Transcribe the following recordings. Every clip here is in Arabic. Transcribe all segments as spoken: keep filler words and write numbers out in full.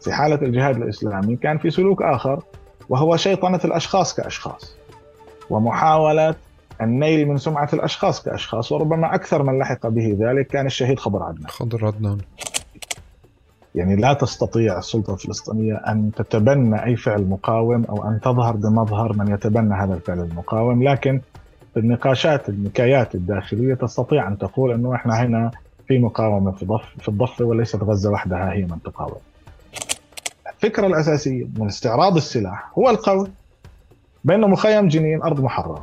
في حالة الجهاد الإسلامي كان في سلوك آخر، وهو شيطنة الأشخاص كأشخاص ومحاولة النيل من سمعة الأشخاص كأشخاص، وربما أكثر من لحق به ذلك كان الشهيد خضر عدنان. خضر عدنان يعني لا تستطيع السلطة الفلسطينية أن تتبنى أي فعل مقاوم أو أن تظهر بمظهر من يتبنى هذا الفعل المقاوم، لكن في النقاشات النكايات الداخلية تستطيع أن تقول أنه إحنا هنا في مقاومة في ضف في الضفة، وليست غزة وحدها هي من تقاوم. الفكرة الأساسية من استعراض السلاح هو القول بأن مخيم جنين أرض محررة.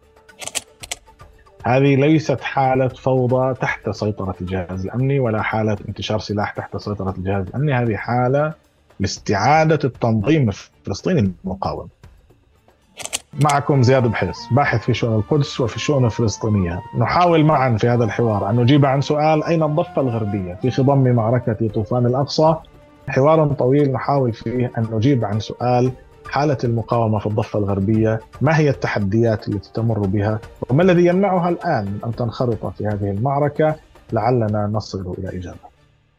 هذه ليست حالة فوضى تحت سيطرة الجهاز الأمني ولا حالة انتشار سلاح تحت سيطرة الجهاز الأمني، هذه حالة لاستعادة التنظيم الفلسطيني المقاوم. معكم زياد بحيص، باحث في شؤون القدس وفي الشؤون الفلسطينية. نحاول معا في هذا الحوار أن نجيب عن سؤال: أين الضفة الغربية في خضم معركة طوفان الأقصى؟ حوار طويل نحاول فيه أن نجيب عن سؤال: حالة المقاومة في الضفة الغربية، ما هي التحديات التي تمر بها، وما الذي يمنعها الآن من أن تنخرط في هذه المعركة؟ لعلنا نصل إلى إجابة.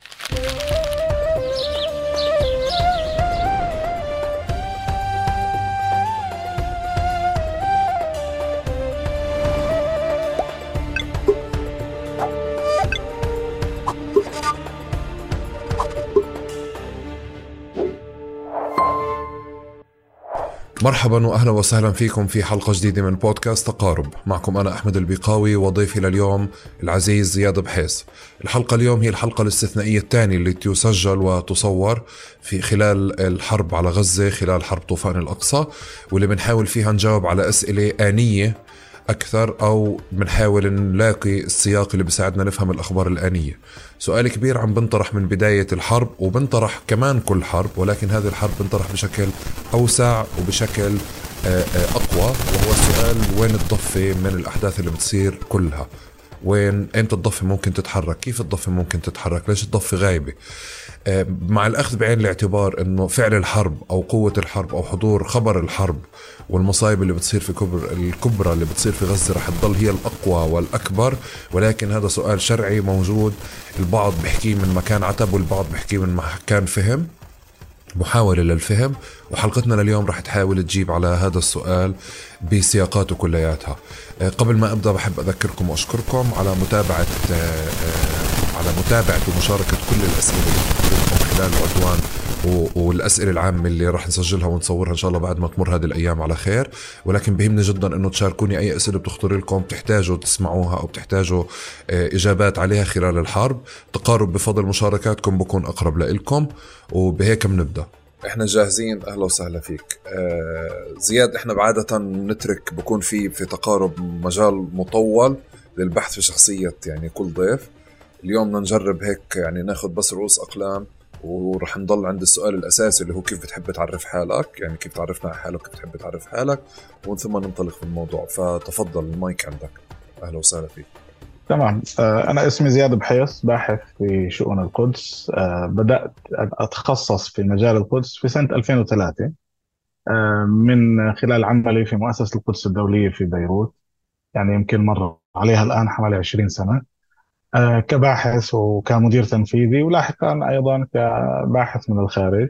مرحبا وأهلا وسهلا فيكم في حلقة جديدة من بودكاست تقارب. معكم أنا أحمد البيقاوي وضيفي لليوم العزيز زياد بحيص. الحلقة اليوم هي الحلقة الاستثنائية الثانية اللي تسجل وتصور في خلال الحرب على غزة، خلال حرب طوفان الأقصى، واللي بنحاول فيها نجاوب على أسئلة آنية أكثر، أو بنحاول نلاقي السياق اللي بيساعدنا نفهم الأخبار الآنية. سؤال كبير عم بنطرح من بداية الحرب، وبنطرح كمان كل حرب، ولكن هذه الحرب بنطرح بشكل أوسع وبشكل أقوى، وهو السؤال: وين الضفة من الأحداث اللي بتصير كلها؟ وين أمتى الضفة ممكن تتحرك؟ كيف الضفة ممكن تتحرك؟ ليش الضفة غايبة؟ مع الأخذ بعين الاعتبار أنه فعل الحرب أو قوة الحرب أو حضور خبر الحرب والمصايب اللي بتصير في كبر الكبرى اللي بتصير في غزة رح تضل هي الأقوى والأكبر، ولكن هذا سؤال شرعي موجود. البعض بيحكيه من مكان عتب والبعض بيحكيه من مكان فهم، محاولة للفهم. وحلقتنا لليوم رح تحاول تجيب على هذا السؤال بسياقاته كلياتها. قبل ما أبدأ بحب أذكركم وأشكركم على متابعة على متابعة ومشاركة كل الأسئلة اللي خلال العدوان والأسئلة العامة اللي راح نسجلها ونصورها إن شاء الله بعد ما تمر هذه الأيام على خير. ولكن بهمني جدا أنه تشاركوني أي أسئلة بتخطر لكم بتحتاجوا تسمعوها أو بتحتاجوا إجابات عليها خلال الحرب. تقارب بفضل مشاركاتكم بكون أقرب لإلكم، وبهيك بنبدأ. احنا جاهزين. اهلا وسهلا فيك آه زياد. احنا بعادة نترك بكون في في تقارب مجال مطول للبحث في شخصية يعني كل ضيف. اليوم بدنا نجرب هيك يعني ناخد بس رؤوس أقلام، ورح نضل عند السؤال الأساسي اللي هو كيف بتحب تعرف حالك، يعني كيف تعرفنا على حالك، كيف بتحب تعرف حالك، ومن ثم ننطلق في الموضوع. فتفضل المايك عندك. أهلا وسهلا فيك. تمام. أنا اسمي زياد بحيص، باحث في شؤون القدس. بدأت أتخصص في مجال القدس في سنة ألفين وثلاثة من خلال عملي في مؤسسة القدس الدولية في بيروت، يعني يمكن مر عليها الآن حوالي عشرين سنة كباحث وكمدير تنفيذي، ولاحقا أيضا كباحث من الخارج.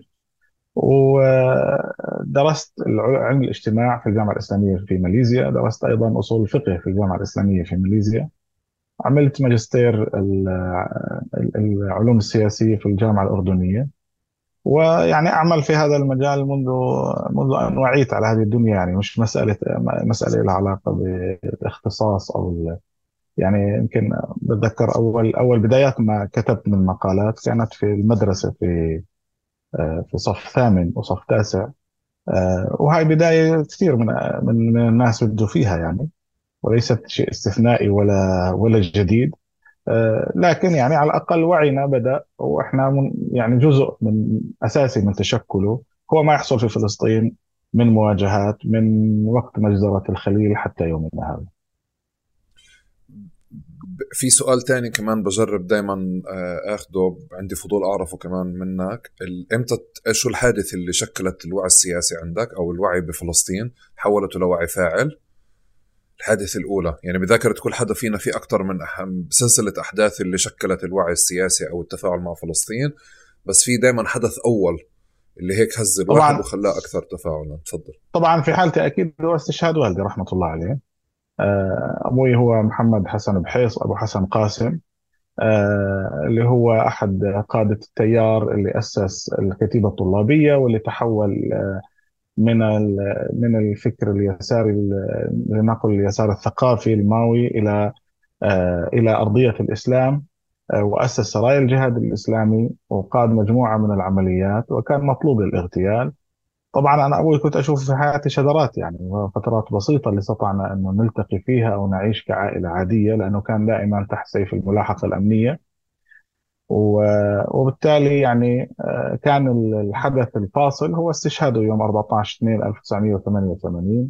ودرست علم الاجتماع في الجامعة الإسلامية في ماليزيا، درست أيضا أصول الفقه في الجامعة الإسلامية في ماليزيا، عملت ماجستير العلوم السياسية في الجامعة الأردنية، ويعني أعمل في هذا المجال منذ منذ أن وعيت على هذه الدنيا. يعني مش مسألة مسألة لها علاقة باختصاص أو يعني يمكن بتذكر أول أول بدايات ما كتبت من مقالات كانت في المدرسة في في صف ثامن وصف تاسع، وهاي بداية كثير من من الناس بدوا فيها يعني، وليست شيء استثنائي ولا ولا جديد. لكن يعني على الأقل وعينا بدأ، وإحنا من يعني جزء من أساسي من تشكله هو ما يحصل في فلسطين من مواجهات من وقت مجزرة الخليل حتى يومنا هذا. في سؤال تاني كمان بجرب دايما اخده، عندي فضول اعرفه كمان منك. امتى شو الحادث اللي شكلت الوعي السياسي عندك او الوعي بفلسطين حولته لوعي فاعل؟ الحادث الاولى يعني بذاكرة كل حدا فينا في اكتر من أهم سلسلة احداث اللي شكلت الوعي السياسي او التفاعل مع فلسطين، بس في دايما حدث اول اللي هيك هز الواحد طبعا وخلاه أكثر تفاعلا؟ تفضل. طبعا في حالتي اكيد هو استشهاد والدي رحمه الله عليه. آه، ابوي هو محمد حسن بحيص ابو حسن قاسم، آه، اللي هو احد قاده التيار اللي اسس الكتيبه الطلابيه، واللي تحول من ال- من الفكر اليساري ال- لنقل اليسار الثقافي الماوي الى آه، الى ارضيه الاسلام. آه، واسس سرايا الجهاد الاسلامي وقاد مجموعه من العمليات، وكان مطلوب الاغتيال. طبعا انا ابوي كنت اشوف في حياتي شذرات يعني، فترات بسيطه اللي استطعنا انه نلتقي فيها او نعيش كعائله عاديه، لانه كان دائما تحت سيف الملاحقه الامنيه. و- وبالتالي يعني آه، كان الحدث الفاصل هو استشهاده يوم أربعة عشر اثنين ألف وتسعمئة وثمانية وثمانين،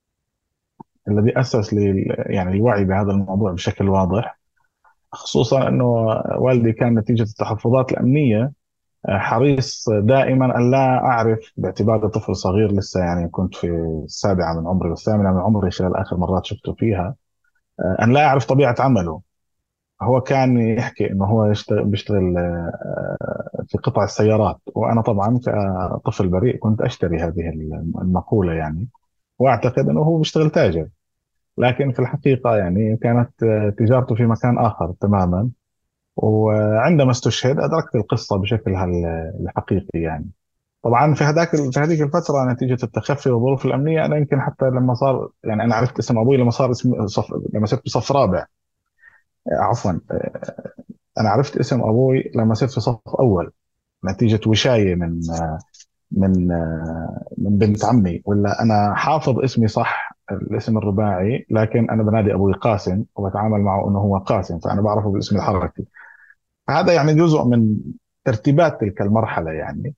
الذي اسس لي يعني الوعي بهذا الموضوع بشكل واضح. خصوصا انه والدي كان نتيجه التحفظات الامنيه آه، حريص دائما ان لا اعرف، باعتباري طفل صغير لسه يعني كنت في السابعه من عمري والثامنه من عمري خلال اخر مرات شفته فيها، آه، ان لا اعرف طبيعه عمله. هو كان يحكي انه هو يشتغل بيشتغل آه، في قطع السيارات، وانا طبعا كطفل بريء كنت اشتري هذه المقوله يعني، واعتقد انه هو بيشتغل تاجر. لكن في الحقيقه يعني كانت آه، تجارته في مكان اخر تماما. وعندما استشهد ادركت القصه بشكلها الحقيقي يعني. طبعا في هذاك في هذيك الفتره نتيجه التخفي والظروف الامنيه، انا يمكن حتى لما صار يعني انا عرفت اسم ابوي لما صار اسم صف لما صرت بصف رابع. آه، عفوا آه، انا عرفت اسم ابوي لما صرت في صف اول، نتيجه وشايه من آه، من آه، من بنت عمي. ولا انا حافظ اسمي صح الاسم الرباعي، لكن انا بنادي ابوي قاسم وبتعامل معه انه هو قاسم، فانا بعرفه بالاسم الحركي. فهذا يعني جزء من ترتيبات تلك المرحله يعني.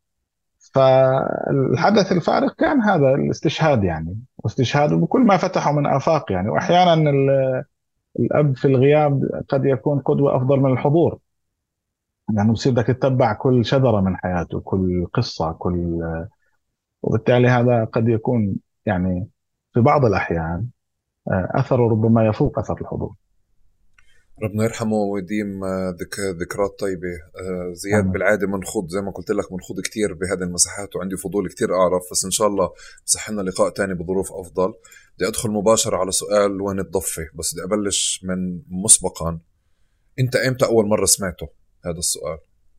فالحدث الفارق كان هذا الاستشهاد يعني، واستشهاده بكل ما فتحه من آفاق يعني. وأحيانا ال- الأب في الغياب قد يكون قدوة أفضل من الحضور، لأنه يعني بصير بدك تتبع كل شذرة من حياته، كل قصة، كل وبالتالي هذا قد يكون يعني في بعض الأحيان آه، أثره ربما يفوق أثر الحضور. ربنا يرحمه ويديم آه، ذك... ذكريات طيبة. آه، زياد آمين. بالعادة منخوض زي ما قلت لك، منخوض كتير بهذه المساحات وعندي فضول كتير أعرف، بس إن شاء الله بصح لنا لقاء تاني بظروف أفضل. بدي أدخل مباشرة على سؤال وين الضفة، بس بدي أبلش من مسبقا. أنت إمتى أول مرة سمعته هذا السؤال؟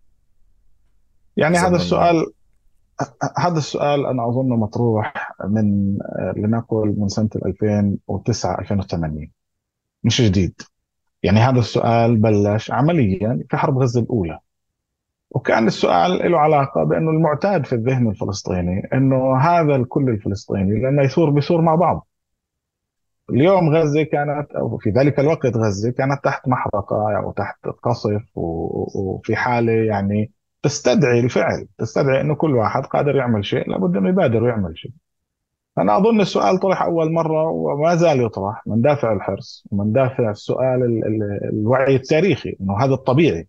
يعني إذا هذا من السؤال هذا السؤال أنا أظن مطروح من آه، لنقل من سنة ألفين وتسعة ألفين وثمانية، مش جديد. يعني هذا السؤال بلش عمليا في حرب غزة الأولى، وكان السؤال له علاقة بأنه المعتاد في الذهن الفلسطيني أنه هذا الكل الفلسطيني لما يثور بيثور مع بعض. اليوم غزة كانت، أو في ذلك الوقت غزة كانت تحت محرقة يعني وتحت قصف و- وفي حالة يعني تستدعي الفعل، تستدعي أنه كل واحد قادر يعمل شيء لابد أنه يبادر ويعمل شيء. أنا أظن السؤال طرح أول مرة وما زال يطرح من دافع الحرص ومن دافع السؤال ال- ال- الوعي التاريخي أنه هذا الطبيعي،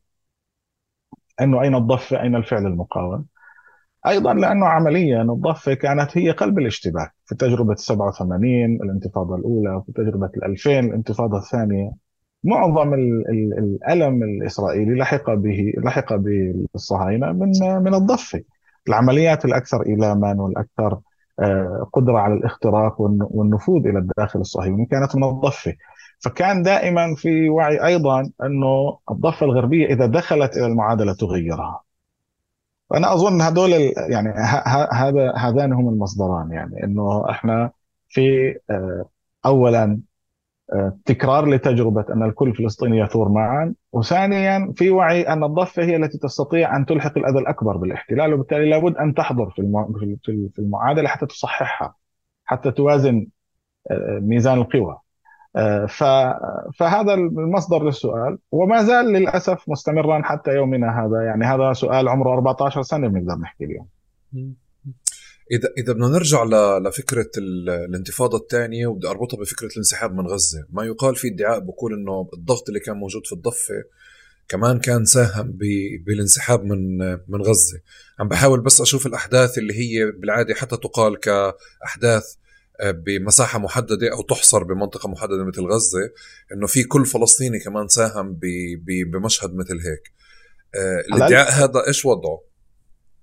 أنه أين الضفة أين الفعل المقاوم. أيضا لأنه عمليا الضفة كانت هي قلب الاشتباك في تجربة سبعة وثمانين الانتفاضة الأولى وفي تجربة الألفين الانتفاضة الثانية. معظم ال- ال- الألم الإسرائيلي لحق به لحق بالصهاينة من من الضفة. العمليات الأكثر إيلاما والأكثر آه، قدرة على الاختراق والن- والنفوذ إلى الداخل الصهيوني كانت من الضفة. فكان دائما في وعي أيضا أنه الضفة الغربية إذا دخلت إلى المعادلة تغيرها. فأنا أظن هذول ال- يعني ه- ه- هذا هذان هم المصدران، يعني أنه إحنا في آه، أولا آه، تكرار لتجربة أن الكل فلسطيني يثور معا، وثانيا في وعي أن الضفة هي التي تستطيع أن تلحق الأذى الأكبر بالاحتلال، وبالتالي لابد أن تحضر في المع- في في- في المعادلة حتى تصححها، حتى توازن آه، ميزان القوى. آه، ف- فهذا المصدر للسؤال وما زال للأسف مستمرا حتى يومنا هذا. يعني هذا سؤال عمره أربعة عشر سنة بنقدر نحكي اليوم. إذا إذا بدنا نرجع ل- لفكرة ال- الانتفاضة الثانية، وبدي أربطها بفكرة الانسحاب من غزة، ما يقال في ادعاء بقول إنه الضغط اللي كان موجود في الضفة كمان كان ساهم ب- بالانسحاب من من غزة. عم بحاول بس أشوف الأحداث اللي هي بالعادة حتى تقال كأحداث آه، بمساحة محددة أو تحصر بمنطقة محددة مثل غزة، إنه في كل فلسطيني كمان ساهم ب- ب- بمشهد مثل هيك. آه، هلا الادعاء هذا إيش وضعه؟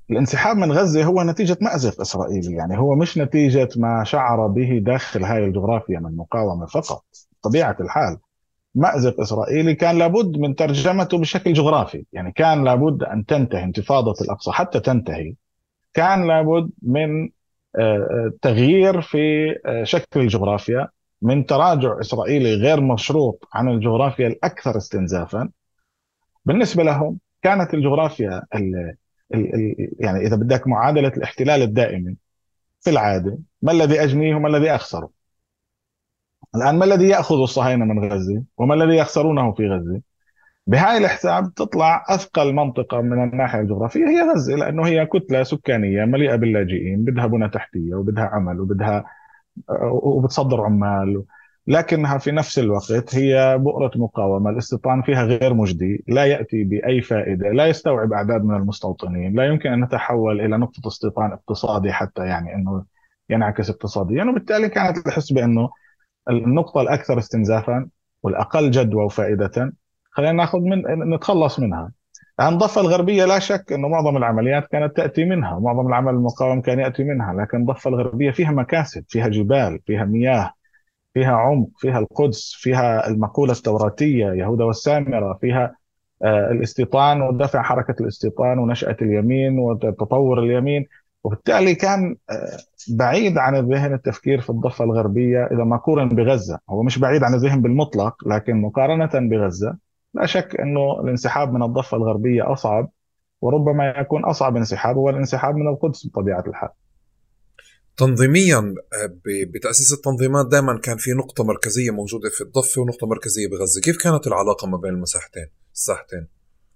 الانسحاب من غزة هو نتيجة مأزق إسرائيلي، يعني هو مش نتيجة ما شعر به داخل هاي الجغرافيا من مقاومة فقط. طبيعة الحال مأزق إسرائيلي كان لابد من ترجمته بشكل جغرافي، يعني كان لابد أن تنتهي انتفاضة الأقصى. حتى تنتهي كان لابد من آه، آه، تغيير في آه، شكل الجغرافيا، من تراجع إسرائيلي غير مشروط عن الجغرافيا الأكثر استنزافا. بالنسبة لهم كانت الجغرافيا ال ال ال يعني إذا بدك معادلة الاحتلال الدائمي في العادة، ما الذي أجنيه وما الذي أخسره. الآن ما الذي يأخذ الصهاينة من غزة وما الذي يخسرونه في غزة؟ بهاي الحساب تطلع أثقل منطقة من الناحية الجغرافية هي غزة، لأنه هي كتلة سكانية مليئة باللاجئين، بدها بنى تحتية وبدها عمل وبدها وبتصدر عمال. لكنها في نفس الوقت هي بؤرة مقاومة. الاستيطان فيها غير مجدي، لا يأتي بأي فائدة، لا يستوعب أعداد من المستوطنين، لا يمكن أن نتحول إلى نقطة استيطان اقتصادي حتى يعني أنه ينعكس اقتصاديا. وبالتالي كانت الحس بأنه النقطة الأكثر استنزافا والأقل جدوى وفائدة خلينا ناخذ من نتخلص منها. عن الضفة الغربية لا شك أنه معظم العمليات كانت تأتي منها، معظم العمل المقاوم كان يأتي منها، لكن الضفة الغربية فيها مكاسب، فيها جبال، فيها مياه، فيها عمق، فيها القدس، فيها المقولة التوراتية يهوذا والسامرة، فيها آه، الاستيطان ودفع حركة الاستيطان ونشأة اليمين وتطور اليمين. وبالتالي كان آه، بعيد عن الذهن التفكير في الضفة الغربية إذا ما قورن بغزة. هو مش بعيد عن الذهن بالمطلق، لكن مقارنة بغزة لا شك أنه الانسحاب من الضفة الغربية أصعب، وربما يكون أصعب انسحاب هو الانسحاب من القدس بطبيعة الحال. تنظيميا آه، ب- بتأسيس التنظيمات دائما كان في نقطة مركزية موجودة في الضفة ونقطة مركزية بغزة. كيف كانت العلاقة ما بين المساحتين الساحتين؟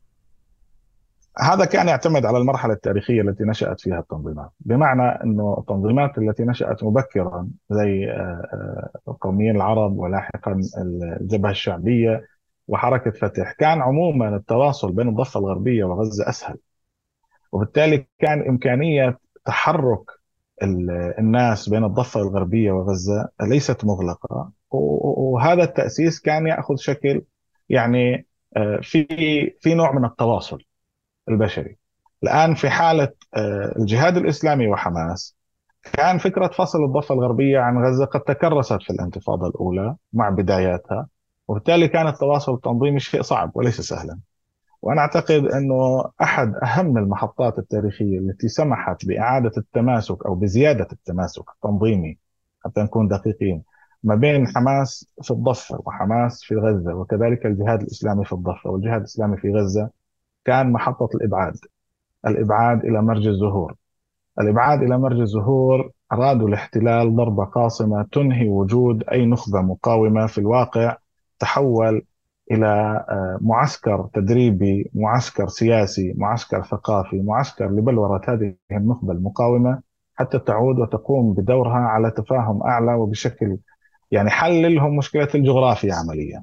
هذا كان يعتمد على المرحلة التاريخية التي نشأت فيها التنظيمات، بمعنى أنه التنظيمات التي نشأت مبكرا زي آه، آه، القوميين العرب ولاحقا الجبهة الشعبية وحركة فتح، كان عموما التواصل بين الضفة الغربية وغزة أسهل، وبالتالي كان إمكانية تحرك ال- الناس بين الضفة الغربية وغزة ليست مغلقة. و- وهذا التأسيس كان يأخذ شكل يعني آه، في في نوع من التواصل البشري. الآن في حالة آه، الجهاد الإسلامي وحماس، كان فكرة فصل الضفة الغربية عن غزة قد تكرست في الانتفاضة الأولى مع بداياتها، وبالتالي كان التواصل التنظيمي شيء صعب وليس سهلا. وأنا أعتقد أنه أحد أهم المحطات التاريخية التي سمحت بإعادة التماسك أو بزيادة التماسك التنظيمي، حتى نكون دقيقين، ما بين حماس في الضفة وحماس في غزة وكذلك الجهاد الإسلامي في الضفة والجهاد الإسلامي في غزة، كان محطة الإبعاد. الإبعاد إلى مرج الزهور. الإبعاد إلى مرج الزهور أرادوا الاحتلال ضربة قاصمة تنهي وجود أي نخبة مقاومة. في الواقع تحول إلى آه، معسكر تدريبي، معسكر سياسي، معسكر ثقافي، معسكر لبلورة هذه النخبة المقاومة حتى تعود وتقوم بدورها على تفاهم أعلى وبشكل يعني حل لهم مشكلة الجغرافيا عمليا،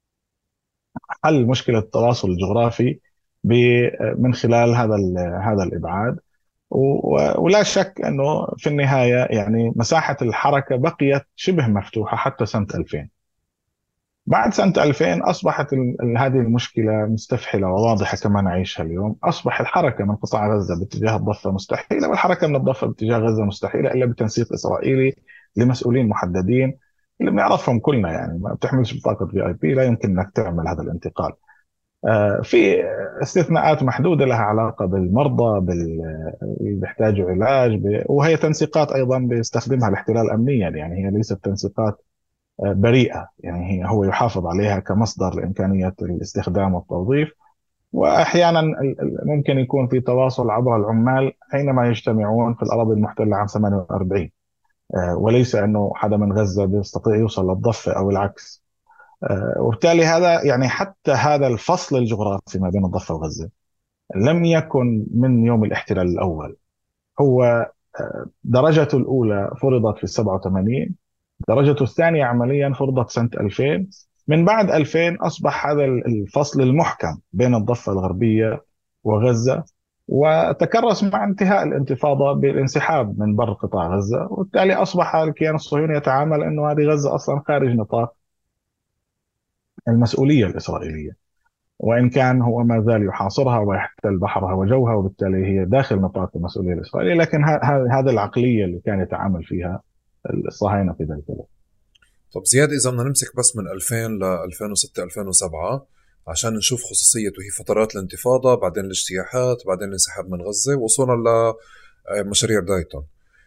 حل مشكلة التواصل الجغرافي ب- من خلال هذا هذا الإبعاد. و- ولا شك أنه في النهاية يعني مساحة الحركة بقيت شبه مفتوحة حتى سنة ألفين. بعد سنة ألفين أصبحت ال- ال- هذه المشكلة مستفحلة وواضحة كما نعيشها اليوم. أصبح الحركة من قطاع غزة باتجاه الضفة مستحيلة، والحركة من الضفة باتجاه غزة مستحيلة إلا بتنسيق إسرائيلي لمسؤولين محددين اللي بنعرفهم كلنا. يعني ما بتحملش بطاقة في اي بي لا يمكن انك تعمل هذا الانتقال. آه، في استثناءات محدودة لها علاقة بالمرضى بال- اللي بيحتاجوا علاج ب- وهي تنسيقات أيضا بيستخدمها الاحتلال أمنيا، يعني هي ليست تنسيقات آه، بريئة، يعني هي هو يحافظ عليها كمصدر لإمكانية الاستخدام والتوظيف. وأحيانا ال- ال- ممكن يكون في تواصل عبر العمال حينما يجتمعون في الأراضي المحتلة عام ثمانية وأربعين، آه، وليس أنه حدا من غزة بيستطيع يوصل للضفة أو العكس. آه، وبالتالي هذا يعني حتى هذا الفصل الجغرافي ما بين الضفة وغزة لم يكن من يوم الاحتلال الأول. هو آه، درجته الأولى فرضت في السبعة وثمانين، درجته الثانية عمليا فرضت سنة ألفين. من بعد ألفين أصبح هذا الفصل المحكم بين الضفة الغربية وغزة، وتكرس مع انتهاء الانتفاضة بالانسحاب من بر قطاع غزة. وبالتالي أصبح الكيان الصهيوني يتعامل أنه هذه غزة أصلا خارج نطاق المسؤولية الإسرائيلية. وإن كان هو ما زال يحاصرها ويحتل بحرها وجوها، وبالتالي هي داخل نطاق المسؤولية الإسرائيلية. لكن هذه العقلية اللي كان يتعامل فيها الصهاينة في ذلك الوقت. طب زياد، إذا بدنا نمسك بس من ألفين ل ألفين وستة ألفين وسبعة عشان نشوف خصوصية، وهي فترات الانتفاضة، بعدين الاجتياحات، بعدين الانسحاب من غزة، وصولا لمشاريع دايتون.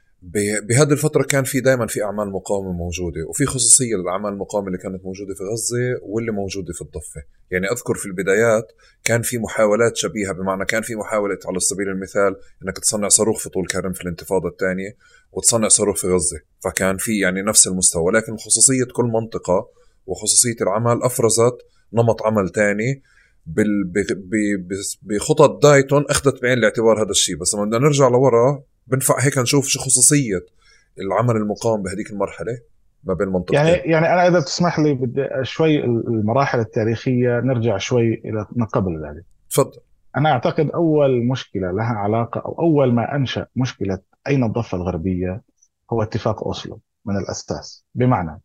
بهذه الفترة كان في دائما في أعمال مقاومة موجودة، وفي خصوصية للأعمال المقاومة اللي كانت موجودة في غزة واللي موجودة في الضفة. يعني أذكر في البدايات كان في محاولات شبيهة، بمعنى كان في محاولة على سبيل المثال أنك تصنع صاروخ في طول كرم في الانتفاضة الثانية، وتصنع صاروخ في غزة، فكان في يعني نفس المستوى. لكن خصوصية كل منطقة وخصوصية العمل أفرزت نمط عمل تاني بال... ب... ب... بخطط دايتون أخذت بعين الاعتبار هذا الشيء. بس لما بدنا نرجع لورا بنفع هيك نشوف شو خصوصية العمل المقاوم بهذيك المرحلة ما بين يعني منطقتين. يعني أنا إذا تسمح لي بدي شوي المراحل التاريخية نرجع شوي إلى ما قبل ذلك. تفضل. أنا أعتقد أول مشكلة لها علاقة، أو أول ما أنشأ مشكلة أين الضفة الغربية، هو اتفاق أوسلو من الأساس. بمعنى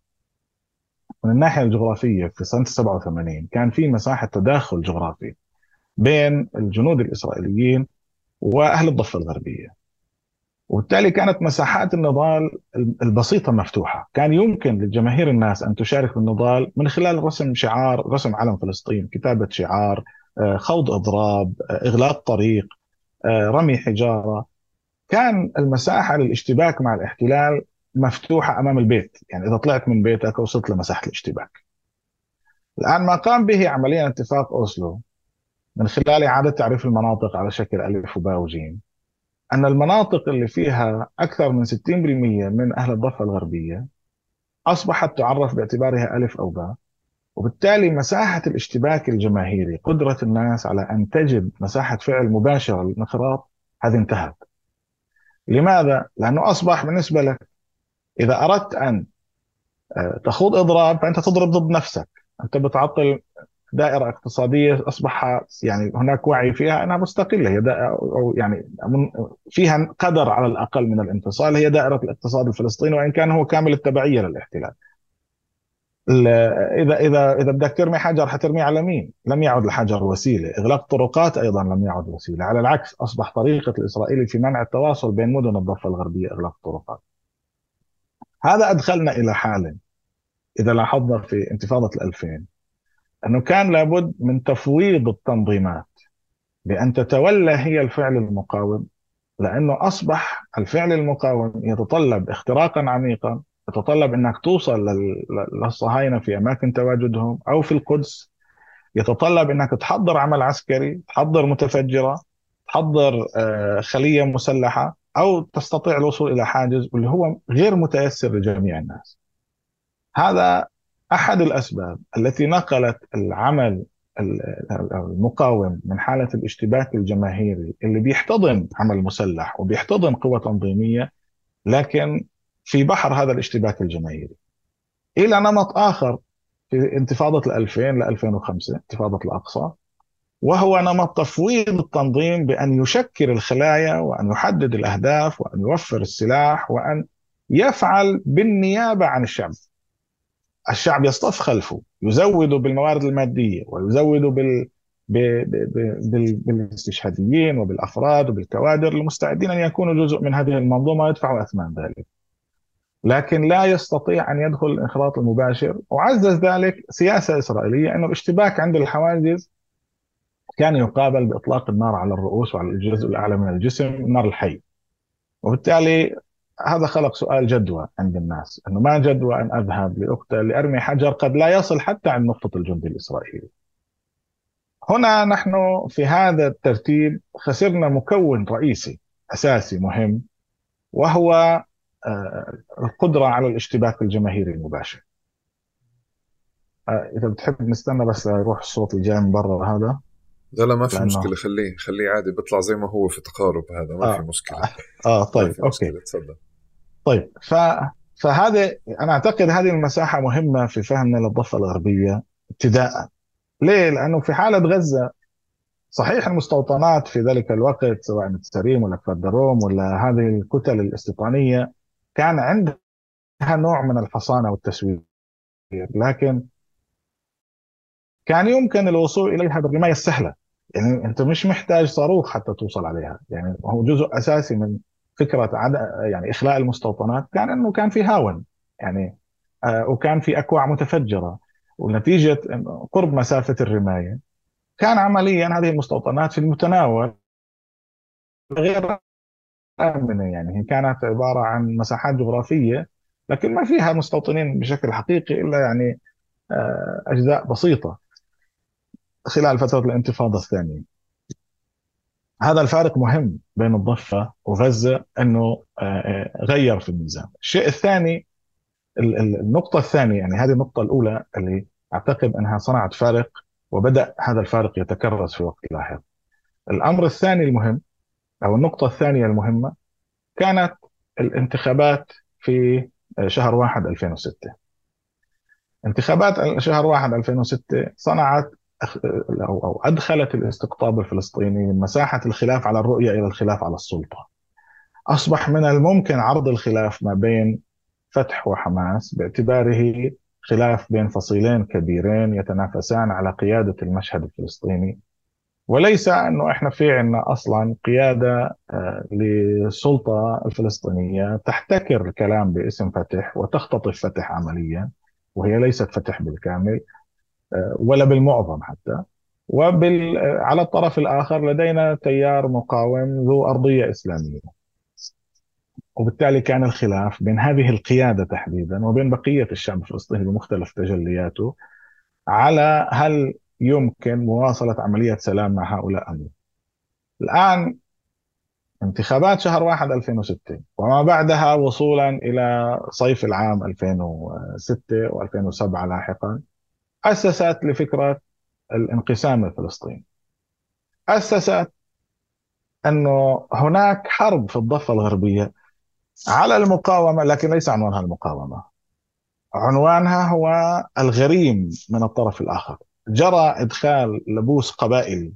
من الناحية الجغرافية في سنة سبعة وثمانين كان في مساحة تداخل جغرافي بين الجنود الإسرائيليين وأهل الضفة الغربية، وبالتالي كانت مساحات النضال البسيطة مفتوحة. كان يمكن لجماهير الناس أن تشارك في النضال من خلال رسم شعار، رسم علم فلسطين، كتابة شعار، آه، خوض إضراب، آه، إغلاق طريق، آه، رمي حجارة. كان المساحة للاشتباك مع الاحتلال مفتوحة أمام البيت. يعني إذا طلعت من بيتك وصلت لمساحة الاشتباك. الآن ما قام به عمليا اتفاق أوسلو من خلال إعادة تعريف المناطق على شكل ألف وباء وجيم، أن المناطق اللي فيها أكثر من ستين بالمئة من أهل الضفة الغربية أصبحت تعرف باعتبارها ألف أو باء. وبالتالي مساحة الاشتباك الجماهيري، قدرة الناس على أن تجد مساحة فعل مباشرة للانخراط، هذه انتهت. لماذا؟ لأنه أصبح بالنسبة لك إذا أردت أن آه، تخوض إضراب فأنت تضرب ضد نفسك. أنت بتعطل دائرة اقتصادية أصبح يعني هناك وعي فيها أنها مستقلة، هي دائرة أو يعني فيها قدر على الأقل من الانفصال، هي دائرة الاقتصاد الفلسطيني، وإن كان هو كامل التبعية للاحتلال. إذا إذا إذا بدك ترمي حجر حترمي على مين؟ لم يعد الحجر وسيلة. إغلاق طرقات أيضا لم يعد وسيلة. على العكس، أصبح طريقة الإسرائيلي في منع التواصل بين مدن الضفة الغربية إغلاق الطرقات. هذا أدخلنا إلى حالة، إذا لاحظنا في انتفاضة الألفين، أنه كان لابد من تفويض التنظيمات بأن تتولى هي الفعل المقاوم، لأنه أصبح الفعل المقاوم يتطلب اختراقا عميقا، يتطلب أنك توصل لل- للصهاينة في أماكن تواجدهم أو في القدس، يتطلب أنك تحضر عمل عسكري، تحضر متفجرة، تحضر آه، خلية مسلحة، أو تستطيع الوصول إلى حاجز، واللي هو غير متيسر لجميع الناس. هذا أحد الأسباب التي نقلت العمل المقاوم من حالة الاشتباك الجماهيري اللي بيحتضن عمل مسلح وبيحتضن قوة تنظيمية، لكن في بحر هذا الاشتباك الجماهيري، إلى نمط آخر في انتفاضة الألفين ل ألفين وخمسة، انتفاضة الأقصى، وهو نمط تفويض التنظيم بأن يشكل الخلايا وأن يحدد الأهداف وأن يوفر السلاح وأن يفعل بالنيابة عن الشعب. الشعب يصطف خلفه، يزود بالموارد المادية ويزود بال ب... ب... ب... بال... بالاستشهاديين وبالأفراد وبالكوادر المستعدين أن يكونوا جزء من هذه المنظومة ويدفعوا أثمان ذلك. لكن لا يستطيع أن يدخل الانخراط المباشر. وعزز ذلك سياسة إسرائيلية أنه الاشتباك عند الحواجز كان يقابل بإطلاق النار على الرؤوس وعلى الجزء الأعلى من الجسم، النار الحي. وبالتالي هذا خلق سؤال جدوى عند الناس، أنه ما جدوى أن أذهب لأقتل لأرمي حجر قد لا يصل حتى عند نقطة الجندي الإسرائيلي. هنا نحن في هذا الترتيب خسرنا مكون رئيسي أساسي مهم، وهو آه، القدرة على الاشتباك الجماهيري المباشر. آه، إذا بتحب نستنى بس يروح الصوت اللي جاي من برا هذا، لا لا، ما في لأنه مشكلة، خليه خليه عادي بيطلع زي ما هو في تقارب، هذا ما في آه مشكلة. آه, آه ما طيب في أوكي. مشكلة، تفضل. طيب ف فهذا أنا أعتقد هذه المساحة مهمة في فهمنا للضفة الغربية ابتداء. ليه؟ لأنه في حالة غزة، صحيح المستوطنات في ذلك الوقت سواء التسريم ولا كفر دروم ولا هذه الكتل الاستيطانية كان عندها نوع من الحصانة والتسوير، لكن كان يمكن الوصول إليها بالرماية السهلة. يعني أنت مش محتاج صاروخ حتى توصل عليها، يعني هو جزء أساسي من فكرة عد... يعني إخلاء المستوطنات كان أنه كان في هاون، يعني آه، وكان في أكواع متفجرة، ونتيجة قرب مسافة الرماية كان عمليا هذه المستوطنات في المتناول غير آمنة. يعني هي كانت عبارة عن مساحات جغرافية لكن ما فيها مستوطنين بشكل حقيقي إلا يعني آه، أجزاء بسيطة خلال فترة الانتفاضة الثانية. هذا الفارق مهم بين الضفة وغزة، أنه آه، آه، غير في الميزان. الشيء الثاني، ال- ال- النقطة الثانية، يعني هذه النقطة الأولى اللي أعتقد أنها صنعت فارق وبدأ هذا الفارق يتكرس في وقت لاحق. الأمر الثاني المهم أو النقطة الثانية المهمة كانت الانتخابات في شهر واحد ألفين وستة. انتخابات شهر واحد ألفين وستة صنعت أخ- أو أو أدخلت الاستقطاب الفلسطيني من مساحة الخلاف على الرؤية إلى الخلاف على السلطة. أصبح من الممكن عرض الخلاف ما بين فتح وحماس باعتباره خلاف بين فصيلين كبيرين يتنافسان على قيادة المشهد الفلسطيني، وليس أنه إحنا في عنا أصلا قيادة آه، للسلطة الفلسطينية تحتكر الكلام باسم فتح وتختطف فتح عمليا، وهي ليست فتح بالكامل آه، ولا بالمعظم حتى. وبال آه، على الطرف الآخر لدينا تيار مقاوم ذو أرضية إسلامية، وبالتالي كان الخلاف بين هذه القيادة تحديدا وبين بقية الشعب الفلسطيني بمختلف تجلياته على هل يمكن مواصلة عملية سلام مع هؤلاء أم لا. الآن انتخابات شهر واحد ألفين وستة وما بعدها وصولا إلى صيف العام ألفين وستة و2007 لاحقا أسست لفكرة الانقسام الفلسطيني. أسست أنه هناك حرب في الضفة الغربية على المقاومة، لكن ليس عنوانها المقاومة، عنوانها هو الغريم من الطرف الآخر. جرى إدخال لبوس قبائلي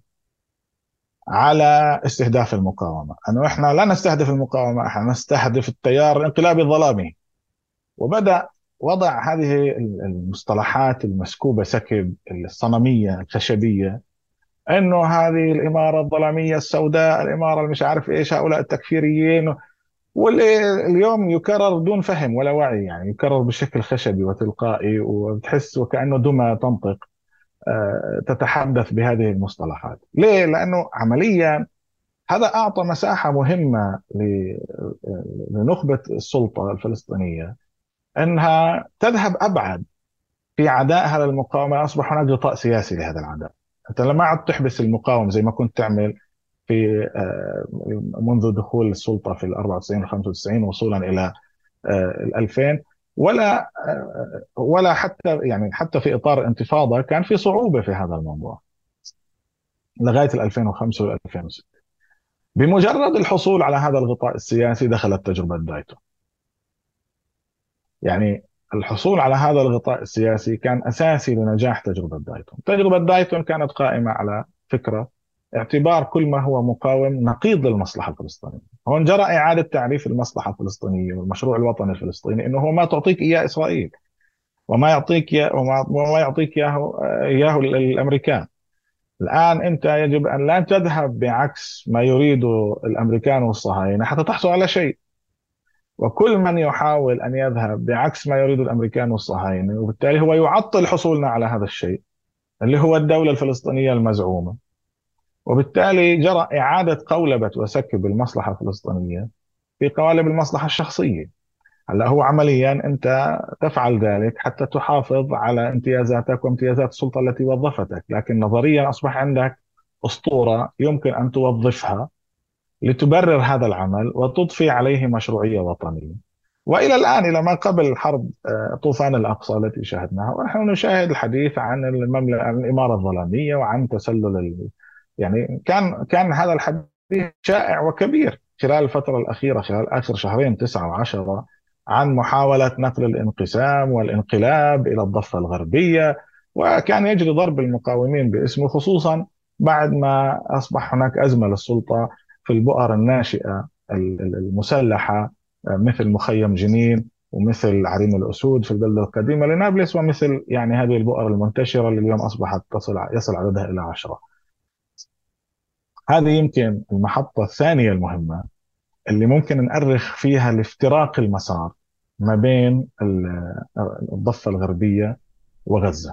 على استهداف المقاومة، أنه إحنا لا نستهدف المقاومة، إحنا نستهدف التيار الانقلابي الظلامي. وبدأ وضع هذه المصطلحات المسكوبة سكب الصنمية الخشبية، انه هذه الاماره الظلاميه السوداء، الاماره المش عارف ايش، هؤلاء التكفيريين، واليوم يكرر دون فهم ولا وعي، يعني يكرر بشكل خشبي وتلقائي وبتحس وكأنه دمى تنطق آه، تتحدث بهذه المصطلحات. ليه؟ لأنه عمليا هذا أعطى مساحة مهمة ل- لنخبة السلطة الفلسطينية أنها تذهب أبعد في عدائها للمقاومة. أصبح هناك غطاء سياسي لهذا العداء. أنت لما عاد تحبس المقاومة زي ما كنت تعمل في آه، منذ دخول السلطة في ال أربعة وتسعين وال خمسة وتسعين وصولا إلى ال ألفين، ولا آه، ولا حتى يعني حتى في إطار الانتفاضة كان في صعوبة في هذا الموضوع لغاية ال ألفين وخمسة وال ألفين وستة. بمجرد الحصول على هذا الغطاء السياسي دخلت تجربة دايتون. يعني الحصول على هذا الغطاء السياسي كان أساسي لنجاح تجربة دايتون. تجربة دايتون كانت قائمة على فكرة اعتبار كل ما هو مقاوم نقيض للمصلحة الفلسطينية. هون جرى إعادة تعريف المصلحة الفلسطينية والمشروع الوطني الفلسطيني إنه هو ما تعطيك إياه إسرائيل، وما يعطيك إياه وما وما يعطيك إياه إياه الأمريكان. الآن أنت يجب أن لا تذهب بعكس ما يريده الأمريكان والصهاينة حتى تحصل على شيء، وكل من يحاول أن يذهب بعكس ما يريد الأمريكان والصهاينة وبالتالي هو يعطل حصولنا على هذا الشيء اللي هو الدولة الفلسطينية المزعومة. وبالتالي جرى إعادة قولبة وسكب المصلحة الفلسطينية في قوالب المصلحة الشخصية. هلا هو عمليا أنت تفعل ذلك حتى تحافظ على امتيازاتك وامتيازات السلطة التي وظفتك، لكن نظريا أصبح عندك أسطورة يمكن أن توظفها لتبرر هذا العمل وتضفي عليه مشروعية وطنية. وإلى الآن، إلى ما قبل حرب آه، طوفان الأقصى التي شاهدناها، ونحن نشاهد الحديث عن المملكة، عن الإمارة الظلامية وعن تسلل ال... يعني كان كان هذا الحديث شائع وكبير خلال الفترة الأخيرة، خلال آخر شهرين تسعة وعشرة، عن محاولة نقل الانقسام والانقلاب إلى الضفة الغربية، وكان يجري ضرب المقاومين باسمه، خصوصا بعد ما أصبح هناك أزمة للسلطة في البؤر الناشئة المسلحة مثل مخيم جنين ومثل عرين الأسود في البلدة القديمة لنابلس، ومثل يعني هذه البؤر المنتشرة اللي اليوم أصبحت تصل يصل عددها إلى عشرة. هذه يمكن المحطة الثانية المهمة اللي ممكن نأرخ فيها لافتراق المسار ما بين ال- الضفة الغربية وغزة.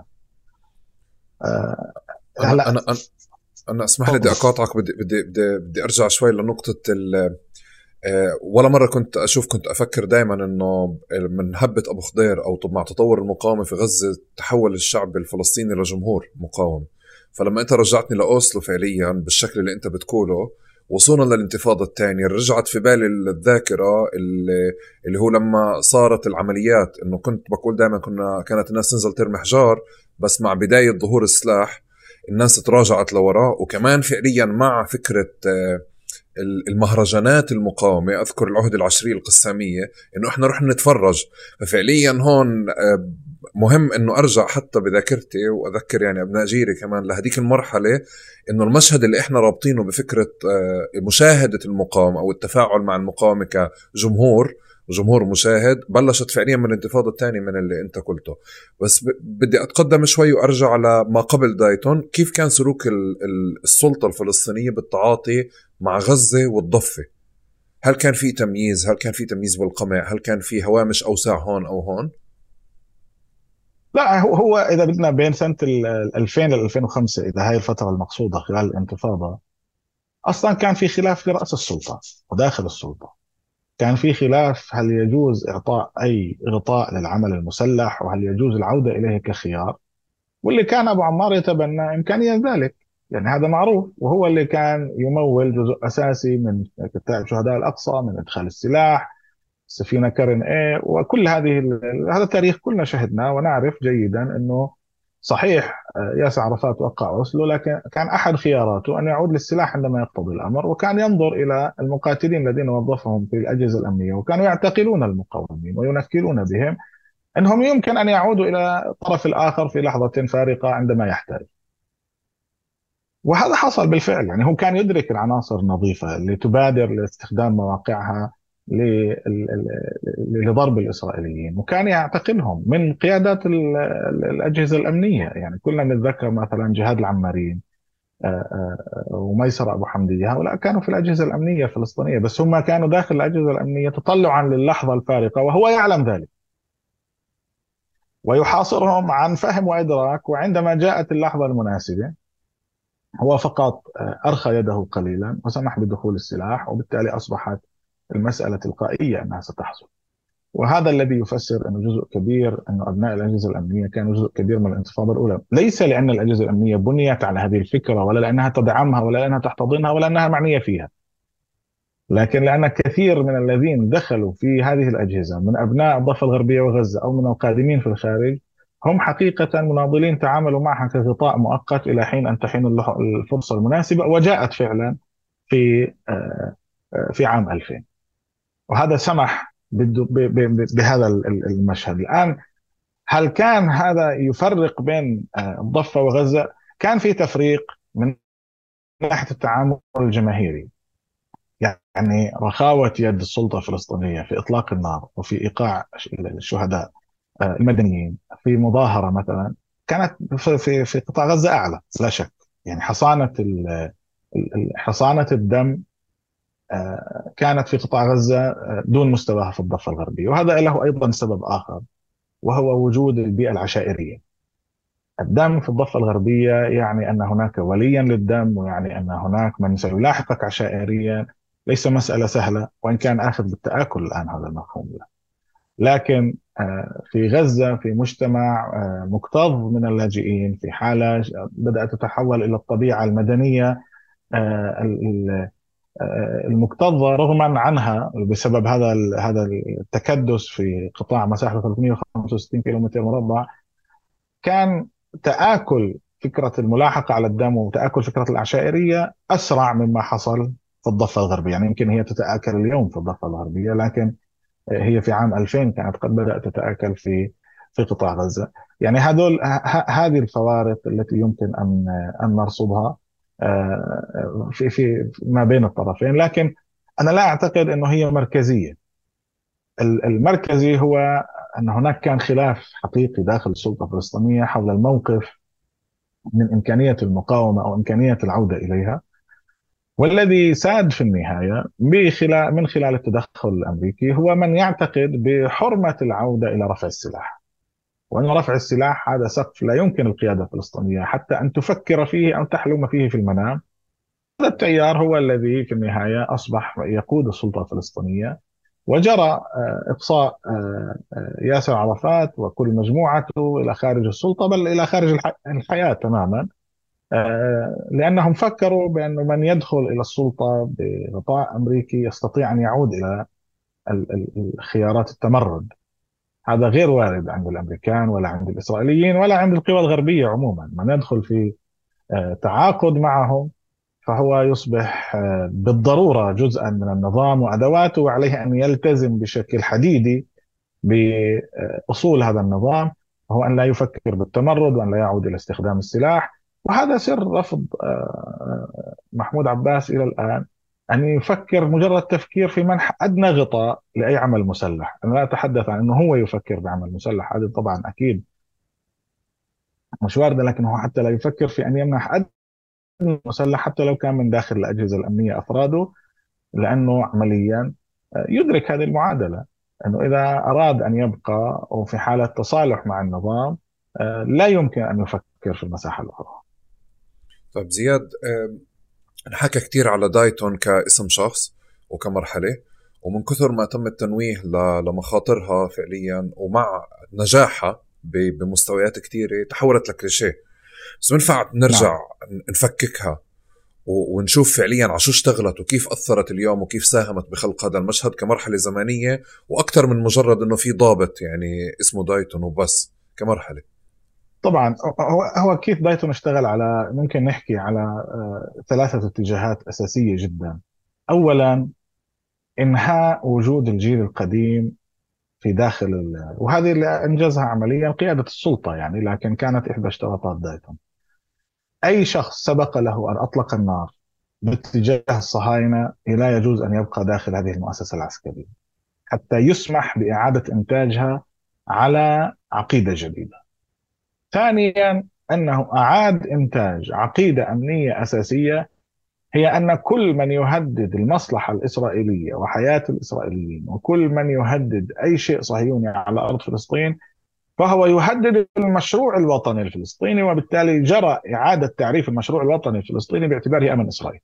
آه، انا هلا انا انا انا اسمح لي بدي تفضل. اقاطعك، بدي بدي بدي, بدي ارجع شوي لنقطه ال آه، ولا مرة كنت أشوف كنت أفكر دائما أنه من هبة أبو خضير أو طب مع تطور المقاومة في غزة تحول الشعب الفلسطيني لجمهور مقاوم. فلما أنت رجعتني لأوسلو فعليا بالشكل اللي أنت بتقوله، وصولا للانتفاضة الثانية، رجعت في بالي الذاكرة اللي, اللي هو لما صارت العمليات، أنه كنت بقول دائما كنا كانت الناس تنزل ترمي حجار، بس مع بداية ظهور السلاح الناس تراجعت لوراء. وكمان فعليا مع فكرة آه، المهرجانات المقاومة، أذكر العهد العشرية القسامية، إنه إحنا رح نتفرج. ففعليا هون آه، مهم إنه أرجع حتى بذاكرتي وأذكر يعني أبناء جيري كمان لهديك المرحلة، إنه المشهد اللي إحنا رابطينه بفكرة آه، مشاهدة المقاومة أو التفاعل مع المقاومة كجمهور وجمهور مشاهد بلشت فعليا من الانتفاضة الثانية من اللي انت قلته. بس ب- بدي اتقدم شوي وارجع على ما قبل دايتون. كيف كان سلوك ال- ال- السلطة الفلسطينية بالتعاطي مع غزة والضفة؟ هل كان في تمييز؟ هل كان في تمييز بالقمع؟ هل كان في هوامش أوسع هون أو هون؟ لا، هو هو إذا بدنا بين سنة ال ألفين ل ألفين وخمسة، إذا هاي الفترة المقصودة خلال الانتفاضة، أصلا كان في خلاف في رأس السلطة وداخل السلطة. كان في خلاف هل يجوز إعطاء أي غطاء للعمل المسلح، وهل يجوز العودة إليه كخيار. واللي كان أبو عمار يتبنى إمكانية ذلك، يعني هذا معروف، وهو اللي كان يمول جزء أساسي من كتائب شهداء الأقصى، من إدخال السلاح، سفينة كارين ايه، وكل هذه ال- هذا التاريخ كلنا شهدناه ونعرف جيدا أنه صحيح آه، ياسر عرفات وقع أوسلو، لكن كان أحد خياراته أن يعود للسلاح عندما يقتضي الأمر، وكان ينظر إلى المقاتلين الذين وظفهم في الأجهزة الأمنية وكانوا يعتقلون المقاومين وينكلون بهم، أنهم يمكن أن يعودوا إلى الطرف الآخر في لحظة فارقة عندما يحتاج. وهذا حصل بالفعل، يعني هو كان يدرك العناصر النظيفة اللي تبادر لاستخدام مواقعها لل- ل- لضرب الإسرائيليين، وكان يعتقلهم من قيادات ال- ال- الأجهزة الأمنية. يعني كلنا نتذكر مثلا جهاد العمارين، آه، آه، وميسر أبو حمدية، هؤلاء كانوا في الأجهزة الأمنية الفلسطينية، بس هم كانوا داخل الأجهزة الأمنية تطلعا للحظة الفارقة، وهو يعلم ذلك ويحاصرهم عن فهم وإدراك. وعندما جاءت اللحظة المناسبة هو فقط آه، أرخى يده قليلا وسمح بدخول السلاح، وبالتالي أصبحت المسألة تلقائية أنها ستحصل. وهذا الذي يفسر أن جزء كبير، أن أبناء الأجهزة الأمنية كانوا جزء كبير من الانتفاضة الأولى، ليس لأن الأجهزة الأمنية بنيت على هذه الفكرة، ولا لأنها تدعمها، ولا لأنها تحتضنها، ولا أنها معنية فيها، لكن لأن كثير من الذين دخلوا في هذه الأجهزة من أبناء الضفة الغربية وغزة أو من القادمين في الخارج هم حقيقة مناضلين تعاملوا معها كغطاء مؤقت إلى حين أن تحين اللح- الفرصة المناسبة، وجاءت فعلا في آه، آه، في عام ألفين. وهذا سمح بالد- ب- ب- بهذا ال- ال- المشهد. الآن هل كان هذا يفرق بين آه، الضفة وغزة؟ كان في تفريق من ناحية التعامل الجماهيري، يعني رخاوة يد السلطة الفلسطينية في إطلاق النار وفي إيقاع الشهداء آه، المدنيين في مظاهرة مثلا كانت في في في قطاع غزة أعلى لا شك. يعني حصانة ال- ال- حصانة الدم آه، كانت في قطاع غزة آه، دون مستواها في الضفة الغربية. وهذا له أيضا سبب آخر، وهو وجود البيئة العشائرية. الدم في الضفة الغربية يعني أن هناك وليا للدم، ويعني أن هناك من سيلاحقك عشائريا. ليس مسألة سهلة، وإن كان آخذ بالتآكل الآن هذا المفهوم له. لكن آه، في غزة في مجتمع آه، مكتظ من اللاجئين، في حالة بدأت تتحول إلى الطبيعة المدنية آه، ال- آه، المكتظة رغما عنها بسبب هذا ال- هذا التكدس في قطاع مساحته ثلاثمئة وخمسة وستين كيلومتر مربع. كان تآكل فكرة الملاحقة على الدم وتآكل فكرة العشائرية أسرع مما حصل في الضفة الغربية. يعني يمكن هي تتآكل اليوم في الضفة الغربية، لكن هي في عام ألفين كانت قد بدأت تتآكل في في قطاع غزة. يعني هذول ه- هذه الفوارق التي يمكن أن أن نرصدها آه، في في ما بين الطرفين، لكن أنا لا أعتقد أنه هي مركزية. المركزي هو أن هناك كان خلاف حقيقي داخل السلطة الفلسطينية حول الموقف من إمكانية المقاومة أو إمكانية العودة إليها، والذي ساد في النهاية بخلال من خلال التدخل الأمريكي هو من يعتقد بحرمة العودة إلى رفع السلاح، وأن رفع السلاح هذا سقف لا يمكن القيادة الفلسطينية حتى أن تفكر فيه أو تحلم فيه في المنام. هذا التيار هو الذي في النهاية أصبح يقود السلطة الفلسطينية، وجرى آه، إقصاء آه، آه، ياسر عرفات وكل مجموعته إلى خارج السلطة، بل إلى خارج الح- الحياة تماما، آه، لأنهم فكروا بأن من يدخل إلى السلطة بغطاء أمريكي يستطيع أن يعود إلى ال- ال- الخيارات التمرد. هذا غير وارد عند الأمريكان ولا عند الإسرائيليين ولا عند القوى الغربية عموما. من يدخل في آه، تعاقد معهم فهو يصبح آه، بالضرورة جزءا من النظام وأدواته، وعليه أن يلتزم بشكل حديدي بأصول هذا النظام، وهو أن لا يفكر بالتمرد وأن لا يعود إلى استخدام السلاح. وهذا سر رفض آه، محمود عباس إلى الآن، أن يفكر مجرد تفكير في منح أدنى غطاء لأي عمل مسلح. أنا لا أتحدث عن أنه هو يفكر بعمل مسلح، هذا طبعا أكيد مش واردة، لكن هو حتى لا يفكر في أن يمنح أدنى مسلح حتى لو كان من داخل الأجهزة الأمنية أفراده، لأنه عمليا يدرك هذه المعادلة، أنه إذا أراد أن يبقى وفي حالة تصالح مع النظام آه، لا يمكن أن يفكر في المساحة الأخرى. طيب زياد، آم، انحكى كتير على دايتون كاسم شخص وكمرحلة، ومن كثر ما تم التنويه ل- لمخاطرها فعليا ومع نجاحها ب- بمستويات كتيرة تحولت لكليشيه. بس بنفع نعم. نرجع نفككها و- ونشوف فعليا على شو اشتغلت وكيف أثرت اليوم وكيف ساهمت بخلق هذا المشهد كمرحلة زمنية، وأكثر من مجرد أنه في ضابط يعني اسمه دايتون وبس كمرحلة. طبعا هو هو كيف دايتون اشتغل على، ممكن نحكي على آه، ثلاثة اتجاهات أساسية جدا. أولا، إنهاء وجود الجيل القديم في داخل ال... وهذه اللي أنجزها عمليا قيادة السلطة يعني، لكن كانت إحدى اشتراطات دايتون. أي شخص سبق له أن أطلق النار باتجاه الصهاينة لا يجوز أن يبقى داخل هذه المؤسسة العسكرية حتى يسمح بإعادة إنتاجها على عقيدة جديدة. ثانيا، أنه أعاد إنتاج عقيدة أمنية أساسية، هي أن كل من يهدد المصلحة الإسرائيلية وحياة الإسرائيليين، وكل من يهدد أي شيء صهيوني على أرض فلسطين، فهو يهدد المشروع الوطني الفلسطيني، وبالتالي جرى إعادة تعريف المشروع الوطني الفلسطيني باعتباره أمن إسرائيل.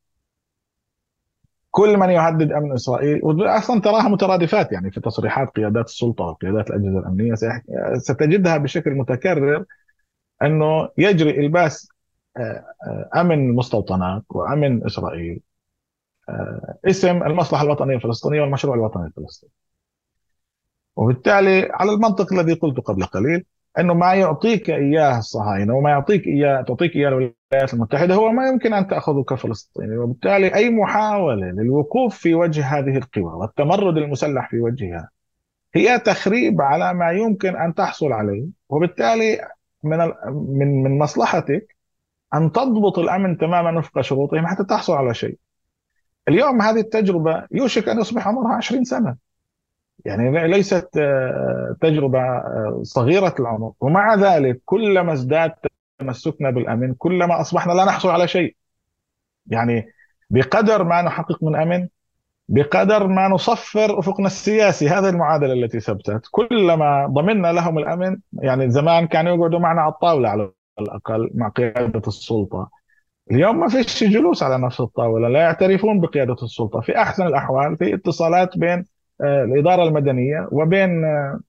كل من يهدد امن اسرائيل، واصلا تراها مترادفات يعني في تصريحات قيادات السلطه وقيادات الاجهزه الامنيه، ستجدها بشكل متكرر انه يجري الباس آه، آه، امن المستوطنات وامن اسرائيل آه، اسم المصلحه الوطنيه الفلسطينيه والمشروع الوطني الفلسطيني. وبالتالي على المنطق الذي قلته قبل قليل، انه ما يعطيك اياه الصهاينه وما يعطيك اياه تعطيك اياه الولايات المتحده هو ما يمكن ان تاخذه كفلسطيني. وبالتالي اي محاوله للوقوف في وجه هذه القوى والتمرد المسلح في وجهها هي تخريب على ما يمكن ان تحصل عليه. وبالتالي من ال- من من مصلحتك ان تضبط الامن تماما وفق شروطهم حتى تحصل على شيء. اليوم هذه التجربه يوشك ان يصبح عمرها عشرين سنه، يعني ليست آه، تجربة آه، صغيرة العمر، ومع ذلك كلما ازداد تمسكنا بالأمن كلما أصبحنا لا نحصل على شيء. يعني بقدر ما نحقق من أمن بقدر ما نصفر أفقنا السياسي. هذه المعادلة التي ثبتت. كلما ضمننا لهم الأمن، يعني زمان كانوا يقعدوا معنا على الطاولة على الأقل مع قيادة السلطة، اليوم ما فيش جلوس على نفس الطاولة، لا يعترفون بقيادة السلطة. في أحسن الأحوال في اتصالات بين آه، الإدارة المدنية وبين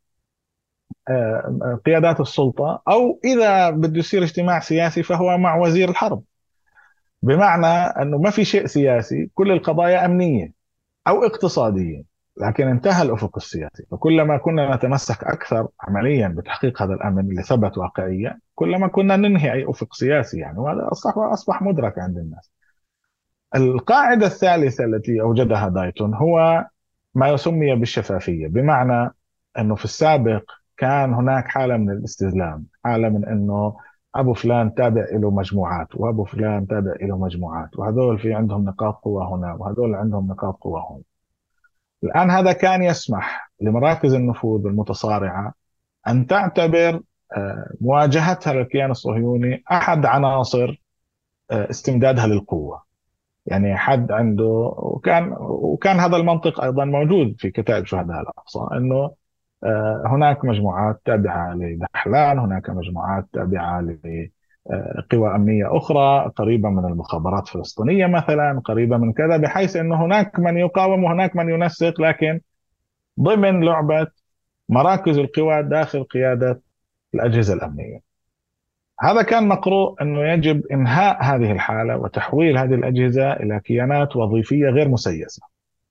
آه، قيادات السلطة، أو إذا بده يصير اجتماع سياسي فهو مع وزير الحرب، بمعنى أنه ما في شيء سياسي، كل القضايا أمنية أو اقتصادية، لكن انتهى الأفق السياسي. فكلما كنا نتمسك أكثر عمليا بتحقيق هذا الأمن اللي ثبت واقعيا، كلما كنا ننهي أي أفق سياسي يعني، وهذا أصبح أصبح مدرك عند الناس. القاعدة الثالثة التي أوجدها دايتون هو ما يسمي بالشفافية، بمعنى أنه في السابق كان هناك حالة من الاستسلام، حالة من أنه أبو فلان تابع له مجموعات وأبو فلان تابع له مجموعات، وهذول في عندهم نقاط قوة هنا وهذول عندهم نقاط قوة هنا. الآن هذا كان يسمح لمراكز النفوذ المتصارعة أن تعتبر آه، مواجهتها للكيان الصهيوني أحد عناصر آه، استمدادها للقوة. يعني حد عنده، وكان وكان هذا المنطق أيضا موجود في كتائب شهداء الأقصى، أنه آه، هناك مجموعات تابعة لدحلان، هناك مجموعات تابعة لقوى أمنية أخرى قريبة من المخابرات الفلسطينية مثلا، قريبة من كذا، بحيث أنه هناك من يقاوم وهناك من ينسق، لكن ضمن لعبة مراكز القوى داخل قيادة الأجهزة الأمنية. هذا كان مقروء أنه يجب إنهاء هذه الحالة وتحويل هذه الأجهزة إلى كيانات وظيفية غير مسيسة،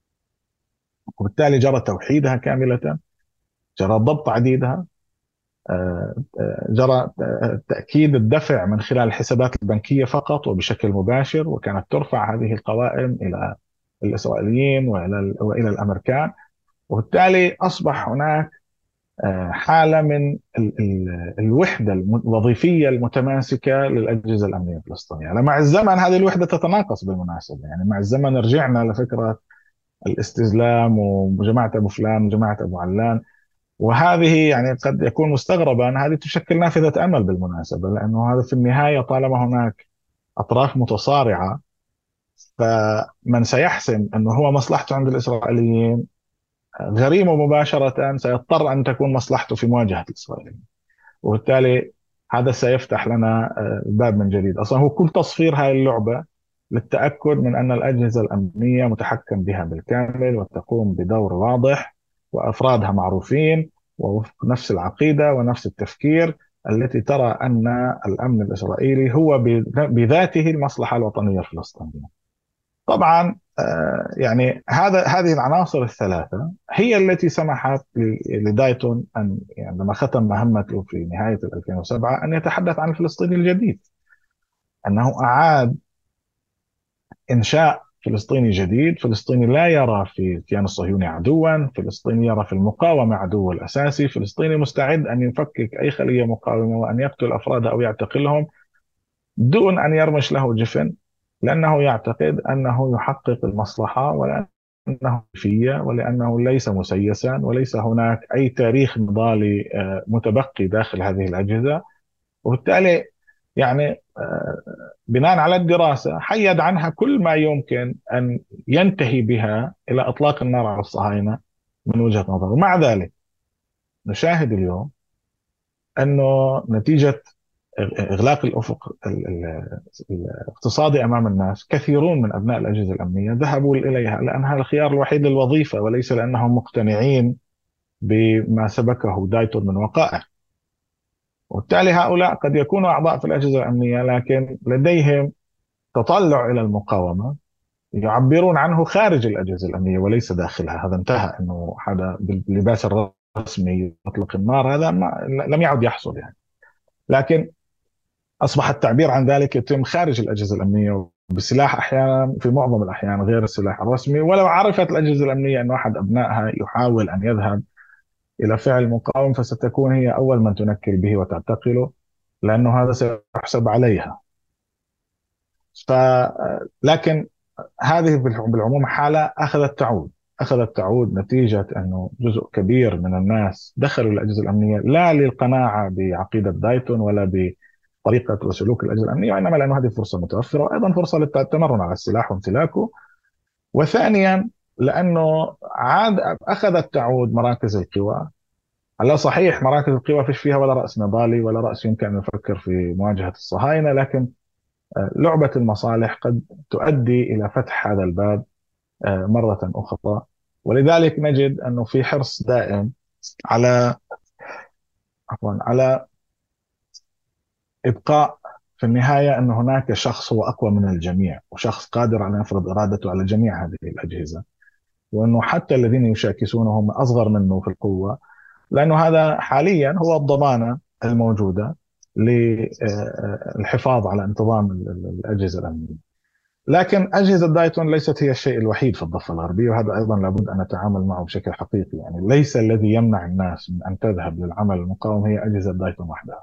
وبالتالي جرى توحيدها كاملة، جرى ضبط عديدها، آه، آه، جرى آه، تأكيد الدفع من خلال الحسابات البنكية فقط وبشكل مباشر، وكانت ترفع هذه القوائم إلى الإسرائيليين وإلى وإلى الأمريكان. وبالتالي أصبح هناك آه، حالة من ال- ال- الوحدة الوظيفية المتماسكة للأجهزة الأمنية الفلسطينية. يعني مع الزمن هذه الوحدة تتناقص بالمناسبة، يعني مع الزمن رجعنا لفكرة الاستسلام وجماعة أبو فلان وجماعة أبو علان، وهذه يعني قد يكون مستغربا، هذه تشكل نافذة أمل بالمناسبة، لأنه هذا في النهاية طالما هناك أطراف متصارعة، فمن سيحسم أنه هو مصلحته عند الإسرائيليين غريمه مباشرة سيضطر أن تكون مصلحته في مواجهة الإسرائيليين، وبالتالي هذا سيفتح لنا آه، الباب من جديد. أصلا هو كل تصفير هاي اللعبة للتأكد من أن الأجهزة الأمنية متحكم بها بالكامل وتقوم بدور واضح وأفرادها معروفين ووفق نفس العقيدة ونفس التفكير التي ترى أن الأمن الإسرائيلي هو بذاته المصلحة الوطنية الفلسطينية. طبعا آه، يعني هذا هذه العناصر الثلاثة هي التي سمحت لدايتون أن يعني لما ختم مهمته في نهاية ألفين وسبعة أن يتحدث عن الفلسطيني الجديد، أنه أعاد إنشاء فلسطيني جديد، فلسطيني لا يرى في الكيان الصهيوني عدوا، فلسطيني يرى في المقاومة عدو الأساسي، فلسطيني مستعد أن يفكك أي خلية مقاومة وأن يقتل أفرادها أو يعتقلهم دون أن يرمش له جفن، لأنه يعتقد أنه يحقق المصلحة، ولأنه فيه، ولأنه ليس مسيسا، وليس هناك أي تاريخ نضالي آه، متبقي داخل هذه الأجهزة. وبالتالي يعني آه، بناء على الدراسة حيد عنها كل ما يمكن أن ينتهي بها إلى إطلاق النار على الصهاينة من وجهة نظره. مع ذلك نشاهد اليوم أنه نتيجة إغلاق الأفق ال- ال- الاقتصادي أمام الناس، كثيرون من أبناء الأجهزة الأمنية ذهبوا إليها لأنها الخيار الوحيد للوظيفة، وليس لأنهم مقتنعين بما سبكه دايتون من وقائع. وبالتالي هؤلاء قد يكونوا أعضاء في الأجهزة الأمنية لكن لديهم تطلع إلى المقاومة يعبرون عنه خارج الأجهزة الأمنية وليس داخلها. هذا انتهى، أنه حدا باللباس الرسمي يطلق النار، هذا ما لم يعد يحصل يعني. لكن أصبح التعبير عن ذلك يتم خارج الأجهزة الأمنية بسلاح، أحيانا في معظم الأحيان غير السلاح الرسمي. ولو عرفت الأجهزة الأمنية أن أحد أبنائها يحاول أن يذهب إلى فعل مقاوم فستكون هي أول من تنكل به وتعتقله، لأنه هذا سيحسب عليها. ف لكن هذه بالعموم حالة أخذت تعود أخذت تعود نتيجة أنه جزء كبير من الناس دخلوا الأجهزة الأمنية لا للقناعة بعقيدة دايتون ولا بطريقة وسلوك الأجهزة الأمنية، وإنما لأنه هذه فرصة متوفرة، وأيضا فرصة للتمرن على السلاح وامتلاكه. وثانيا لأنه عاد أخذت تعود مراكز القوى. هلا صحيح مراكز القوى فيش فيها ولا رأس نضالي ولا رأس يمكن أن يفكر في مواجهة الصهاينة، لكن لعبة المصالح قد تؤدي إلى فتح هذا الباب مرة أخرى. ولذلك نجد أنه في حرص دائم على عفوا على إبقاء في النهاية أن هناك شخص هو أقوى من الجميع، وشخص قادر على أن يفرض إرادته على جميع هذه الأجهزة، وأنه حتى الذين يشاكسونه هم أصغر منه في القوة، لأنه هذا حاليا هو الضمانة الموجودة للحفاظ على انتظام الأجهزة الأمنية. لكن أجهزة دايتون ليست هي الشيء الوحيد في الضفة الغربية، وهذا أيضا لابد أن نتعامل معه بشكل حقيقي. يعني ليس الذي يمنع الناس من أن تذهب للعمل المقاوم هي أجهزة دايتون وحدها.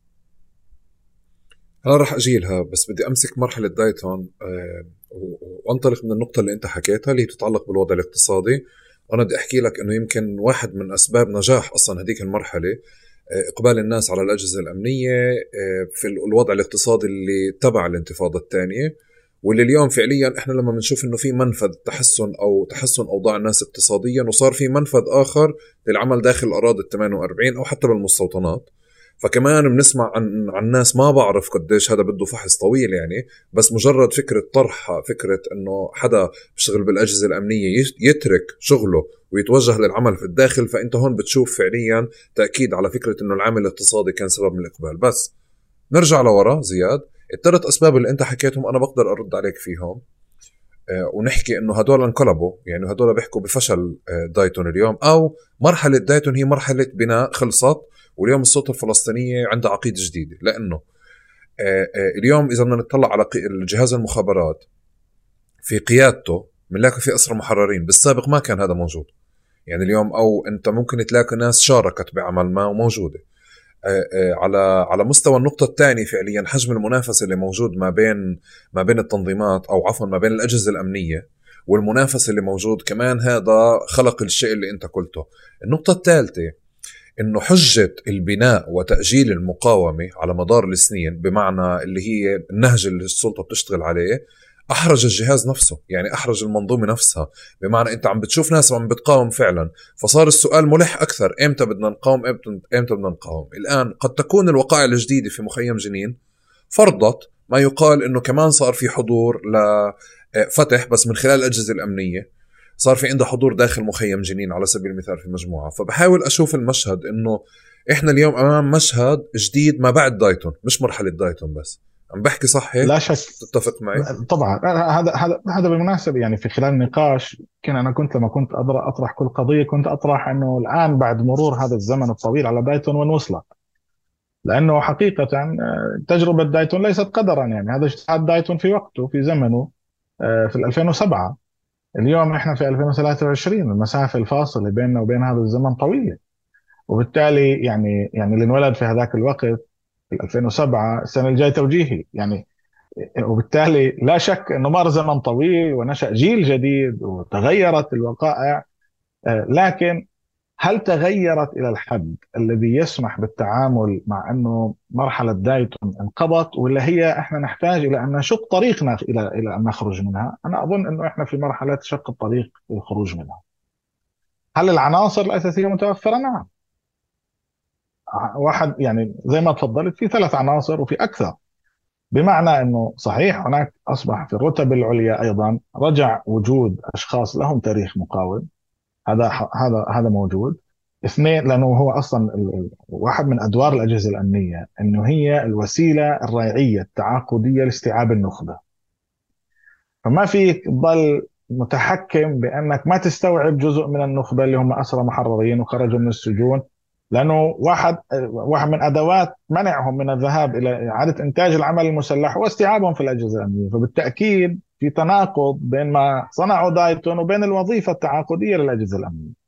أنا رح أجيلها، بس بدي أمسك مرحلة دايتون وأنطلق من النقطة اللي أنت حكيتها اللي تتعلق بالوضع الاقتصادي، أنا بدي أحكي لك إنه يمكن واحد من أسباب نجاح أصلا هذيك المرحلة إقبال الناس على الأجهزة الأمنية في الوضع الاقتصادي اللي تبع الانتفاضة الثانية، واللي اليوم فعليا إحنا لما بنشوف إنه في منفذ تحسن أو تحسن أوضاع الناس اقتصاديا، وصار في منفذ آخر للعمل داخل الأراضي الثمانية وأربعين أو حتى بالمستوطنات. فكمان بنسمع عن عن ناس ما بعرف قديش هذا بده فحص طويل يعني، بس مجرد فكرة طرحها، فكرة إنه حدا بيشتغل بالأجهزة الأمنية يترك شغله ويتوجه للعمل في الداخل، فأنت هون بتشوف فعليا تأكيد على فكرة إنه العامل الاقتصادي كان سبب من الإقبال. بس نرجع لورا زياد، الثلاث أسباب اللي أنت حكيتهم أنا بقدر أرد عليك فيهم. آه ونحكي إنه هدول انقلبوا، يعني هدول بيحكوا بفشل آه دايتون اليوم، أو مرحلة دايتون هي مرحلة بناء خلصت، واليوم السلطة الفلسطينية عندها عقيدة جديدة. لأنه آه آه اليوم إذا بدنا نطلع على جهاز المخابرات في قيادته بنلاقي في أسرى محررين، بالسابق ما كان هذا موجود. يعني اليوم أو أنت ممكن تلاقي ناس شاركت بعمل ما وموجودة. على على مستوى النقطة الثانية فعليا حجم المنافسة اللي موجود ما بين ما بين التنظيمات أو عفوا ما بين الأجهزة الأمنية، والمنافسة اللي موجود كمان هذا خلق الشيء اللي أنت قلته. النقطة الثالثة إنه حجة البناء وتأجيل المقاومة على مدار السنين، بمعنى اللي هي النهج اللي السلطة بتشتغل عليه، أحرج الجهاز نفسه، يعني أحرج المنظومة نفسها. بمعنى أنت عم بتشوف ناس عم بتقاوم فعلا، فصار السؤال ملح أكثر، إمتى بدنا نقاوم، إمتى بدنا نقاوم. الآن قد تكون الوقائع الجديدة في مخيم جنين فرضت ما يقال إنه كمان صار في حضور لفتح، بس من خلال الأجهزة الأمنية صار في عنده حضور داخل مخيم جنين على سبيل المثال في مجموعة. فبحاول أشوف المشهد إنه إحنا اليوم أمام مشهد جديد ما بعد دايتون، مش مرحلة دايتون بس. عم بحكي صح هيك؟ لا شك. تتفق معي؟ طبعا هذا هذا هذا بالمناسبة يعني في خلال النقاش كان أنا كنت لما كنت أطرح كل قضية كنت أطرح أنه الآن بعد مرور هذا الزمن الطويل على دايتون وين وصلت، لأنه حقيقة تجربة دايتون ليست قدرا، يعني هذا اجتهاد دايتون في وقته في زمنه في ألفين وسبعة. اليوم احنا في ألفين وثلاثة وعشرين، المسافة الفاصلة بيننا وبين هذا الزمن طويلة، وبالتالي يعني يعني اللي انولد في هذاك الوقت في ألفين وسبعة السنة الجاي توجيهي يعني، وبالتالي لا شك انه مر زمن طويل ونشأ جيل جديد وتغيرت الوقائع. لكن هل تغيرت إلى الحد الذي يسمح بالتعامل مع أنه مرحلة دايتون انقضت، ولا هي إحنا نحتاج إلى أن نشق طريقنا إلى إلى أن نخرج منها؟ أنا أظن أنه إحنا في مرحلة شق الطريق للخروج منها. هل العناصر الأساسية متوفرة؟ نعم. واحد يعني زي ما تفضلت في ثلاث عناصر وفي أكثر، بمعنى أنه صحيح هناك أصبح في الرتب العليا أيضا رجع وجود أشخاص لهم تاريخ مقاوم، هذا هذا هذا موجود. اثنين، لانه هو اصلا واحد من ادوار الاجهزه الامنيه انه هي الوسيله الريعيه التعاقديه لاستيعاب النخبه، فما فيك تضل متحكم بانك ما تستوعب جزء من النخبه اللي هم اسرى محررين وخرجوا من السجون، لانه واحد واحد من ادوات منعهم من الذهاب الى اعاده انتاج العمل المسلح هو استيعابهم في الاجهزه الامنيه. فبالتاكيد في تناقض بين ما صنعوا دايتون وبين الوظيفه التعاقديه للاجهزه الامنيه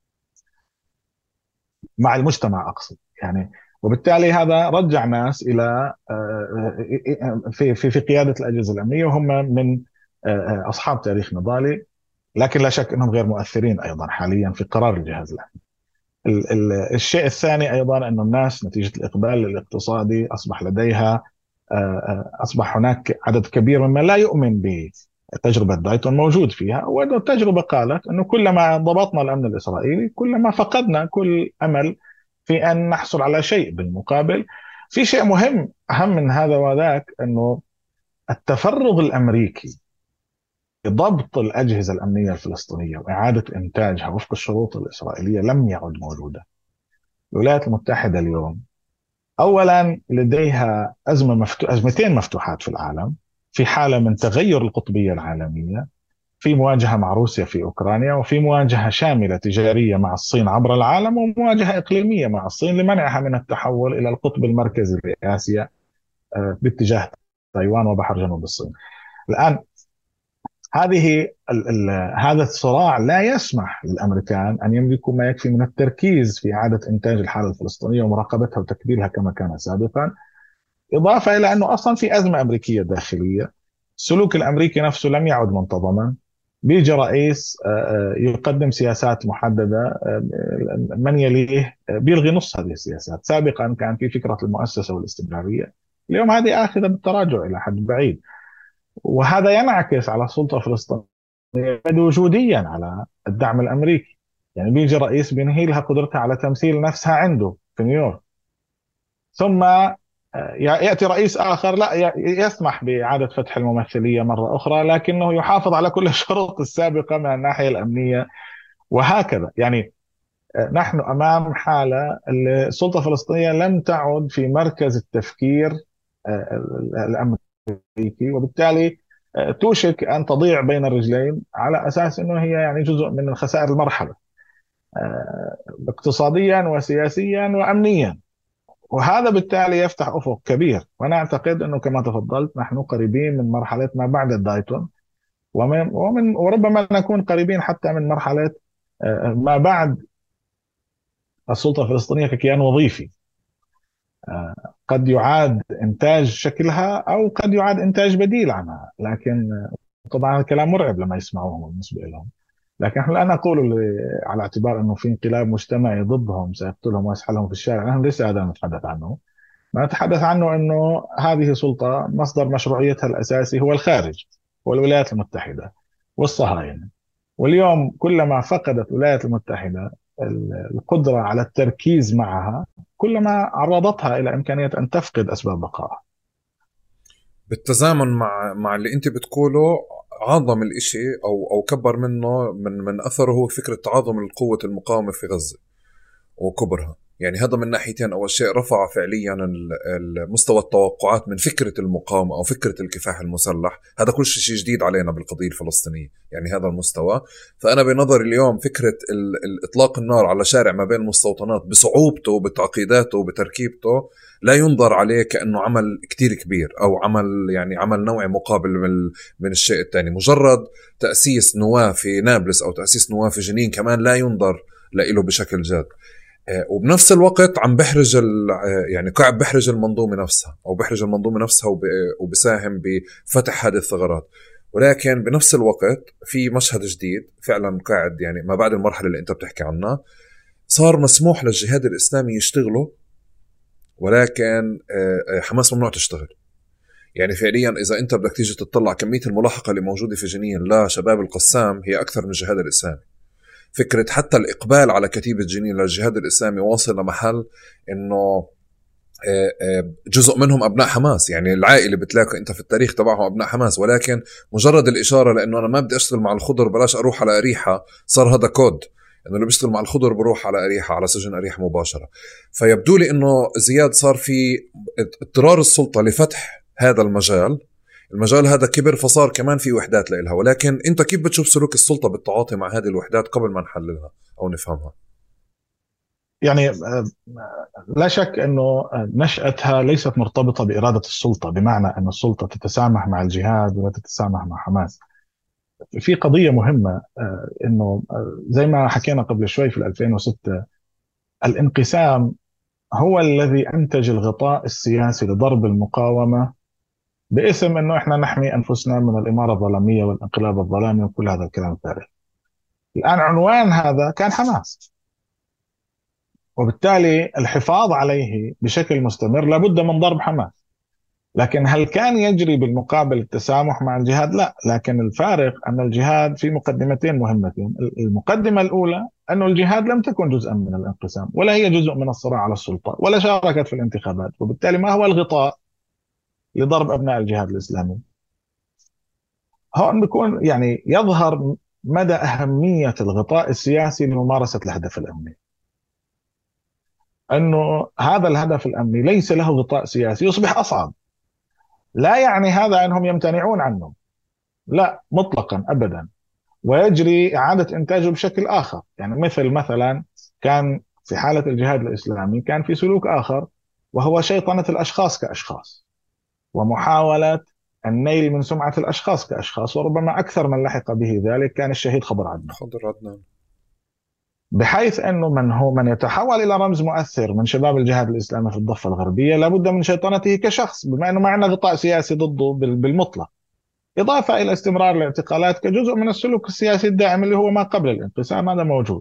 مع المجتمع أقصد يعني. وبالتالي هذا رجع ناس إلى في في في قيادة الأجهزة الأمنية وهم من أصحاب تاريخ نضالي، لكن لا شك أنهم غير مؤثرين أيضا حاليا في قرار الجهاز الأمني. الشيء الثاني أيضا أن الناس نتيجة الإقبال الاقتصادي أصبح لديها أصبح هناك عدد كبير ممن لا يؤمن به تجربة دايتون موجود فيها، وأنه التجربة قالت أنه كلما ضبطنا الأمن الإسرائيلي كلما فقدنا كل أمل في أن نحصل على شيء بالمقابل. في شيء مهم أهم من هذا وذاك، أنه التفرغ الأمريكي لضبط الأجهزة الأمنية الفلسطينية وإعادة إنتاجها وفق الشروط الإسرائيلية لم يعد موجودا. الولايات المتحدة اليوم أولا لديها أزمة مفتو... أزمتين مفتوحات في العالم، في حالة من تغير القطبية العالمية، في مواجهة مع روسيا في أوكرانيا، وفي مواجهة شاملة تجارية مع الصين عبر العالم، ومواجهة إقليمية مع الصين لمنعها من التحول إلى القطب المركزي لآسيا باتجاه تايوان وبحر جنوب الصين. الآن هذه ال ال هذا الصراع لا يسمح للأمريكان أن يملكوا ما يكفي من التركيز في إعادة إنتاج الحالة الفلسطينية ومراقبتها وتكبيلها كما كان سابقا، إضافة إلى أنه أصلا في أزمة أمريكية داخلية. السلوك الأمريكي نفسه لم يعد منتظما، بيجي رئيس يقدم سياسات محددة، من يليه بيلغي نص هذه السياسات. سابقا كان في فكرة المؤسسة والاستمرارية، اليوم هذه آخذة بالتراجع إلى حد بعيد، وهذا ينعكس على السلطة الفلسطينية وجوديا على الدعم الأمريكي. يعني بيجي رئيس بينهي لها قدرتها على تمثيل نفسها عنده في نيويورك، ثم يأتي رئيس آخر لا يسمح بإعادة فتح الممثلية مرة أخرى، لكنه يحافظ على كل الشروط السابقة من الناحية الأمنية، وهكذا. يعني نحن أمام حالة السلطة الفلسطينية لم تعد في مركز التفكير الأمريكي، وبالتالي توشك أن تضيع بين الرجلين، على أساس أنه هي يعني جزء من الخسائر المرحلة اقتصاديا وسياسيا وأمنيا، وهذا بالتالي يفتح أفق كبير. وأنا أعتقد أنه كما تفضلت نحن قريبين من مرحلة ما بعد الدايتون، ومن, ومن وربما نكون قريبين حتى من مرحلة ما بعد السلطة الفلسطينية ككيان وظيفي. قد يعاد إنتاج شكلها أو قد يعاد إنتاج بديل عنها، لكن طبعا الكلام مرعب لما يسمعوه بالنسبة لهم. لكن نحن لا نقول على اعتبار أنه في انقلاب مجتمعي ضدهم سيقتلهم ويسحلهم في الشارع، نحن ليس هذا نتحدث عنه. ما نتحدث عنه أنه هذه سلطة مصدر مشروعيتها الأساسي هو الخارج، والولايات المتحدة والصهاينة. واليوم كلما فقدت الولايات المتحدة القدرة على التركيز معها، كلما عرضتها إلى إمكانية أن تفقد أسباب بقائها. بالتزامن مع مع اللي أنت بتقوله، عظم الإشي أو أو كبر منه من من أثره هو فكرة تعاظم القوة المقاومة في غزة وكبرها. يعني هذا من ناحيتين. أول شيء رفع فعليا مستوى التوقعات من فكرة المقاومة أو فكرة الكفاح المسلح. هذا كل شيء جديد علينا بالقضية الفلسطينية، يعني هذا المستوى. فأنا بنظر اليوم فكرة إطلاق النار على شارع ما بين المستوطنات بصعوبته بتعقيداته بتركيبته لا ينظر عليه كأنه عمل كتير كبير أو عمل يعني عمل نوعي مقابل من, من الشيء الثاني. مجرد تأسيس نواة في نابلس أو تأسيس نواة في جنين كمان لا ينظر له بشكل جاد. وبنفس الوقت عم بحرج يعني قاعد بحرج المنظومة نفسها أو بحرج المنظومة نفسها وبساهم بفتح هذه الثغرات. ولكن بنفس الوقت في مشهد جديد فعلا قاعد، يعني ما بعد المرحلة اللي أنت بتحكي عنها صار مسموح للجهاد الإسلامي يشتغلوا، ولكن حماس ممنوع تشتغل. يعني فعليا إذا أنت بدك تيجي تطلع كمية الملاحقة اللي موجودة في جنين لا شباب القسام هي أكثر من الجهاد الإسلامي. فكرة حتى الإقبال على كتيبة جنين للجهاد الإسلامي واصل لمحل إنه جزء منهم أبناء حماس. يعني العائلة بتلاقي أنت في التاريخ تبعهم أبناء حماس، ولكن مجرد الإشارة لأنه أنا ما بدي أشتغل مع الخضر بلاش أروح على أريحة، صار هذا كود إنه اللي بيشتغل مع الخضر بروح على أريحة على سجن أريحة مباشرة. فيبدو لي إنه زياد صار في اضطرار السلطة لفتح هذا المجال. المجال هذا كبر فصار كمان في وحدات لإلها. ولكن أنت كيف بتشوف سلوك السلطة بالتعاطي مع هذه الوحدات قبل ما نحللها أو نفهمها؟ يعني لا شك أنه نشأتها ليست مرتبطة بإرادة السلطة، بمعنى أن السلطة تتسامح مع الجهاد ولا تتسامح مع حماس. في قضية مهمة، أنه زي ما حكينا قبل شوي في ألفين وستة الانقسام هو الذي أنتج الغطاء السياسي لضرب المقاومة باسم أنه إحنا نحمي أنفسنا من الإمارة الظلامية والانقلاب الظلامي وكل هذا الكلام الفارغ. الآن عنوان هذا كان حماس، وبالتالي الحفاظ عليه بشكل مستمر لابد من ضرب حماس. لكن هل كان يجري بالمقابل التسامح مع الجهاد؟ لا. لكن الفارق أن الجهاد في مقدمتين مهمتين. المقدمة الأولى أن الجهاد لم تكن جزءا من الانقسام، ولا هي جزء من الصراع على السلطة، ولا شاركت في الانتخابات، وبالتالي ما هو الغطاء لضرب أبناء الجهاد الإسلامي؟ هون بيكون يعني يظهر مدى أهمية الغطاء السياسي لممارسة الهدف الأمني. أنه هذا الهدف الأمني ليس له غطاء سياسي يصبح أصعب. لا يعني هذا أنهم يمتنعون عنه، لا مطلقا أبدا، ويجري إعادة إنتاجه بشكل آخر. يعني مثل مثلا كان في حالة الجهاد الإسلامي كان في سلوك آخر، وهو شيطنة الأشخاص كأشخاص ومحاولة النيل من سمعة الأشخاص كأشخاص، وربما أكثر من لحق به ذلك كان الشهيد خضر عدنان. خضر عدنان بحيث أنه من هو من يتحول إلى رمز مؤثر من شباب الجهاد الإسلامي في الضفة الغربية لابد من شيطنته كشخص، بما أنه ما عندنا غطاء سياسي ضده بالمطلق. إضافة إلى استمرار الاعتقالات كجزء من السلوك السياسي الدائم اللي هو ما قبل الانقسام، هذا موجود.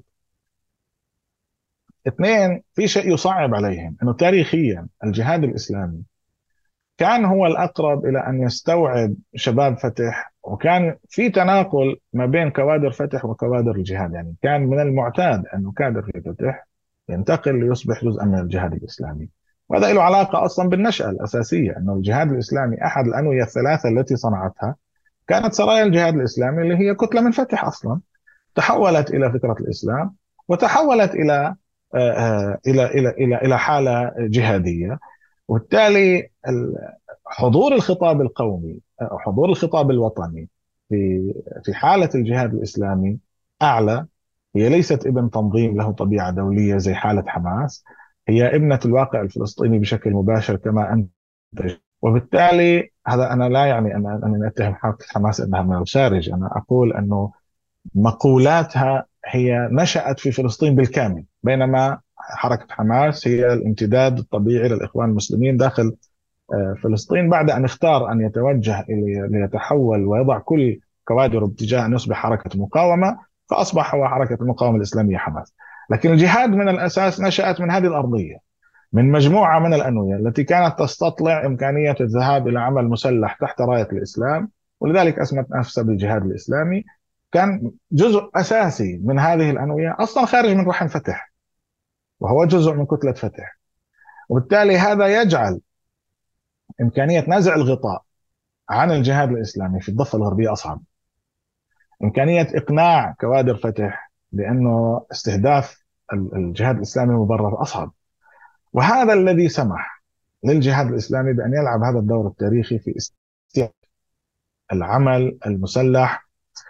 اثنين، في شيء يصعب عليهم أنه تاريخيا الجهاد الإسلامي كان هو الأقرب إلى أن يستوعب شباب فتح، وكان في تناقل ما بين كوادر فتح وكوادر الجهاد. يعني كان من المعتاد أنه كادر في فتح ينتقل ليصبح جزءا من الجهاد الإسلامي، وهذا له علاقة أصلا بالنشأة الأساسية، أنه الجهاد الإسلامي أحد الأنوية الثلاثة التي صنعتها كانت سرايا الجهاد الإسلامي، اللي هي كتلة من فتح أصلا، تحولت إلى فكرة الإسلام، وتحولت إلى آه، آه، إلى إلى إلى إلى حالة جهادية. وبالتالي حضور الخطاب القومي أو حضور الخطاب الوطني في في حالة الجهاد الإسلامي أعلى. هي ليست ابن تنظيم له طبيعة دولية زي حالة حماس، هي ابنة الواقع الفلسطيني بشكل مباشر كما أنت. وبالتالي هذا أنا لا يعني أن أن أتهم حركة حماس أنها من الخارج، أنا أقول أنه مقولاتها هي نشأت في فلسطين بالكامل، بينما حركة حماس هي الامتداد الطبيعي للإخوان المسلمين داخل فلسطين، بعد أن اختار أن يتوجه ليتحول ويضع كل كوادر اتجاه أن يصبح حركة مقاومة، فأصبح هو حركة المقاومة الإسلامية حماس. لكن الجهاد من الأساس نشأت من هذه الأرضية، من مجموعة من الأنوية التي كانت تستطلع إمكانية الذهاب إلى عمل مسلح تحت راية الإسلام، ولذلك أسمت نفسها بالجهاد الإسلامي. كان جزء أساسي من هذه الأنوية أصلا خارج من رحم فتح، وهو جزء من كتلة فتح. وبالتالي هذا يجعل إمكانية نزع الغطاء عن الجهاد الإسلامي في الضفة الغربية أصعب، إمكانية إقناع كوادر فتح بأنه استهداف الجهاد الإسلامي مبرر أصعب. وهذا الذي سمح للجهاد الإسلامي بأن يلعب هذا الدور التاريخي في استيعاب العمل المسلح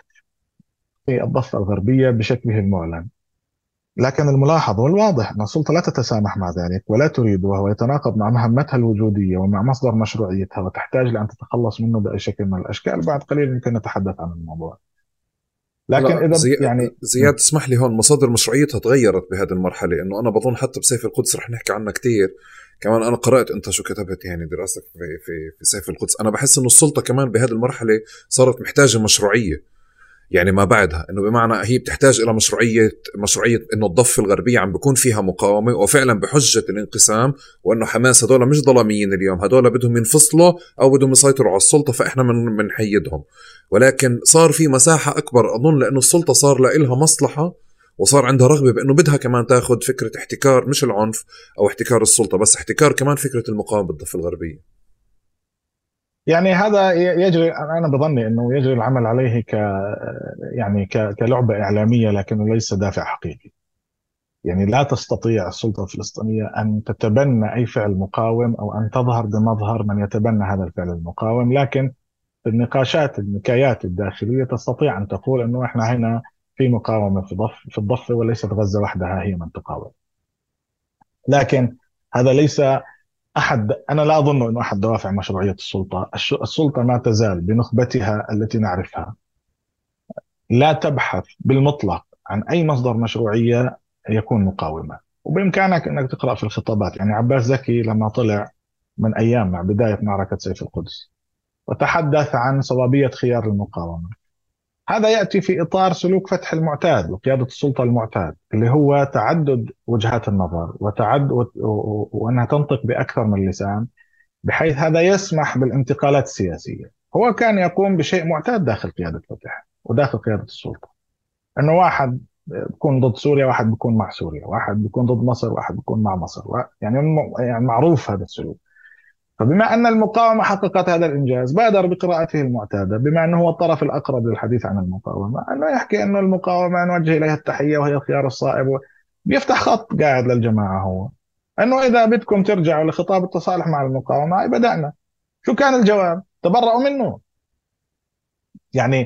في الضفة الغربية بشكله المعلن. لكن الملاحظ والواضح أن السلطة لا تتسامح مع ذلك ولا تريد، وهو يتناقض مع مهمتها الوجودية ومع مصدر مشروعيتها، وتحتاج لأن تتخلص منه بأي شكل من الأشكال. بعد قليل يمكن نتحدث عن الموضوع. لكن هلا إذا زي... يعني زياد اسمح لي، هون مصادر مشروعيتها تغيرت بهذه المرحلة، إنه أنا بظن حتى بسيف القدس رح نحكي عنها كتير كمان. أنا قرأت أنت شو كتبت، يعني دراستك في في في سيف القدس. أنا بحس إنه السلطة كمان بهذه المرحلة صارت محتاجة مشروعية، يعني ما بعدها، انه بمعنى هي بتحتاج الى مشروعيه مشروعيه انه الضفه الغربيه عم بيكون فيها مقاومه، وفعلا بحجه الانقسام، وانه حماس هذول مش ظلاميين اليوم، هذول بدهم ينفصلوا او بدهم يسيطروا على السلطه، فاحنا من بنحيدهم. ولكن صار في مساحه اكبر اظن، لانه السلطه صار لها مصلحه، وصار عندها رغبه بانه بدها كمان تاخذ فكره احتكار، مش العنف او احتكار السلطه بس، احتكار كمان فكره المقاومه بالضفه الغربيه. يعني هذا يجري، أنا بظني أنه يجري العمل عليه ك يعني ك... كلعبة إعلامية، لكنه ليس دافع حقيقي. يعني لا تستطيع السلطة الفلسطينية أن تتبنى أي فعل مقاوم أو أن تظهر بمظهر من يتبنى هذا الفعل المقاوم، لكن في النقاشات النكايات الداخلية تستطيع أن تقول أنه إحنا هنا في مقاومة في ضف في الضفة، وليست غزة وحدها هي من تقاوم. لكن هذا ليس أحد، أنا لا أظن أنه أحد دوافع مشروعية السلطة. السلطة ما تزال بنخبتها التي نعرفها لا تبحث بالمطلق عن أي مصدر مشروعية يكون مقاومة. وبإمكانك أنك تقرأ في الخطابات، يعني عباس زكي لما طلع من أيام مع بداية معركة سيف القدس وتحدث عن صوابية خيار المقاومة، هذا يأتي في إطار سلوك فتح المعتاد وقيادة السلطة المعتاد، اللي هو تعدد وجهات النظر وتعد وأنها تنطق بأكثر من لسان، بحيث هذا يسمح بالانتقالات السياسية. هو كان يقوم بشيء معتاد داخل قيادة فتح وداخل قيادة السلطة، أنه واحد بيكون ضد سوريا، واحد بيكون مع سوريا، واحد بيكون ضد مصر، واحد بيكون مع مصر، يعني يعني معروف هذا السلوك. فبما أن المقاومة حققت هذا الإنجاز، بادر بقراءته المعتادة، بما أنه هو الطرف الأقرب للحديث عن المقاومة، أنه يحكي أنه المقاومة نوجه إليها التحية وهي الخيار الصائب، بيفتح خط قاعد للجماعة، هو أنه إذا بدكم ترجعوا لخطاب التصالح مع المقاومة بدأنا. شو كان الجواب؟ تبرأوا منه. يعني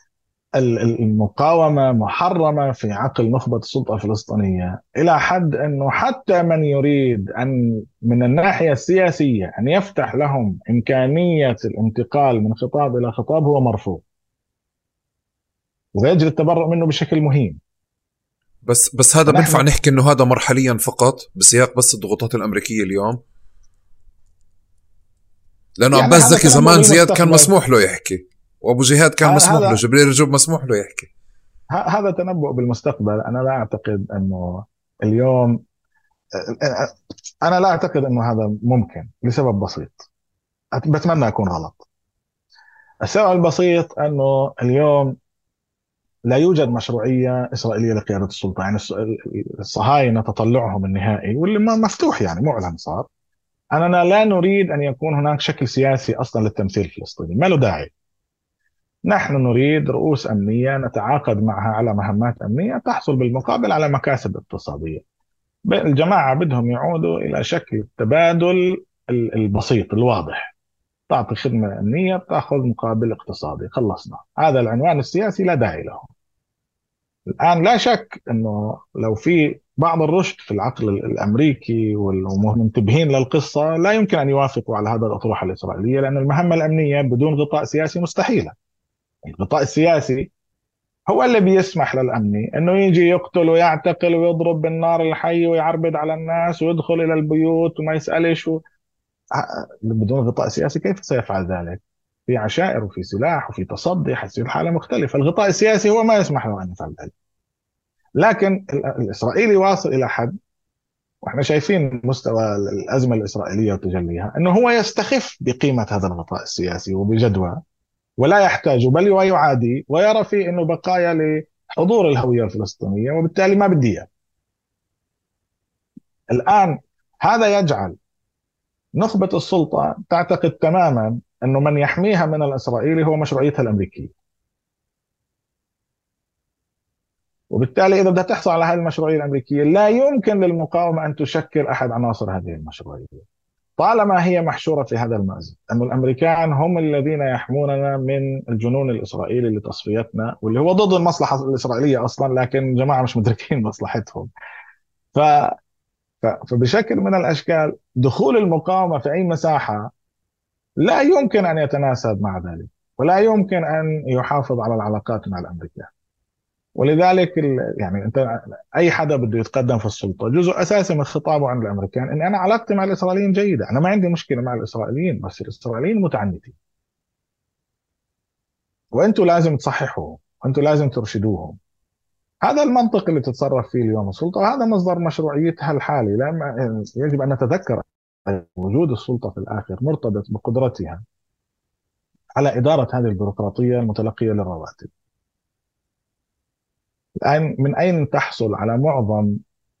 المقاومة محرمة في عقل نخبة السلطة الفلسطينية، إلى حد أنه حتى من يريد أن من الناحية السياسية أن يفتح لهم إمكانية الانتقال من خطاب إلى خطاب هو مرفوض، ويجري التبرؤ منه بشكل مهين. بس بس هذا بنفع نحكي انه هذا مرحليا فقط بسياق بس الضغوطات الامريكيه اليوم، لانه يعني عباس زكي زمان زياد كان مسموح له يحكي. وأبو جهاد كان مسموح له، هذا جبريل رجب مسموح له يحكي. هذا تنبؤ بالمستقبل. أنا لا أعتقد أنه اليوم، أنا لا أعتقد أنه هذا ممكن لسبب بسيط، بتمنى أكون غلط. السبب البسيط أنه اليوم لا يوجد مشروعية إسرائيلية لقيادة السلطة. يعني الصهاينة تطلعهم النهائي واللي مفتوح يعني معلن صار، أننا لا نريد أن يكون هناك شكل سياسي أصلا للتمثيل الفلسطيني، ما له داعي. نحن نريد رؤوس أمنية نتعاقد معها على مهمات أمنية تحصل بالمقابل على مكاسب اقتصادية. الجماعة بدهم يعودوا إلى شكل التبادل البسيط الواضح، تعطي خدمة أمنية بتأخذ مقابل اقتصادي، خلصنا. هذا العنوان السياسي لا داعي له. الآن لا شك أنه لو في بعض الرشد في العقل الأمريكي والمنتبهين للقصة لا يمكن أن يوافقوا على هذا الأطروحة الإسرائيلية، لأن المهمة الأمنية بدون غطاء سياسي مستحيلة. الغطاء السياسي هو اللي بيسمح للأمني أنه يجي يقتل ويعتقل ويضرب بالنار الحي ويعربد على الناس ويدخل إلى البيوت وما يسألش و... بدون غطاء سياسي كيف سيفعل ذلك؟ في عشائر وفي سلاح وفي تصدي، حتصير حالة مختلفة. الغطاء السياسي هو ما يسمح له أن يفعل ذلك. لكن الإسرائيلي واصل إلى حد، واحنا شايفين مستوى الأزمة الإسرائيلية وتجليها، أنه هو يستخف بقيمة هذا الغطاء السياسي وبجدوى، ولا يحتاج بل ويعادي، ويرى فيه أنه بقايا لحضور الهوية الفلسطينية، وبالتالي ما بدي إياه. الآن هذا يجعل نخبة السلطة تعتقد تماما أنه من يحميها من الإسرائيلي هو مشروعيتها الأمريكية، وبالتالي إذا بدها تحصل على هذه المشروعية الأمريكية لا يمكن للمقاومة أن تشكل أحد عناصر هذه المشروعية طالما هي محشورة في هذا المأزق، أن الأمريكان هم الذين يحموننا من الجنون الإسرائيلي لتصفيتنا، واللي هو ضد المصلحة الإسرائيلية أصلا، لكن جماعة مش مدركين مصلحتهم. ف... ف... فبشكل من الأشكال دخول المقاومة في أي مساحة لا يمكن أن يتناسب مع ذلك، ولا يمكن أن يحافظ على العلاقات مع الأمريكان. ولذلك ال... يعني أنت أي حدا بده يتقدم في السلطة جزء أساسي من خطابه عن الأمريكان إن أنا علاقتي مع الإسرائيليين جيدة، أنا ما عندي مشكلة مع الإسرائيليين، بس الإسرائيليين متعنتين، وأنتوا لازم تصححوهم، وأنتوا لازم ترشدوهم. هذا المنطق اللي تتصرف فيه اليوم السلطة، وهذا مصدر مشروعيتها الحالي. لما يجب أن نتذكر وجود السلطة في الآخر مرتبط بقدرتها على إدارة هذه البيروقراطية المتلقية للرواتب. الآن من أين تحصل على معظم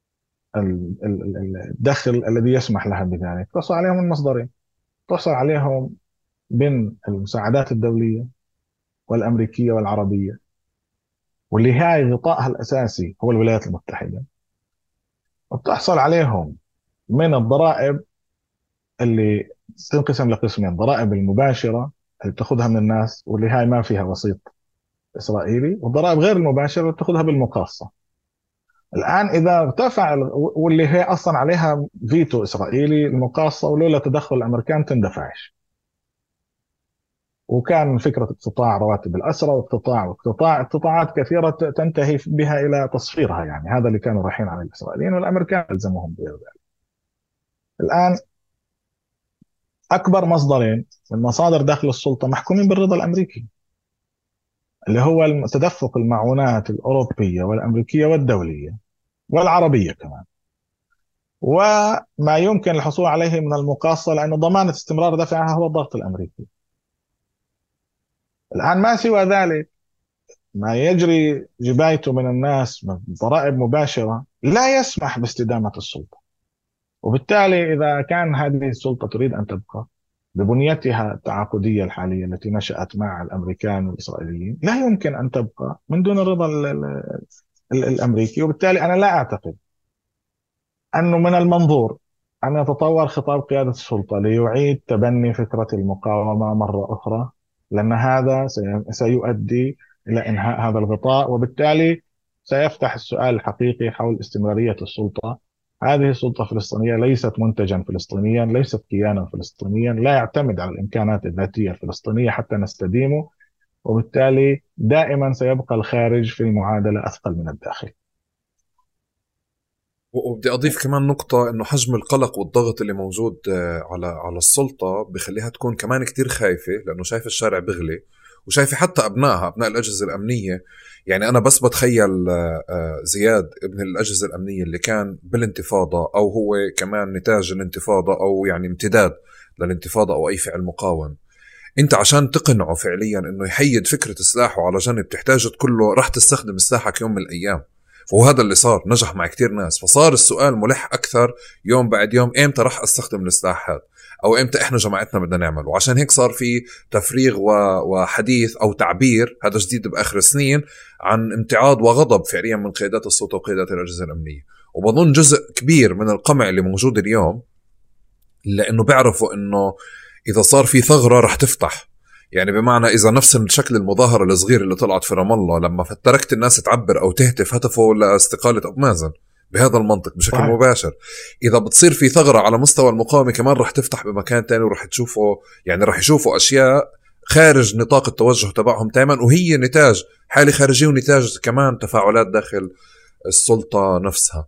الدخل الذي يسمح لها بذلك؟ تحصل عليهم من مصدرين، تحصل عليهم من المساعدات الدولية والأمريكية والعربية، واللي هاي غطائها الأساسي هو الولايات المتحدة، وبتحصل عليهم من الضرائب اللي تنقسم لقسمين: ضرائب المباشرة اللي بتاخذها من الناس واللي هاي ما فيها وسيط إسرائيلي، والضرائب غير المباشرة اللي بتاخذها بالمقاصة. الآن إذا ارتفع، واللي هي أصلا عليها فيتو إسرائيلي المقاصة، ولولا تدخل الأمريكان تندفعش. وكان فكرة اقتطاع رواتب الأسرى، واقتطاع واقتطاع اقتطاعات كثيرة تنتهي بها إلى تصفيرها. يعني هذا اللي كانوا رايحين على الإسرائيليين، والأمريكان ألزموهم بذلك. الآن أكبر مصدرين من مصادر داخل السلطة محكومين بالرضا الأمريكي، اللي هو تدفق المعونات الأوروبية والأمريكية والدولية والعربية كمان، وما يمكن الحصول عليه من المقاصة، لأن ضمانة استمرار دفعها هو الضغط الأمريكي. الآن ما سوى ذلك، ما يجري جبايته من الناس من ضرائب مباشرة لا يسمح باستدامة السلطة. وبالتالي إذا كان هذه السلطة تريد أن تبقى ببنيتها التعاقدية الحالية التي نشأت مع الأمريكان والإسرائيليين، لا يمكن أن تبقى من دون الرضا ال ال ال الأمريكي. وبالتالي أنا لا أعتقد أنه من المنظور أن يتطور خطاب قيادة السلطة ليعيد تبني فكرة المقاومة مرة أخرى، لأن هذا سيؤدي إلى إنهاء هذا الغطاء، وبالتالي سيفتح السؤال الحقيقي حول استمرارية السلطة. هذه السلطة الفلسطينية ليست منتجا فلسطينيا، ليست كيانا فلسطينيا، لا يعتمد على الإمكانات الذاتية الفلسطينية حتى نستديمه، وبالتالي دائما سيبقى الخارج في المعادلة أثقل من الداخل. وبدي أضيف كمان نقطة، إنه حجم القلق والضغط اللي موجود على على السلطة بخليها تكون كمان كتير خايفة، لأنه شايف الشارع بغلي، وشايفة حتى أبنائها أبناء الأجهزة الأمنية. يعني أنا بس بتخيل زياد ابن الأجهزة الأمنية اللي كان بالانتفاضة أو هو كمان نتاج الانتفاضة أو يعني امتداد للانتفاضة أو أي فعل مقاوم، انت عشان تقنعه فعليا انه يحيد فكرة سلاحه على جنب تحتاج تقول له رح تستخدم سلاحك يوم من الايام. وهذا اللي صار، نجح مع كتير ناس. فصار السؤال ملح اكثر يوم بعد يوم، امتى رح استخدم السلاح هذا او امتى احنا جماعتنا بدنا نعمل. وعشان هيك صار في تفريغ وحديث او تعبير هذا جديد باخر السنين عن امتعاض وغضب فعليا من قيادات السلطة وقيادات الاجهزة الامنية. وبظن جزء كبير من القمع اللي موجود اليوم لانه بيعرفوا انه إذا صار في ثغرة رح تفتح. يعني بمعنى إذا نفس الشكل المظاهرة الصغير اللي طلعت في رام الله لما تركت الناس تعبر أو تهتف هتفوا لاستقالة أبو مازن بهذا المنطق بشكل صحيح. مباشر، إذا بتصير في ثغرة على مستوى المقاومة كمان رح تفتح بمكان تاني ورح تشوفوا يعني رح يشوفوا أشياء خارج نطاق التوجه تبعهم تماما، وهي نتاج حالة خارجية ونتاج كمان تفاعلات داخل السلطة نفسها.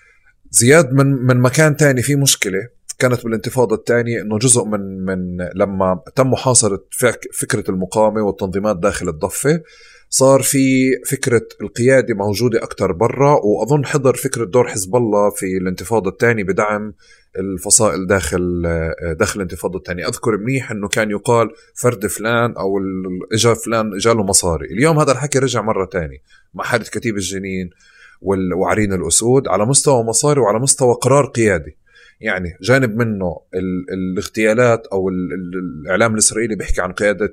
زياد من من مكان تاني في مشكلة كانت بالانتفاضة الثانية إنه جزء من من لما تم محاصرة فكرة المقاومة والتنظيمات داخل الضفة صار في فكرة القيادة موجودة أكتر برا. وأظن حضر فكرة دور حزب الله في الانتفاضة الثانية بدعم الفصائل داخل داخل الانتفاضة الثانية. أذكر منيح إنه كان يقال فرد فلان أو إجا فلان إجا له مصاري. اليوم هذا الحكي رجع مرة تانية مع حالة كتيب الجنين وعرين الأسود على مستوى مصاري وعلى مستوى قرار قيادي. يعني جانب منه الاغتيالات أو الإعلام الإسرائيلي بيحكي عن قيادة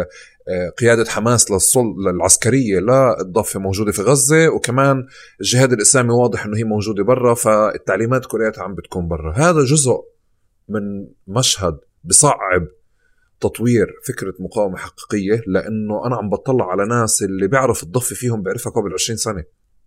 قيادة حماس للسلطة العسكرية للضفة موجودة في غزة، وكمان الجهاد الإسلامي واضح أنه هي موجودة برا، فالتعليمات كلياتها عم بتكون برا. هذا جزء من مشهد بصعب تطوير فكرة مقاومة حقيقية، لأنه أنا عم بطلع على ناس اللي بيعرف الضفة فيهم بيعرفها قبل عشرين سنة.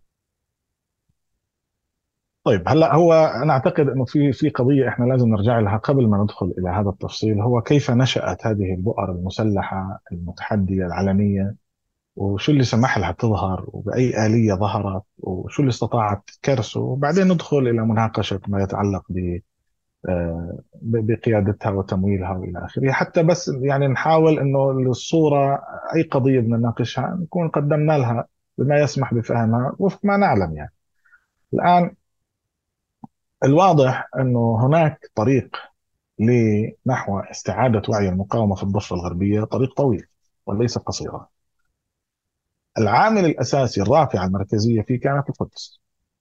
طيب هلا هو انا اعتقد انه في في قضيه احنا لازم نرجع لها قبل ما ندخل الى هذا التفصيل، هو كيف نشأت هذه البؤر المسلحه المتحديه العلنيه، وشو اللي سمح لها تظهر، وبأي آلية ظهرت، وشو اللي استطاعت كرسه، وبعدين ندخل إلى مناقشة ما يتعلق ب آه، بقيادتها وتمويلها وإلى آخره، حتى بس يعني نحاول إنه الصورة أي قضية بدنا نناقشها نكون قدمنا لها بما يسمح بفهمها وفق ما نعلم. يعني الآن الواضح أنه هناك طريق لنحو استعادة وعي المقاومة في الضفة الغربية، طريق طويل وليس قصيرا. العامل الأساسي الرافعة المركزية فيه كانت القدس،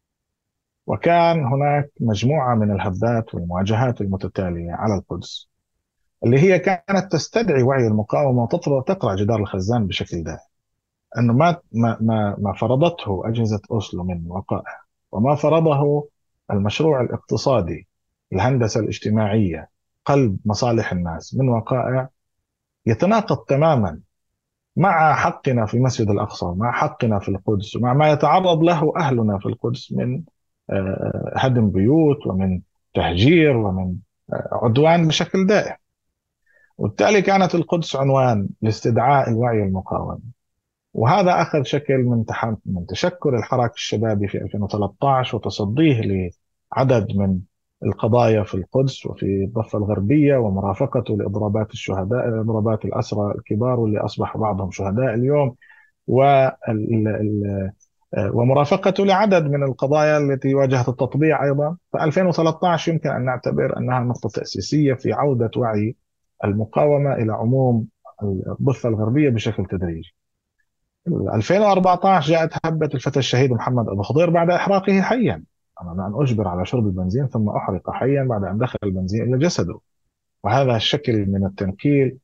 وكان هناك مجموعة من الهبات والمواجهات المتتالية على القدس اللي هي كانت تستدعي وعي المقاومة وتقرع جدار الخزان بشكل دائم. أنه ما ما ما ما فرضته أجهزة أوسلو من وقائع، وما فرضه المشروع الاقتصادي الهندسة الاجتماعية قلب مصالح الناس من وقائع، يتناقض تماما مع حقنا في المسجد الأقصى، مع حقنا في القدس، ومع ما يتعرض له أهلنا في القدس من آه، هدم بيوت ومن تهجير ومن آه، عدوان بشكل دائم. وبالتالي كانت القدس عنوان لاستدعاء الوعي المقاوم، وهذا أخذ شكل من تح- من تشكل الحراك الشبابي في ألفين وثلاثة عشر وتصديه لعدد من القضايا في القدس وفي الضفة الغربية، ومرافقته لإضرابات الشهداء، إضرابات الأسرى الكبار واللي أصبح بعضهم شهداء اليوم، وال- ال- ومرافقته لعدد من القضايا التي واجهت التطبيع أيضا. ف ألفين وثلاثة عشر يمكن أن نعتبر أنها نقطة تأسيسية في عودة وعي المقاومة إلى عموم الضفة الغربية بشكل تدريجي. ألفين وأربعة عشر جاءت هبة الفتى الشهيد محمد أبو خضير بعد إحراقه حيا. أمام أن أجبر على شرب البنزين ثم أحرق حيا بعد أن دخل البنزين إلى جسده. وهذا الشكل من التنكيل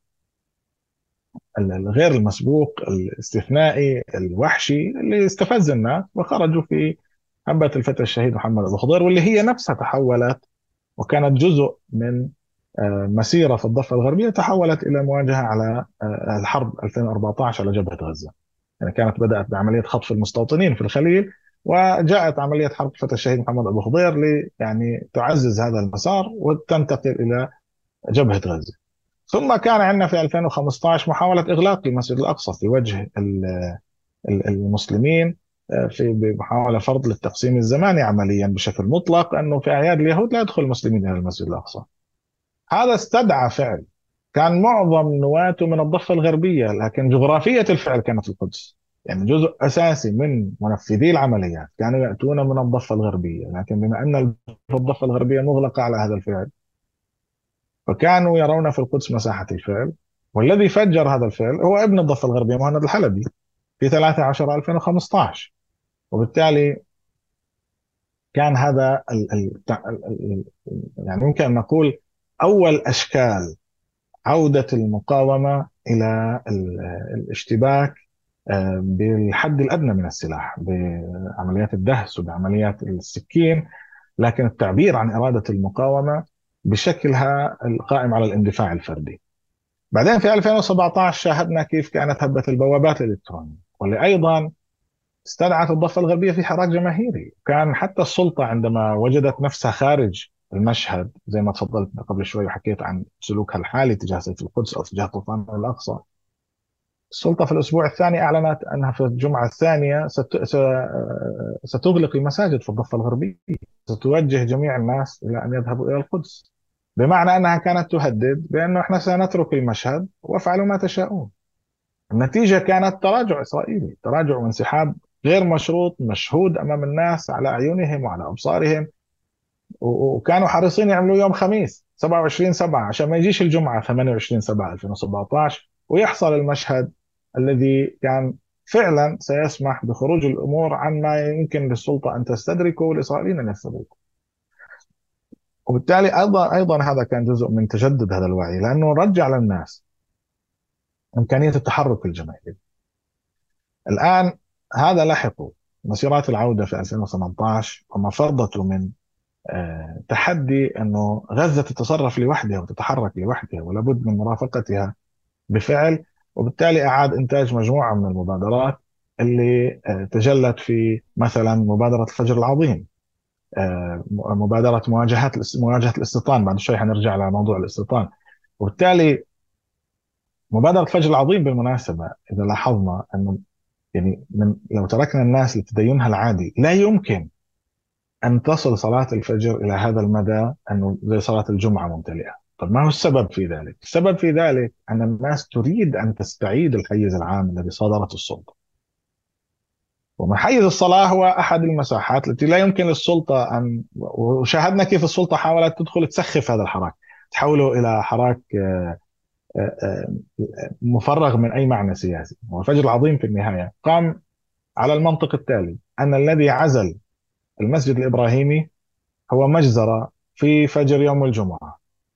الغير المسبوق الاستثنائي الوحشي اللي استفز الناس وخرجوا في هبة الفتى الشهيد محمد أبو خضير، واللي هي نفسها تحولت وكانت جزء من آه، مسيرة في الضفة الغربية، تحولت إلى مواجهة على آه، الحرب ألفين وأربعة عشر على جبهة غزة. يعني كانت بدأت بعملية خطف المستوطنين في الخليل، وجاءت عملية حرب الفتى الشهيد محمد أبو خضير لي يعني تعزز هذا المسار وتنتقل إلى جبهة غزة. ثم كان عندنا في ألفين وخمسة عشر محاولة إغلاق المسجد الأقصى في وجه ال- ال- المسلمين، آه، في بمحاولة فرض للتقسيم الزماني عمليا بشكل مطلق أنه في أعياد اليهود لا يدخل المسلمين إلى المسجد الأقصى. هذا استدعى فعل كان معظم نواته من الضفة الغربية، لكن جغرافية الفعل كانت القدس. يعني جزء أساسي من منفذي العمليات كانوا يأتون من الضفة الغربية، لكن بما أن الضفة الغربية مغلقة على هذا الفعل، فكانوا يرون في القدس مساحة الفعل. والذي فجر هذا الفعل هو ابن الضفة الغربية مهند الحلبي في ثلاثة عشر ألفين وخمسة عشر. وبالتالي كان هذا ال ال ال يعني ممكن أن نقول أول أشكال عودة المقاومة إلى الاشتباك آه، بالحد الأدنى من السلاح، بعمليات الدهس وبعمليات السكين، لكن التعبير عن إرادة المقاومة بشكلها القائم على الاندفاع الفردي. بعدين في ألفين وسبعة عشر شاهدنا كيف كانت هبة البوابات الإلكترونية، واللي أيضا استدعت الضفة الغربية في حراك جماهيري. كان حتى السلطة عندما وجدت نفسها خارج المشهد، زي ما تفضلت قبل شوي وحكيت عن سلوكها الحالي تجاه سيف القدس أو تجاه طوفان الأقصى، السلطة في الأسبوع الثاني أعلنت أنها في الجمعة الثانية ست... س... ستغلق المساجد في الضفة الغربية، ستوجه جميع الناس إلى أن يذهبوا إلى القدس، بمعنى أنها كانت تهدد بأنه إحنا سنترك المشهد وافعلوا ما تشاءون. النتيجة كانت تراجع إسرائيلي، تراجع وانسحاب غير مشروط مشهود أمام الناس على أعينهم وعلى أبصارهم. و- وكانوا حريصين يعملوا يوم خميس سبعة وعشرين سبعة عشان ما يجيش الجمعة ثمانية وعشرين سبعة ألفين وسبعة عشر ويحصل المشهد الذي كان فعلا سيسمح بخروج الأمور عن ما يمكن للسلطة أن تستدركه والإسرائيليين أن يستدركوا. وبالتالي أيضا أيضا هذا كان جزء من تجدد هذا الوعي، لأنه رجع للناس إمكانية التحرك الجماهيري. الآن هذا لاحقوا مسيرات العودة في ألفين وثمانية عشر وما فرضته من آه، تحدي أنه غزة تتصرف لوحدها وتتحرك لوحدها ولابد من مرافقتها بفعل. وبالتالي أعاد إنتاج مجموعة من المبادرات اللي آه، تجلت في مثلا مبادرة الفجر العظيم، آه، مبادرة مواجهة مواجهة الاستيطان. بعد شوي حنرجع على موضوع الاستيطان. وبالتالي مبادرة الفجر العظيم بالمناسبة إذا لاحظنا أنه يعني من لو تركنا الناس لتدينها العادي لا يمكن أن تصل صلاة الفجر إلى هذا المدى أنه زي صلاة الجمعة ممتلئة. طب ما هو السبب في ذلك؟ السبب في ذلك أن الناس تريد أن تستعيد الحيز العام الذي صادرته السلطة، ومن حيز الصلاة هو أحد المساحات التي لا يمكن للسلطة أن، وشاهدنا كيف السلطة حاولت تدخل تسخف هذا الحراك، تحوله إلى حراك آه، آه، آه، مفرغ من أي معنى سياسي. والفجر العظيم في النهاية قام على المنطق التالي: أن الذي عزل المسجد الإبراهيمي هو مجزرة في فجر يوم الجمعة.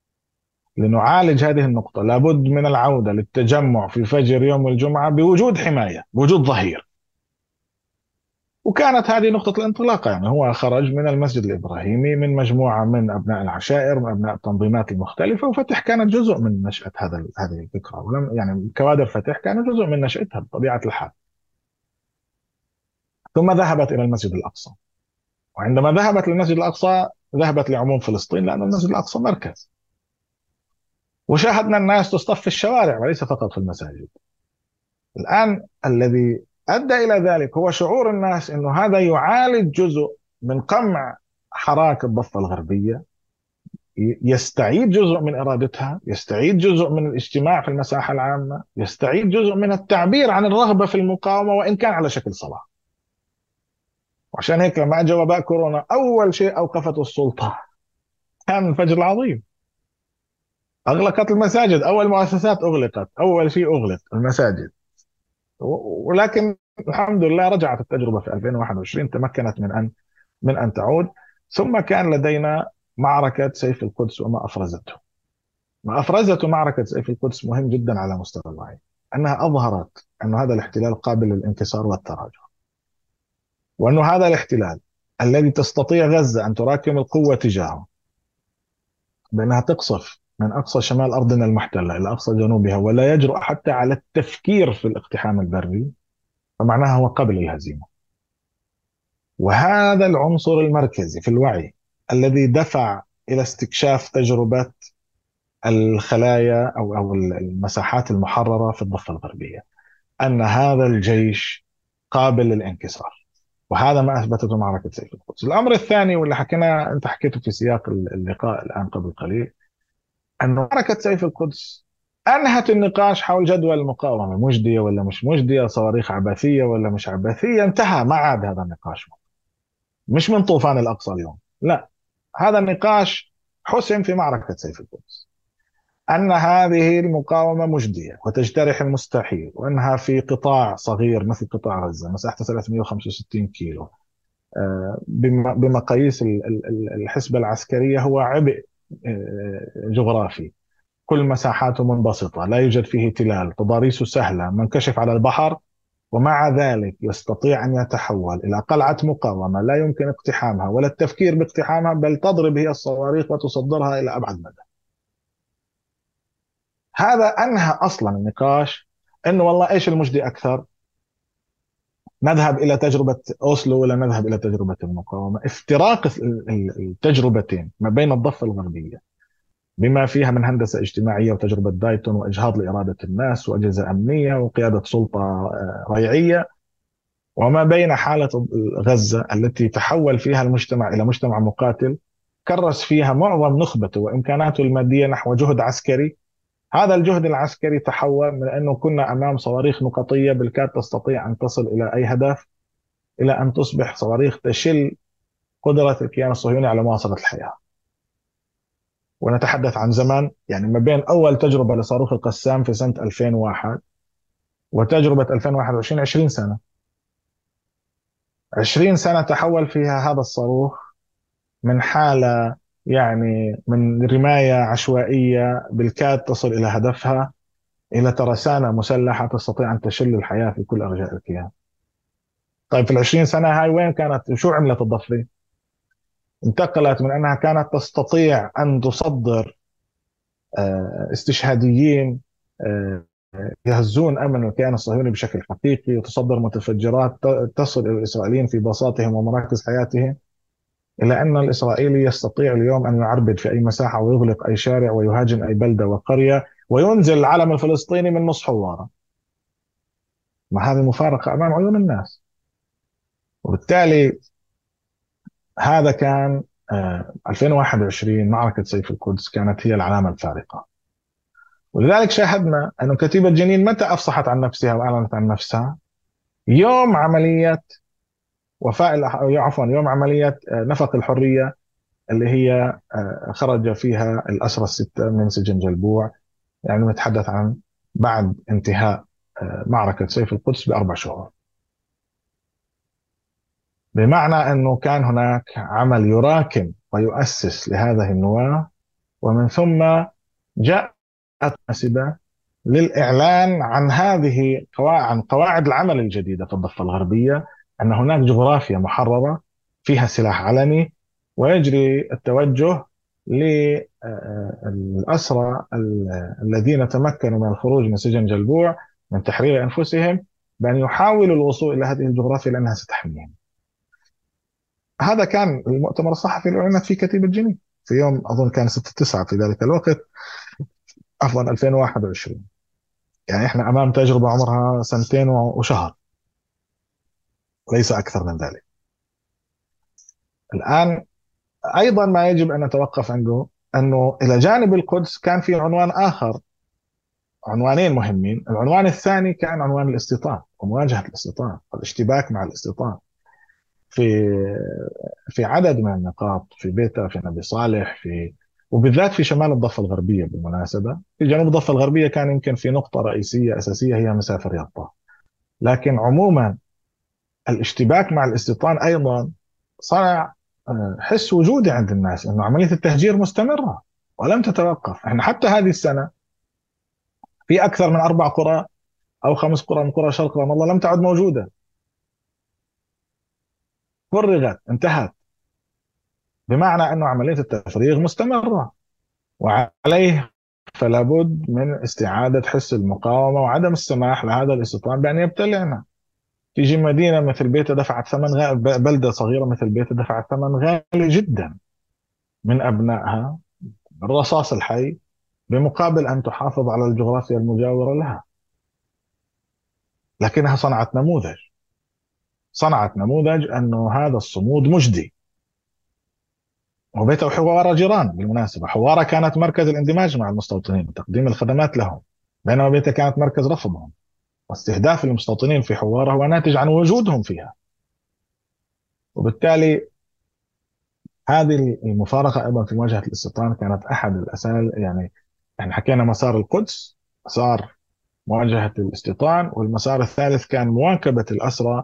لنعالج هذه النقطة لابد من العودة للتجمع في فجر يوم الجمعة بوجود حماية، بوجود ظهير. وكانت هذه نقطة الانطلاق. يعني هو خرج من المسجد الإبراهيمي من مجموعة من أبناء العشائر، من أبناء التنظيمات المختلفة، وفتح كانت جزء من نشأة هذا هذه الفكرة. ولم يعني كوادر فتح كانت جزء من نشأتها بطبيعة الحال. ثم ذهبت إلى المسجد الأقصى، وعندما ذهبت للمسجد الأقصى ذهبت لعموم فلسطين لأن المسجد الأقصى مركز. وشاهدنا الناس تصطف في الشوارع وليس فقط في المساجد. الآن الذي أدى إلى ذلك هو شعور الناس أنه هذا يعالج جزء من قمع حراك الضفة الغربية، يستعيد جزء من إرادتها، يستعيد جزء من الاجتماع في المساحة العامة، يستعيد جزء من التعبير عن الرغبة في المقاومة وإن كان على شكل صلاة. وعشان هيك لما أجى وباء كورونا أول شيء أوقفته السلطة كان الفجر العظيم. أغلقت المساجد، أول مؤسسات أغلقت، أول شيء أغلق المساجد. ولكن الحمد لله رجعت التجربة في ألفين وواحد وعشرين، تمكنت من أن من أن تعود. ثم كان لدينا معركة سيف القدس وما أفرزته. ما أفرزته معركة سيف القدس مهم جدا على مستوى الوعي، أنها أظهرت أن هذا الاحتلال قابل للانكسار والتراجع، وأن هذا الاحتلال الذي تستطيع غزة أن تراكم القوة تجاهه بأنها تقصف من أقصى شمال أرضنا المحتلة إلى أقصى جنوبها ولا يجرؤ حتى على التفكير في الاقتحام البري، فمعناها هو قبل الهزيمة. وهذا العنصر المركزي في الوعي الذي دفع إلى استكشاف تجربة الخلايا أو أو المساحات المحررة في الضفة الغربية، أن هذا الجيش قابل للانكسار. وهذا ما أثبتته معركة سيف القدس. الأمر الثاني واللي حكينا أنت حكيته في سياق اللقاء الآن قبل قليل، أن معركة سيف القدس أنهت النقاش حول جدول المقاومة مجدية ولا مش مجدية، صواريخ عبثية ولا مش عبثية، انتهى، ما عاد هذا النقاش. مش من طوفان الأقصى اليوم، لا، هذا النقاش حسم في معركة سيف القدس، أن هذه المقاومة مجدية وتجترح المستحيل، وأنها في قطاع صغير مثل قطاع غزة مساحته ثلاثمئة وخمسة وستين كيلو، آه، بم- بمقاييس ال- ال- الحسبة العسكرية هو عبء آه، جغرافي، كل مساحاته منبسطة، لا يوجد فيه تلال، تضاريسه سهلة، منكشف على البحر، ومع ذلك يستطيع أن يتحول إلى قلعة مقاومة لا يمكن اقتحامها ولا التفكير باقتحامها، بل تضرب هي الصواريخ وتصدرها إلى أبعد مدى. هذا أنهى أصلا النقاش، أنه والله إيش المجدي أكثر، نذهب إلى تجربة أوسلو ولا نذهب إلى تجربة المقاومة. افتراق ال- ال- التجربتين ما بين الضفة الغربية بما فيها من هندسة اجتماعية وتجربة دايتون وإجهاض لإرادة الناس وأجهزة أمنية وقيادة سلطة آه، ريعية، وما بين حالة غزة التي تحول فيها المجتمع إلى مجتمع مقاتل، كرس فيها معظم نخبته وإمكاناته المادية نحو جهد عسكري. هذا الجهد العسكري تحول من أنه كنا أمام صواريخ نقطية بالكاد تستطيع أن تصل إلى أي هدف، إلى أن تصبح صواريخ تشل قدرة الكيان الصهيوني على مواصلة الحياة. ونتحدث عن زمن، يعني ما بين أول تجربة لصاروخ القسام في سنة ألفين وواحد وتجربة ألفين وواحد وعشرين عشرين سنة. عشرين سنة تحول فيها هذا الصاروخ من حالة، يعني من رماية عشوائية بالكاد تصل إلى هدفها، إلى ترسانة مسلحة تستطيع أن تشل الحياة في كل أرجاء الكيان. طيب في العشرين سنة هاي وين كانت، شو عملت الضفة؟ انتقلت من أنها كانت تستطيع أن تصدر آه، استشهاديين آه، يهزون أمن الكيان الصهيوني بشكل حقيقي، وتصدر متفجرات تصل إلى الإسرائيليين في بساطهم ومراكز حياتهم، إلى أن الإسرائيلي يستطيع اليوم أن يعربد في أي مساحة ويغلق أي شارع ويهاجم أي بلدة وقرية وينزل العلم الفلسطيني من نص حوارة. ما هذه مفارقة أمام عيون الناس. وبالتالي هذا كان آه، ألفين وواحد وعشرين معركة سيف القدس كانت هي العلامة الفارقة. ولذلك شاهدنا أن كتيبة جنين متى أفصحت عن نفسها وأعلنت عن نفسها؟ يوم عملية وفاء الأح- عفوا يوم عملية آه، نفق الحرية، اللي هي آه، خرج فيها الأسرى الستة من سجن جلبوع، يعني نتحدث عن بعد انتهاء آه، معركة سيف القدس بأربع شهور. بمعنى أنه كان هناك عمل يراكم ويؤسس لهذه النواة، ومن ثم جاءت مناسبة للإعلان عن هذه قواعد، عن قواعد العمل الجديدة في الضفة الغربية، أن هناك جغرافيا محررة فيها سلاح علني، ويجري التوجه للأسرى الذين تمكنوا من الخروج من سجن جلبوع من تحرير أنفسهم بأن يحاولوا الوصول إلى هذه الجغرافيا لأنها ستحميهم. هذا كان المؤتمر الصحفي اللي أعلنت فيه كتيبة جنين في يوم أظن كان ستة تسعة في ذلك الوقت، عفوا ألفين وواحد وعشرين. يعني احنا امام تجربه عمرها سنتين وشهر، ليس اكثر من ذلك. الان ايضا ما يجب ان نتوقف عنده انه الى جانب القدس كان في عنوان اخر، عنوانين مهمين. العنوان الثاني كان عنوان الاستيطان ومواجهه الاستيطان والاشتباك مع الاستيطان في في عدد من النقاط، في بيتا، في نبي صالح، في وبالذات في شمال الضفه الغربيه. بالمناسبه في جنوب الضفه الغربيه كان يمكن في نقطه رئيسيه اساسيه هي مسافر يطا، لكن عموما الاشتباك مع الاستيطان أيضا صنع آه، حس وجودي عند الناس أنه عملية التهجير مستمرة ولم تتوقف. احنا حتى هذه السنة في أكثر من أربع قرى أو خمس قرى من قرى شرق رام الله لم تعد موجودة، فرغت، انتهت، بمعنى أنه عملية التفريغ مستمرة. وعليه فلا بد من استعادة حس المقاومة وعدم السماح لهذا الاستيطان بأن يبتلعنا. تيجي مدينة مثل بيتة دفعت ثمن غالي، بلدة صغيرة مثل بيتة دفعت ثمن غالي جدا من أبنائها، الرصاص الحي، بمقابل أن تحافظ على الجغرافيا المجاورة لها. لكنها صنعت نموذج، صنعت نموذج أنه هذا الصمود مجدي. وبيتها وحوارة جيران بالمناسبة، حوارة كانت مركز الاندماج مع المستوطنين وتقديم الخدمات لهم. بينما بيتا كانت مركز رفضهم، واستهداف المستوطنين في حوارة هو ناتج عن وجودهم فيها. وبالتالي هذه المفارقة أيضا في مواجهة الاستيطان كانت أحد الأسئلة. يعني احنا حكينا مسار القدس، مسار مواجهة الاستيطان، والمسار الثالث كان مواكبة الأسرى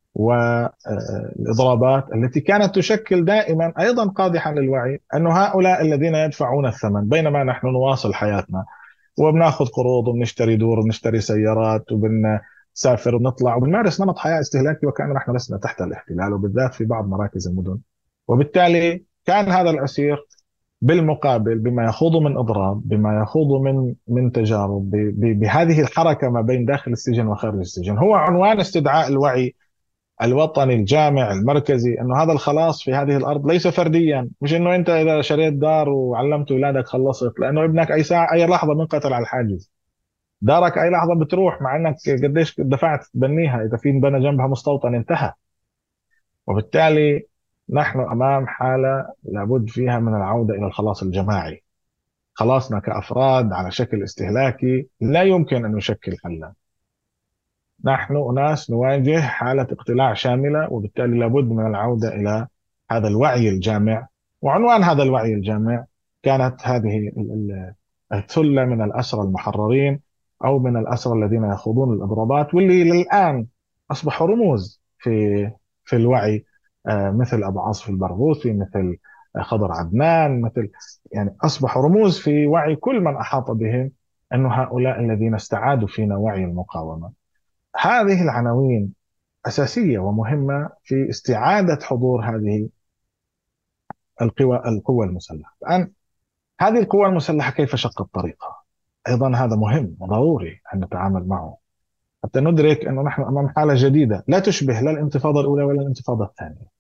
والإضرابات التي كانت تشكل دائما أيضا قادحا للوعي أنه هؤلاء الذين يدفعون الثمن، بينما نحن نواصل حياتنا وبناخذ قروض وبنشتري دور وبنشتري سيارات وبنسافر وبنطلع وبنمارس نمط حياة استهلاكي وكأن نحن لسنا تحت الاحتلال، وبالذات في بعض مراكز المدن. وبالتالي كان هذا الأسير بالمقابل بما يخوض من اضراب، بما يخوض من من تجارب، بهذه الحركه ما بين داخل السجن وخارج السجن، هو عنوان استدعاء الوعي الوطني الجامع المركزي انه هذا الخلاص في هذه الارض ليس فرديا. مش انه انت اذا شريت دار وعلمت اولادك خلصت، لانه ابنك اي ساعه اي لحظه بنقتل على الحاجز. دارك اي لحظه بتروح، مع انك قديش دفعت تبنيها، اذا في بنى جنبها مستوطن انتهى. وبالتالي نحن امام حاله لابد فيها من العوده الى الخلاص الجماعي. خلاصنا كأفراد على شكل استهلاكي لا يمكن أن يشكل حلا. نحن أناس نواجه حالة اقتلاع شاملة، وبالتالي لابد من العودة إلى هذا الوعي الجامع. وعنوان هذا الوعي الجامع كانت هذه ال- ال- الثلة من الأسرى المحررين، أو من الأسرى الذين يخوضون الإضرابات، واللي للآن أصبحوا رموز في في الوعي. آه، مثل أبو عاصف البرغوثي، مثل آه، خضر عدنان، مثل يعني أصبحوا رموز في وعي كل من أحاط بهم، أنه هؤلاء الذين استعادوا فينا وعي المقاومة. هذه العناوين أساسية ومهمة في استعادة حضور هذه القوى القوى المسلحة. الآن هذه القوى المسلحة كيف شقت طريقها؟ أيضا هذا مهم وضروري أن نتعامل معه حتى ندرك أنه نحن أمام حالة جديدة لا تشبه لا الانتفاضة الأولى ولا الانتفاضة الثانية.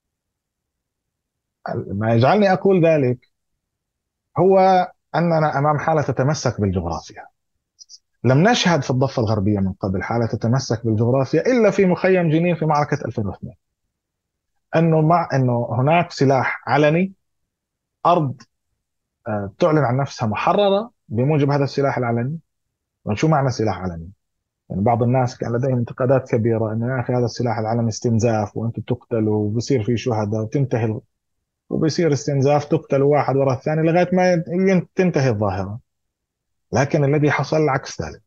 ما يجعلني أقول ذلك هو أننا أمام حالة تتمسك بالجغرافيا. لم نشهد في الضفة الغربية من قبل حالة تتمسك بالجغرافيا إلا في مخيم جنين في معركة ألفين واثنين. أنه مع أنه هناك سلاح علني، أرض آه، تعلن عن نفسها محررة بموجب هذا السلاح العلني. شو معنى سلاح علني؟ يعني بعض الناس كان لديهم انتقادات كبيرة انه يا اخي هذا السلاح العلني استنزاف، وانتم تقتلوا وبصير في شهداء وتنتهي، وبصير استنزاف تقتل واحد وراء الثاني لغاية ما ين- تنتهي الظاهرة. لكن الذي حصل عكس ذلك.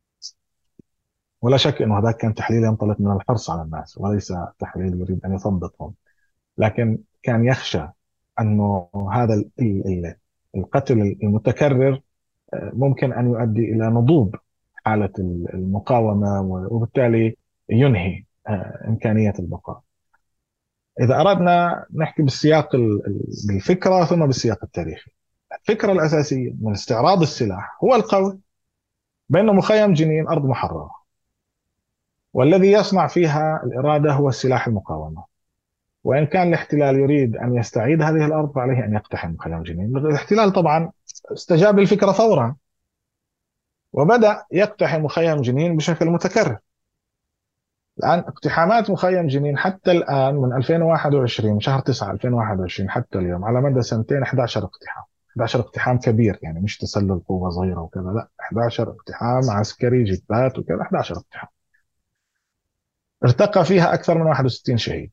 ولا شك انه هذا كان تحليل ينطلق من الحرص على الناس وليس تحليل يريد ان يثبطهم، لكن كان يخشى انه هذا ال- ال- القتل المتكرر ممكن أن يؤدي إلى نضوب حالة المقاومة، وبالتالي ينهي آه، إمكانية البقاء. إذا أردنا نحكي بالسياق ال- ال- بالفكرة ثم بالسياق التاريخي، الفكرة الأساسية من استعراض السلاح هو القول بأن مخيم جنين أرض محررة، والذي يصنع فيها الإرادة هو السلاح المقاومة. وإن كان الاحتلال يريد أن يستعيد هذه الأرض فعليه أن يقتحم مخيم جنين. الاحتلال طبعا استجاب للفكرة فورا، وبدأ يقتحم مخيم جنين بشكل متكرر. الآن اقتحامات مخيم جنين حتى الآن من ألفين وواحد وعشرين شهر تسعة ألفين وواحد وعشرين حتى اليوم على مدى سنتين أحد عشر اقتحام. أحد عشر اقتحام كبير، يعني مش تسلل قوة صغيرة وكذا، لا، أحد عشر اقتحام عسكري جيبات وكذا، أحد عشر اقتحام ارتقى فيها أكثر من واحد وستين شهيد.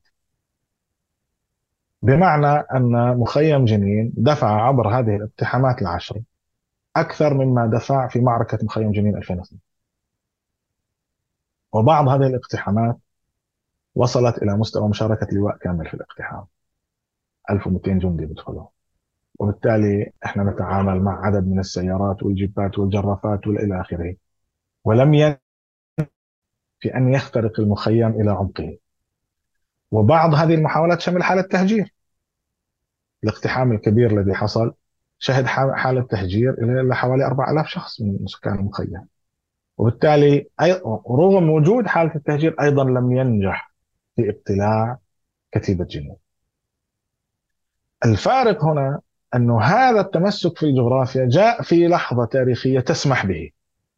بمعنى أن مخيم جنين دفع عبر هذه الاقتحامات العشر أكثر مما دفع في معركة مخيم جنين ألفين واثنين. وبعض هذه الاقتحامات وصلت إلى مستوى مشاركة لواء كامل في الاقتحام، ألف ومئتين جندي بدخلوا. وبالتالي احنا نتعامل مع عدد من السيارات والجيبات والجرافات والى اخره، ولم ين في ان يخترق المخيم الى عمقه. وبعض هذه المحاولات شمل حاله تهجير. الاقتحام الكبير الذي حصل شهد حاله تهجير الى حوالي أربعة آلاف شخص من سكان المخيم. وبالتالي أي- رغم وجود حاله التهجير ايضا لم ينجح في ابتلاع كتيبه جنين. الفارق هنا انه هذا التمسك في الجغرافيا جاء في لحظه تاريخيه تسمح به.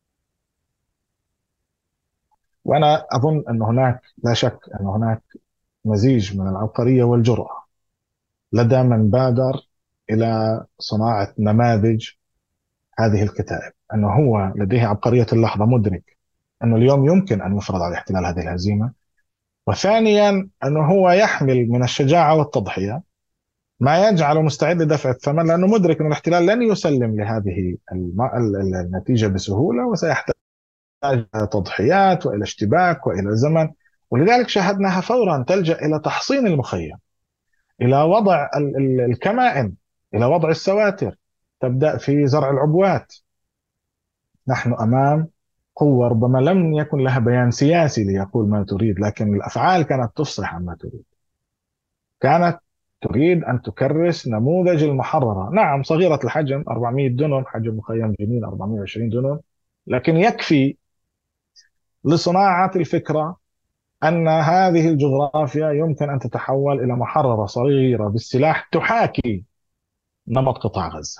وأنا أظن أن هناك لا شك أن هناك مزيج من العبقرية والجرأة لدى من بادر إلى صناعة نماذج هذه الكتائب، أنه هو لديه عبقرية اللحظة، مدرك أنه اليوم يمكن أن يفرض على الاحتلال هذه الهزيمة. وثانيا أنه هو يحمل من الشجاعة والتضحية ما يجعله مستعد لدفع الثمن، لأنه مدرك أن الاحتلال لن يسلم لهذه الم- النتيجة بسهولة، وسيحتاج تضحيات وإلى اشتباك وإلى زمن. ولذلك شاهدناها فورا تلجأ إلى تحصين المخيم، إلى وضع ال- ال- الكمائن، إلى وضع السواتر، تبدأ في زرع العبوات. نحن أمام قوة ربما لم يكن لها بيان سياسي ليقول ما تريد، لكن الأفعال كانت تفصح عن ما تريد. كانت تريد أن تكرس نموذج المحررة، نعم صغيرة الحجم، أربعمائة دونم حجم مخيم جنين، أربعمائة وعشرين دونم، لكن يكفي لصناعة الفكرة أن هذه الجغرافيا يمكن أن تتحول إلى محررة صغيرة بالسلاح تحاكي نمط قطاع غزة.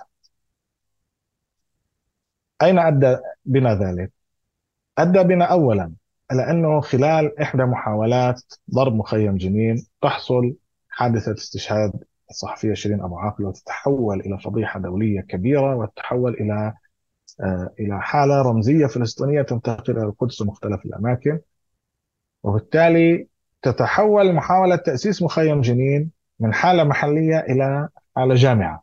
أين أدى بنا ذلك؟ أدى بنا أولا إلى أنه خلال إحدى محاولات ضرب مخيم جنين تحصل حادثة استشهاد الصحفية شيرين أبو عاقلة، وتتحول إلى فضيحة دولية كبيرة، وتتحول إلى آه، إلى حالة رمزية فلسطينية تنتقل إلى القدس ومختلف الأماكن. وبالتالي تتحول محاولة تأسيس مخيم جنين من حالة محلية إلى حالة جامعة.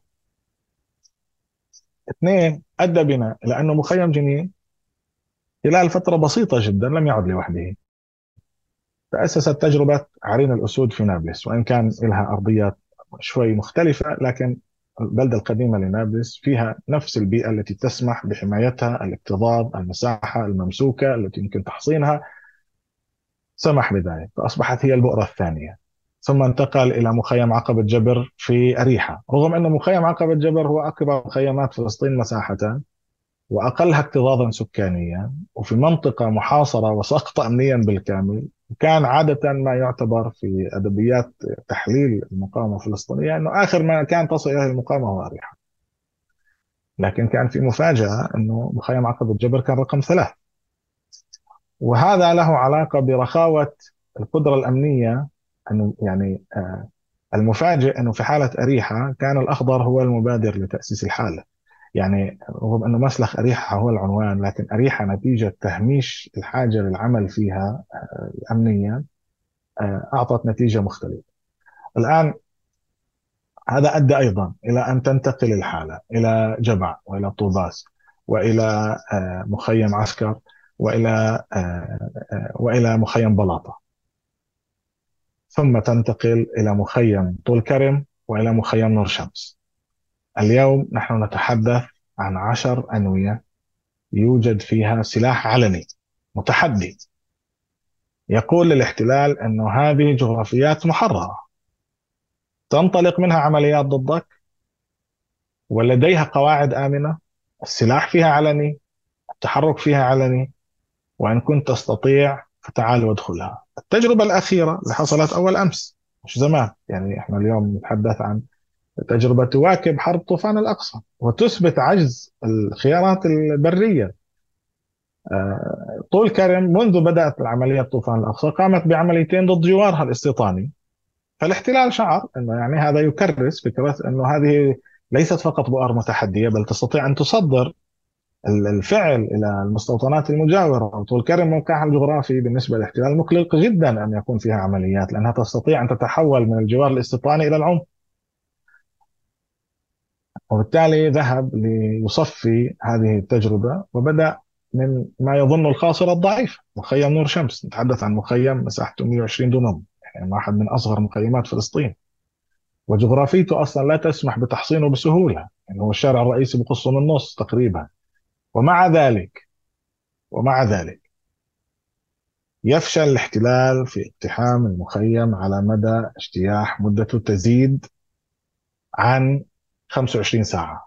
اثنين، أدى بنا إلى أنه مخيم جنين خلال فترة بسيطة جدا لم يعد لوحده. تأسست تجربة عرين الأسود في نابلس، وإن كان لها أرضيات شوي مختلفة، لكن البلدة القديمة لنابلس فيها نفس البيئة التي تسمح بحمايتها، الاكتظاظ، المساحة الممسوكة التي يمكن تحصينها سمح بذلك، فأصبحت هي البؤرة الثانية. ثم انتقل إلى مخيم عقبة جبر في أريحة، رغم أن مخيم عقبة جبر هو أكبر مخيمات فلسطين مساحة وأقلها اكتظاظا سكانيا، وفي منطقة محاصرة وساقطة أمنيا بالكامل. كان عادة ما يعتبر في أدبيات تحليل المقاومة الفلسطينية أنه آخر ما كان تصل إليه المقاومة هو أريحة، لكن كان في مفاجأة أنه مخيم عقبة جبر كان رقم ثلاث. وهذا له علاقة برخاوة القدرة الأمنية. أنه يعني آه، المفاجئ أنه في حالة أريحة كان الأخضر هو المبادر لتأسيس الحالة. يعني رغم أنه مسلخ أريحة هو العنوان، لكن أريحة نتيجة تهميش الحاجة للعمل فيها آه، أمنيا آه، أعطت نتيجة مختلفة. الآن هذا أدى أيضا إلى أن تنتقل الحالة إلى جبع وإلى طوباس وإلى آه، مخيم عسكر وإلى آه، آه، وإلى مخيم بلاطة، ثم تنتقل إلى مخيم طول كرم وإلى مخيم نور شمس. اليوم نحن نتحدث عن عشر أنوية يوجد فيها سلاح علني متحدي يقول للاحتلال أنه هذه جغرافيات محررة تنطلق منها عمليات ضدك، ولديها قواعد آمنة، السلاح فيها علني، التحرك فيها علني، وإن كنت تستطيع فتعال وادخلها. التجربة الأخيرة اللي حصلت أول أمس مش زمان، يعني إحنا اليوم نتحدث عن تجربة تواكب حرب طوفان الأقصى وتثبت عجز الخيارات البرية. آه، طول كرم منذ بدأت العملية طوفان الأقصى قامت بعمليتين ضد جوارها الاستيطاني، فالاحتلال شعر أنه يعني هذا يكرس فكرة أنه هذه ليست فقط بؤر متحدية، بل تستطيع أن تصدر الفعل إلى المستوطنات المجاورة. وطول كرم موقعها الجغرافي بالنسبة للاحتلال مقلق جدا أن يكون فيها عمليات، لأنها تستطيع أن تتحول من الجوار الاستيطاني إلى العمق. وبالتالي ذهب ليصفي هذه التجربة وبدأ من ما يظن الخاصرة الضعيف مخيم نور شمس. نتحدث عن مخيم مساحته مئة وعشرين دونم، يعني واحد من أصغر مخيمات فلسطين، وجغرافيته أصلا لا تسمح بتحصينه بسهولة، يعني هو الشارع الرئيسي بقصه من النص تقريبا. ومع ذلك ومع ذلك يفشل الاحتلال في اقتحام المخيم على مدى اجتياح مدته تزيد عن خمسة وعشرين ساعة،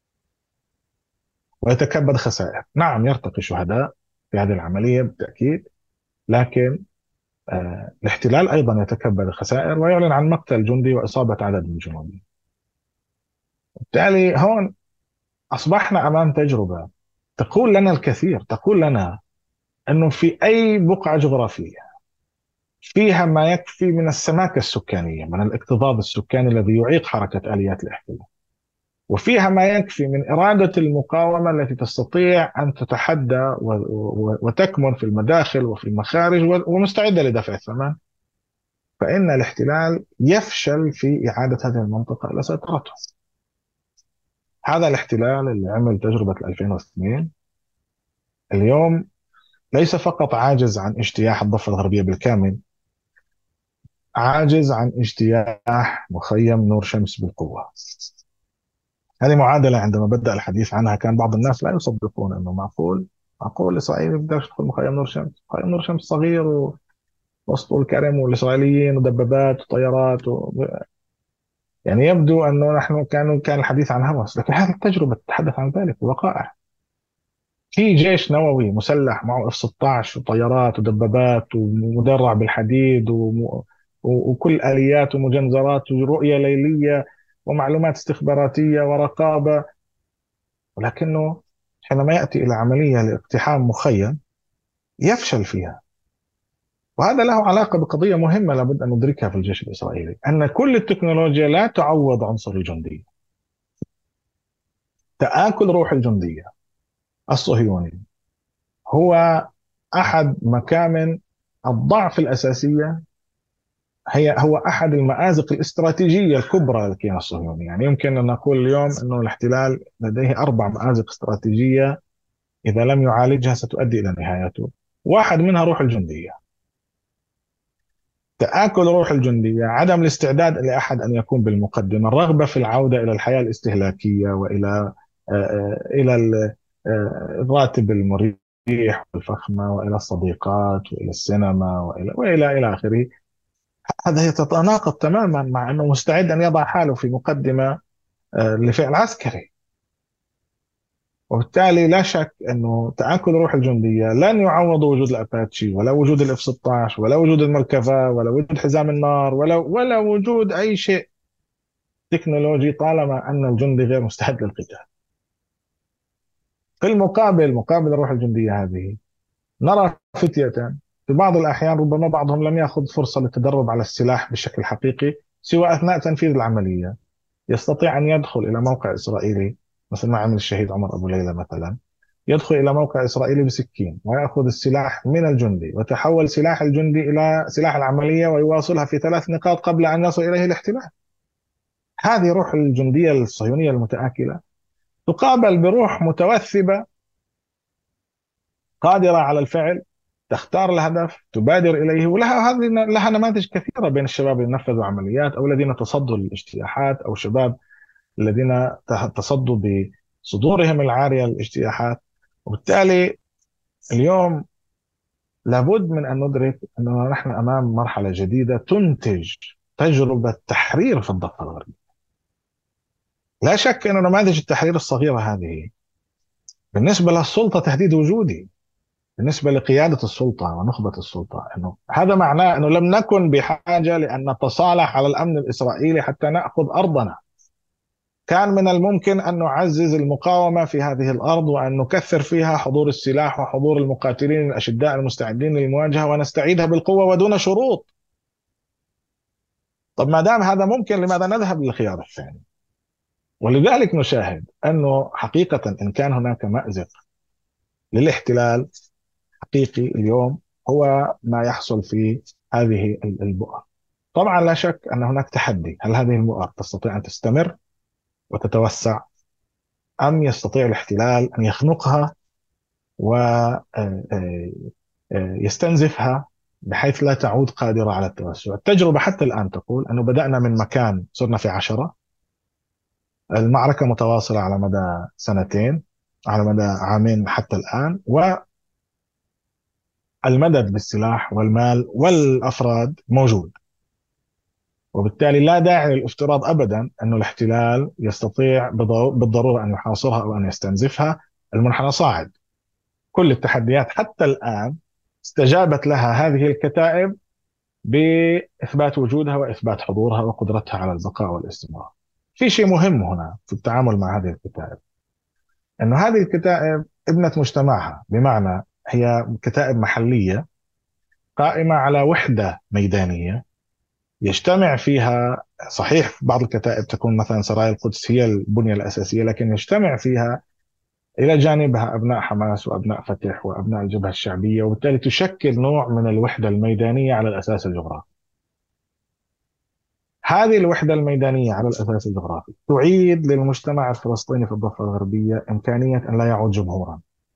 ويتكبد خسائر. نعم يرتقي شهداء في هذه العملية بالتأكيد، لكن آه الاحتلال أيضا يتكبد خسائر ويعلن عن مقتل جندي وإصابة عدد من الجنودي. بالتالي هون أصبحنا أمام تجربة تقول لنا الكثير، تقول لنا أنه في أي بقعة جغرافية فيها ما يكفي من السماكة السكانية، من الاكتظاظ السكاني الذي يعيق حركة آليات الاحتلال، وفيها ما يكفي من إرادة المقاومة التي تستطيع أن تتحدى و- و- وتكمن في المداخل وفي المخارج و- ومستعدة لدفع الثمن، فإن الاحتلال يفشل في إعادة هذه المنطقة إلى سيطرته. هذا الاحتلال اللي عمل تجربة ألفين واثنين اليوم ليس فقط عاجز عن اجتياح الضفة الغربية بالكامل، عاجز عن اجتياح مخيم نور شمس بالقوة. هذه معادلة عندما بدأ الحديث عنها كان بعض الناس لا يصدقون أنه معقول معقول إسرائيل يقدر يدخل مخيم نور شمس. مخيم نور شمس صغير ووسطه الكرم والإسرائيليين ودبابات وطيارات و... يعني يبدو أنه نحن كانوا كان الحديث عن هوس، لكن هذه التجربة تتحدث عن ذلك بوقائع. في جيش نووي مسلح معه اف ستة عشر وطيارات ودبابات ومدرع بالحديد وم... و- وكل آليات ومجنزرات ورؤية ليلية ومعلومات استخباراتية ورقابة، ولكنه حينما يأتي إلى عملية لاقتحام مخيم يفشل فيها. وهذا له علاقة بقضية مهمة لابد أن ندركها في الجيش الإسرائيلي، أن كل التكنولوجيا لا تعوض عنصر الجندية. تآكل روح الجندية الصهيوني هو أحد مكامن الضعف الأساسية، هي هو أحد المآزق الاستراتيجية الكبرى للكيان الصهيوني. يعني يمكن أن نقول اليوم أنه الاحتلال لديه أربع مآزق استراتيجية إذا لم يعالجها ستؤدي إلى نهايته. واحد منها روح الجندية، تآكل روح الجندية، عدم الاستعداد لأحد أن يكون بالمقدمة، الرغبة في العودة إلى الحياة الاستهلاكية وإلى آه، آه، إلى ال- آه، الراتب المريح والفخمة وإلى الصديقات وإلى السينما وإلى وإلى إلى آخره. هذا يتناقض تماما مع أنه مستعد أن يضع حاله في مقدمة آه، لفعل عسكري. وبالتالي لا شك أنه تآكل روح الجندية لن يعوض وجود الأباتشي ولا وجود الاف ستة عشر ولا وجود المركبة ولا وجود حزام النار ولا ولا وجود أي شيء تكنولوجي طالما أن الجندي غير مستعد للقتال. في المقابل، مقابل الروح الجندية هذه، نرى فتية في بعض الأحيان ربما بعضهم لم يأخذ فرصة للتدرب على السلاح بشكل حقيقي سوى أثناء تنفيذ العملية، يستطيع أن يدخل إلى موقع إسرائيلي مثل ما عمل الشهيد عمر أبو ليلى مثلا، يدخل إلى موقع إسرائيلي بسكين ويأخذ السلاح من الجندي وتحول سلاح الجندي إلى سلاح العملية ويواصلها في ثلاث نقاط قبل أن يصل إليه الاحتلال. هذه روح الجندية الصهيونية المتآكلة تقابل بروح متوثبة قادرة على الفعل، تختار الهدف، تبادر إليه، ولها هذه لها نماذج كثيرة بين الشباب اللي نفذوا عمليات أو الذين تصدوا للاجتياحات أو شباب الذين تصدوا بصدورهم العارية للاجتياحات. وبالتالي اليوم لابد من أن ندرك أننا نحن أمام مرحلة جديدة تنتج تجربة تحرير في الضفة الغربية. لا شك أن نماذج التحرير الصغيرة هذه بالنسبة للسلطة تهديد وجودي، بالنسبة لقيادة السلطة ونخبة السلطة، أنه هذا معناه أنه لم نكن بحاجة لأن نتصالح على الأمن الإسرائيلي حتى نأخذ أرضنا. كان من الممكن أن نعزز المقاومة في هذه الأرض وأن نكثر فيها حضور السلاح وحضور المقاتلين الأشداء المستعدين للمواجهة ونستعيدها بالقوة ودون شروط. طب ما دام هذا ممكن لماذا نذهب للخيار الثاني؟ ولذلك نشاهد أنه حقيقة إن كان هناك مأزق للاحتلال حقيقي اليوم هو ما يحصل في هذه البؤر. طبعا لا شك أن هناك تحدي، هل هذه البؤر تستطيع أن تستمر وتتوسع أم يستطيع الاحتلال أن يخنقها ويستنزفها بحيث لا تعود قادرة على التوسع. التجربة حتى الآن تقول أنه بدأنا من مكان صرنا في عشرة، المعركة متواصلة على مدى سنتين، على مدى عامين حتى الآن، والمدد بالسلاح والمال والأفراد موجود. وبالتالي لا داعي للافتراض أبدا أن الاحتلال يستطيع بالضرورة أن يحاصرها أو أن يستنزفها. المنحنى صاعد، كل التحديات حتى الآن استجابت لها هذه الكتائب بإثبات وجودها وإثبات حضورها وقدرتها على البقاء والاستمرار. في شيء مهم هنا في التعامل مع هذه الكتائب، أن هذه الكتائب ابنة مجتمعها، بمعنى هي كتائب محلية قائمة على وحدة ميدانية يجتمع فيها صحيح في بعض الكتائب تكون مثلا سرايا القدس هي البنية الأساسية، لكن يجتمع فيها إلى جانبها أبناء حماس وأبناء فتح وأبناء الجبهة الشعبية، وبالتالي تشكل نوع من الوحدة الميدانية على الأساس الجغرافي. هذه الوحدة الميدانية على الأساس الجغرافي تعيد للمجتمع الفلسطيني في الضفة الغربية إمكانية أن لا يعود جمهورا،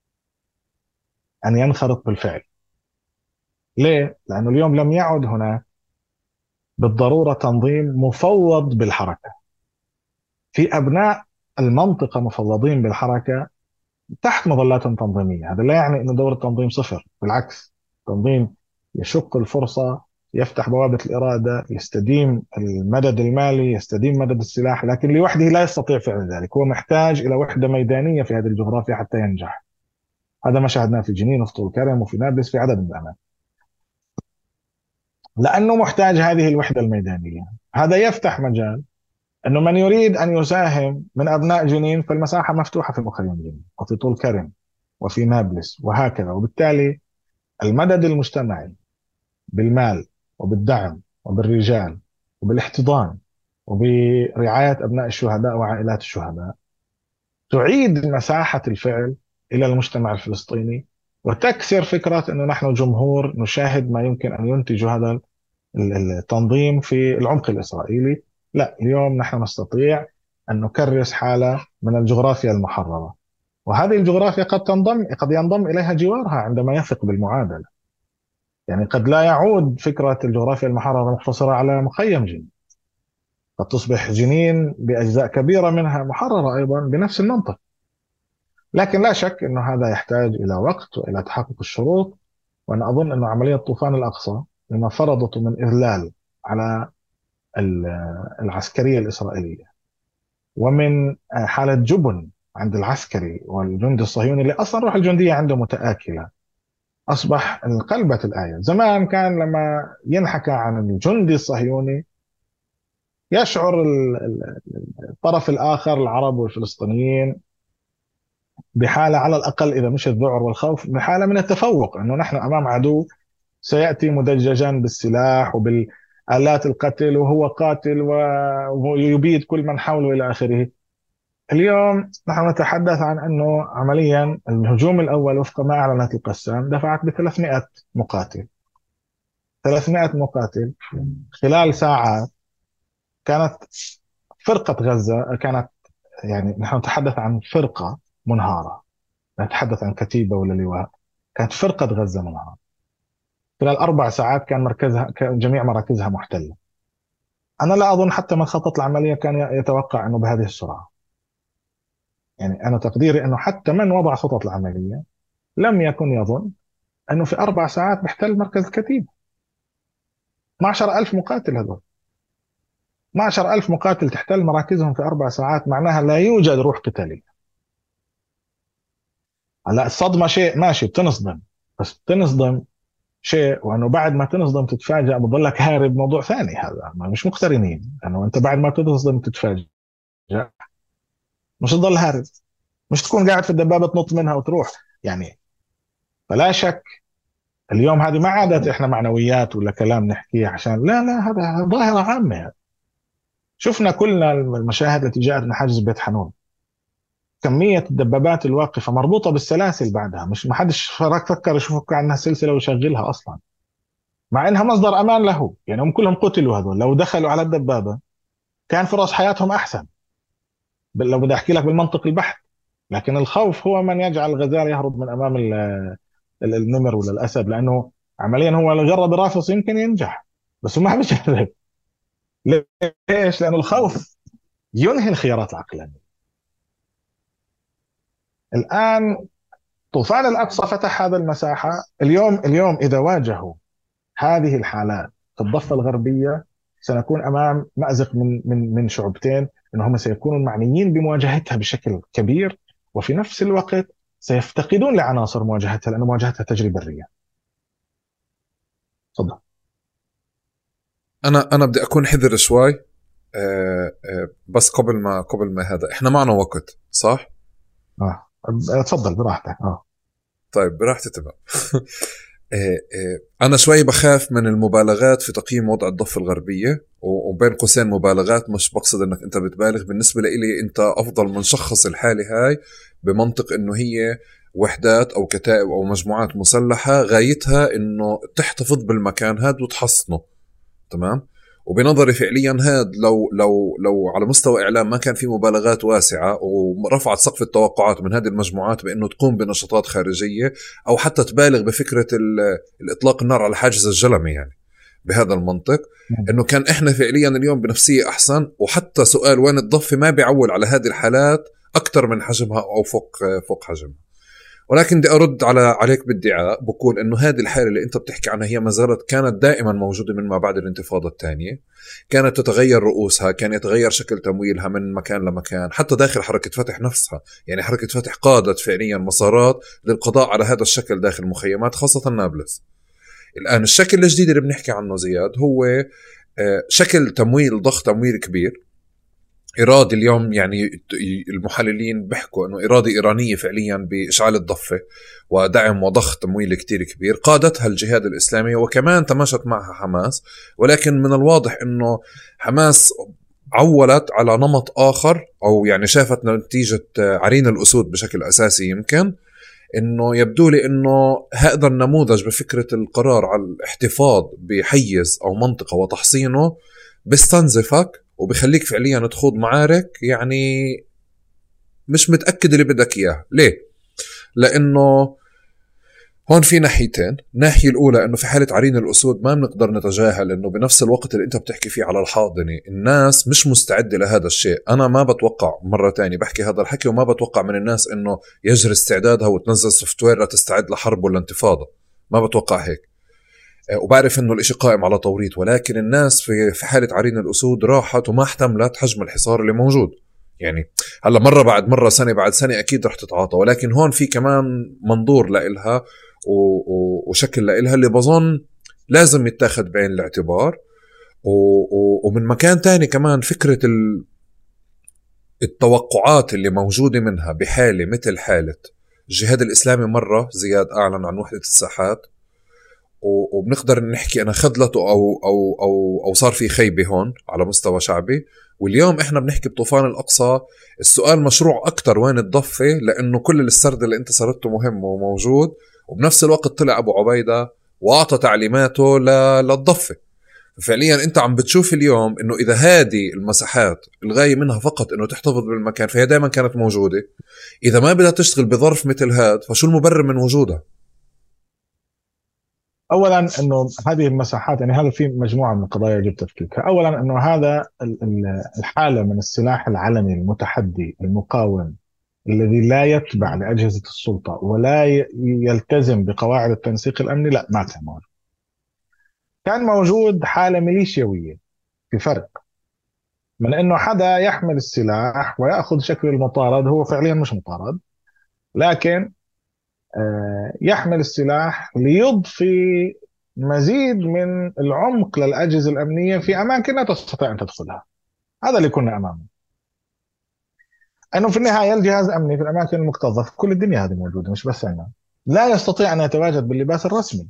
أن ينخرط بالفعل. ليه؟ لأنه اليوم لم يعد هناك بالضرورة تنظيم مفوض بالحركة. في أبناء المنطقة مفوضين بالحركة تحت مظلات تنظيمية. هذا لا يعني أنه دور التنظيم صفر، بالعكس، التنظيم يشق الفرصة، يفتح بوابة الإرادة، يستديم المدد المالي، يستديم مدد السلاح، لكن لوحده لا يستطيع فعل ذلك. هو محتاج إلى وحدة ميدانية في هذه الجغرافيا حتى ينجح. هذا ما شاهدناه في جنين وفي طول كرم وفي نابلس في عدد من الأماكن، لأنه محتاج هذه الوحدة الميدانية. هذا يفتح مجال أنه من يريد أن يساهم من أبناء جنين، فالمساحة مفتوحة في مخيم جنين وفي طول كرم وفي نابلس وهكذا. وبالتالي المدد المجتمعي بالمال وبالدعم وبالرجال وبالاحتضان وبرعاية أبناء الشهداء وعائلات الشهداء تعيد مساحة الفعل إلى المجتمع الفلسطيني، وتكسر فكرة أنه نحن جمهور نشاهد ما يمكن أن ينتج هذا التنظيم في العمق الإسرائيلي. لا، اليوم نحن نستطيع أن نكرس حالة من الجغرافيا المحررة، وهذه الجغرافيا قد تنضم قد ينضم إليها جوارها عندما يثق بالمعادلة. يعني قد لا يعود فكرة الجغرافيا المحررة مقتصرة على مخيم جنين، قد تصبح جنين بأجزاء كبيرة منها محررة أيضا بنفس المنطق. لكن لا شك أنه هذا يحتاج إلى وقت وإلى تحقق الشروط. وأنا أظن أنه عملية طوفان الأقصى لما فرضته من إذلال على العسكرية الإسرائيلية، ومن حالة جبن عند العسكري والجندي الصهيوني اللي أصلا روح الجندية عنده متآكلة، أصبح انقلبت الآية. زمان كان لما ينحكى عن الجندي الصهيوني يشعر الطرف الآخر العرب والفلسطينيين بحالة، على الأقل إذا مش الذعر والخوف، بحالة من التفوق، أنه نحن أمام عدو سيأتي مدججا بالسلاح وبالآلات القتل وهو قاتل ويبيد كل من حوله إلى آخره. اليوم نحن نتحدث عن أنه عمليا الهجوم الأول وفق ما أعلنت القسام دفعت ب ثلاثمائة مقاتل. ثلاثمائة مقاتل خلال ساعات. كانت فرقة غزة كانت، يعني نحن نتحدث عن فرقة منهارة، لا نتحدث عن كتيبة ولا لواء، كانت فرقة غزة منهارة. خلال أربع ساعات كان مركزها، كان جميع مراكزها محتلة. أنا لا أظن حتى من خطط العملية كان يتوقع أنه بهذه السرعة. يعني أنا تقديري أنه حتى من وضع خطط العملية لم يكن يظن أنه في أربع ساعات بيحتل مركز الكتيبة. اثنا عشر ألف مقاتل، هذول اثنا عشر ألف مقاتل تحتل مراكزهم في أربع ساعات، معناها لا يوجد روح قتالية. هلا الصدمة شيء ماشي بتنصدم، بس بتنصدم شيء، وانه بعد ما تنصدم تتفاجأ بضلك هارب، موضوع ثاني. هذا ما مش مقترنين، انه انت بعد ما تنصدم تتفاجأ مش تضل هارب، مش تكون قاعد في الدبابة تنط منها وتروح يعني. فلا شك اليوم هذه ما عادت احنا معنويات ولا كلام نحكيه عشان لا لا، هذا ظاهرة عامة. شفنا كلنا المشاهد التي جاءت من حاجز بيت حنون، كمية الدبابات الواقفة مربوطة بالسلاسل بعدها، مش ما حدش فكر يشوفك عنها سلسلة ويشغلها أصلا، مع إنها مصدر أمان له. يعني هم كلهم قتلوا، هذول لو دخلوا على الدبابة كان فرص حياتهم أحسن، لو بدي أحكي لك بالمنطق البحت. لكن الخوف هو من يجعل الغزال يهرب من أمام النمر ولا الأسد، لأنه عمليا هو لو جرب يرافس يمكن ينجح، بس هو ما بيجرب. ليش؟ لأنه الخوف ينهي الخيارات العقلانية. الآن طوفان الأقصى فتح هذا المساحة. اليوم اليوم إذا واجهوا هذه الحالات في الضفة الغربية سنكون أمام مأزق من من من شعوبتين، أنهم سيكونوا معنيين بمواجهتها بشكل كبير، وفي نفس الوقت سيفتقدون لعناصر مواجهتها، لأن مواجهتها تجري برية. تفضل. انا انا بدي اكون حذر شوي. أه أه بس قبل ما قبل ما هذا احنا معنا وقت صح؟ اه تفضل براحتك. اه طيب براحتي تمام. إيه إيه، أنا شوي بخاف من المبالغات في تقييم وضع الضفة الغربية، وبين قوسين مبالغات، مش بقصد أنك أنت بتبالغ. بالنسبة لإلي أنت أفضل من شخص الحالة هاي بمنطق أنه هي وحدات أو كتائب أو مجموعات مسلحة غايتها أنه تحتفظ بالمكان هاد وتحصنه. تمام. وبنظري فعليا هاد لو لو لو على مستوى اعلام ما كان في مبالغات واسعه ورفعت سقف التوقعات من هذه المجموعات بانه تقوم بنشاطات خارجيه، او حتى تبالغ بفكره الاطلاق النار على حاجز الجلمي، يعني بهذا المنطق، انه كان احنا فعليا اليوم بنفسيه احسن. وحتى سؤال وين الضفه ما بيعول على هذه الحالات اكثر من حجمها او فوق فوق حجمها. ولكن بدي أرد على عليك بادعاء بقول إنه هذه الحالة اللي أنت بتحكي عنها هي ما زالت كانت دائما موجودة من ما بعد الانتفاضة الثانية. كانت تتغير رؤوسها، كان يتغير شكل تمويلها من مكان لمكان، حتى داخل حركة فتح نفسها. يعني حركة فتح قادت فعليا مسارات للقضاء على هذا الشكل داخل المخيمات، خاصة نابلس. الآن الشكل الجديد اللي بنحكي عنه زياد هو شكل تمويل، ضخ تمويل كبير إرادة. اليوم يعني المحللين بيحكوا أنه إرادة إيرانية فعليا بإشعال الضفة ودعم وضخ تمويل كتير كبير قادتها الجهاد الإسلامي، وكمان تماشت معها حماس. ولكن من الواضح أنه حماس عولت على نمط آخر، أو يعني شافت نتيجة عرين الأسود بشكل أساسي. يمكن أنه يبدو لي أنه هذا النموذج بفكرة القرار على الاحتفاظ بحيز أو منطقة وتحصينه بيستنزفك وبيخليك فعليا تخوض معارك يعني مش متأكد اللي بدك إياه. ليه؟ لأنه هون في ناحيتين. الناحية الأولى أنه في حالة عرين الأسود ما بنقدر نتجاهل أنه بنفس الوقت اللي أنت بتحكي فيه على الحاضنة الناس مش مستعدة لهذا الشيء. أنا ما بتوقع، مرة تانية بحكي هذا الحكي، وما بتوقع من الناس أنه يجري استعدادها وتنزل سوفتوير لتستعد لحرب ولا انتفاضة. ما بتوقع هيك. وبعرف انه الاشي قائم على توريط، ولكن الناس في في حالة عرين الاسود راحت وما احتملت حجم الحصار اللي موجود. يعني هلا مرة بعد مرة، سنة بعد سنة اكيد رح تتعاطى، ولكن هون في كمان منظور لإلها وشكل لإلها اللي بظن لازم يتاخد بعين الاعتبار. ومن مكان تاني كمان فكرة التوقعات اللي موجودة منها بحالة مثل حالة الجهاد الإسلامي. مرة زياد أعلن عن وحدة الساحات، وبنقدر نحكي أنا خذلته أو, أو, أو, أو صار في خيبة هون على مستوى شعبي. واليوم إحنا بنحكي بطوفان الأقصى. السؤال مشروع أكتر وين الضفة، لأنه كل السرد اللي أنت سردته مهم وموجود، وبنفس الوقت طلع أبو عبيدة وأعطى تعليماته للضفة. فعليا أنت عم بتشوف اليوم إنه إذا هذه المساحات الغاية منها فقط إنه تحتفظ بالمكان، فهي دائما كانت موجودة. إذا ما بدها تشتغل بظرف مثل هذا، فشو المبرر من وجودها؟ اولا انه هذه المساحات، يعني هذا في مجموعه من القضايا يجب تفكيكها. اولا انه هذا الحاله من السلاح العلني المتحدي المقاوم الذي لا يتبع لاجهزه السلطه ولا يلتزم بقواعد التنسيق الامني، لا ما كان موجود. كان موجود حاله ميليشياويه. في فرق من انه حدا يحمل السلاح وياخذ شكل المطارد، هو فعليا مش مطارد، لكن يحمل السلاح ليضفي مزيد من العمق للأجهزة الأمنية في أماكن لا تستطيع أن تدخلها. هذا اللي كنا أمامه. أنه في النهاية الجهاز الأمني في الأماكن المكتظة في كل الدنيا هذه موجودة، مش بس عندنا، لا يستطيع أن يتواجد باللباس الرسمي،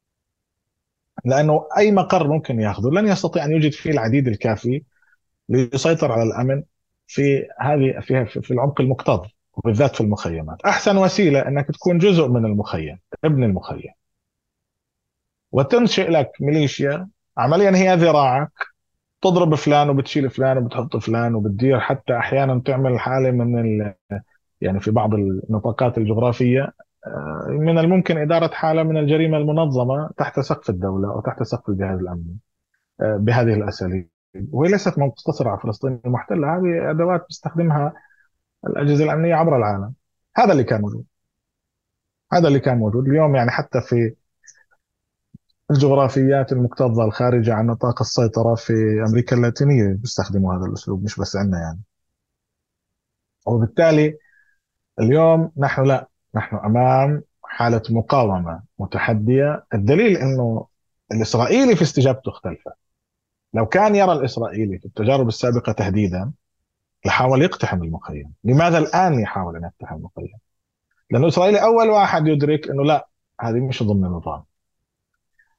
لأنه أي مقر ممكن يأخذه لن يستطيع أن يوجد فيه العديد الكافي ليسيطر على الأمن في هذه في, في العمق المكتظ، وبالذات في المخيمات. أحسن وسيلة أنك تكون جزء من المخيم، ابن المخيم، وتنشئ لك ميليشيا عمليا هي ذراعك، تضرب فلان وبتشيل فلان وبتحط فلان وبتدير. حتى احيانا تعمل حاله من ال... يعني في بعض النطاقات الجغرافيه من الممكن اداره حاله من الجريمه المنظمه تحت سقف الدوله او تحت سقف الجهاز الامني بهذه الاساليب. وهي ليست مقتصره على فلسطين المحتله، هذه ادوات تستخدمها الاجهزه الامنيه عبر العالم. هذا اللي كان موجود. هذا اللي كان موجود اليوم. يعني حتى في الجغرافيات المكتظة الخارجة عن نطاق السيطرة في أمريكا اللاتينية بيستخدموا هذا الأسلوب، مش بس عندنا يعني. وبالتالي اليوم نحن لا نحن أمام حالة مقاومة متحدية. الدليل أنه الإسرائيلي في استجابته اختلفت. لو كان يرى الإسرائيلي في التجارب السابقة تهديدا لحاول يقتحم المخيم. لماذا الآن يحاول أن يقتحم المخيم؟ لأنه الإسرائيلي أول واحد يدرك أنه لا، هذه مش ضمن النظام.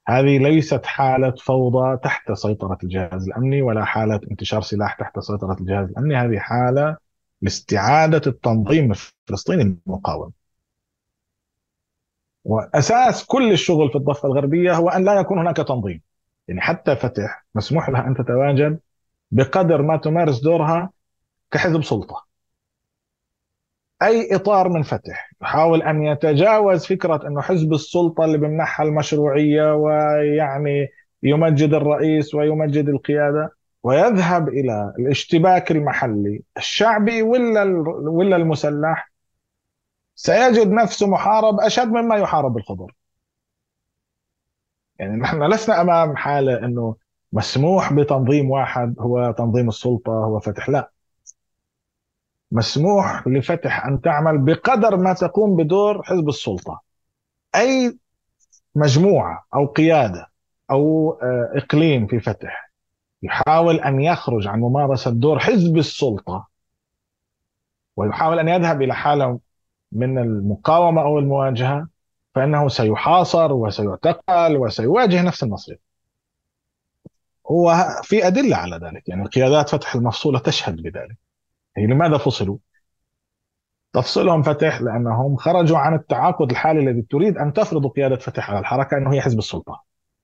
هذه ليست حالة فوضى تحت سيطرة الجهاز الأمني ولا حالة انتشار سلاح تحت سيطرة الجهاز الأمني. هذه حالة لاستعادة التنظيم الفلسطيني المقاوم. وأساس كل الشغل في الضفة الغربية هو أن لا يكون هناك تنظيم. يعني حتى فتح مسموح لها أن تتواجد بقدر ما تمارس دورها كحزب سلطة. أي إطار من فتح يحاول أن يتجاوز فكرة أنه حزب السلطة اللي بمنحها المشروعية ويعني يمجد الرئيس ويمجد القيادة، ويذهب إلى الاشتباك المحلي الشعبي ولا ولا المسلح، سيجد نفسه محارب أشد مما يحارب بالخضر. يعني نحن لسنا أمام حالة أنه مسموح بتنظيم واحد هو تنظيم السلطة هو فتح، لا، مسموح لفتح أن تعمل بقدر ما تقوم بدور حزب السلطة. أي مجموعة أو قيادة أو آه، إقليم في فتح يحاول أن يخرج عن ممارسة دور حزب السلطة ويحاول أن يذهب إلى حالة من المقاومة أو المواجهة، فإنه سيحاصر وسيعتقل وسيواجه نفس المصير. هو في أدلة على ذلك، يعني قيادات فتح المفصولة تشهد بذلك. هي لماذا فصلوا؟ تفصلهم فتح لأنهم خرجوا عن التعاقد الحالي الذي تريد أن تفرض قيادة فتح على الحركة أنه هي حزب السلطة.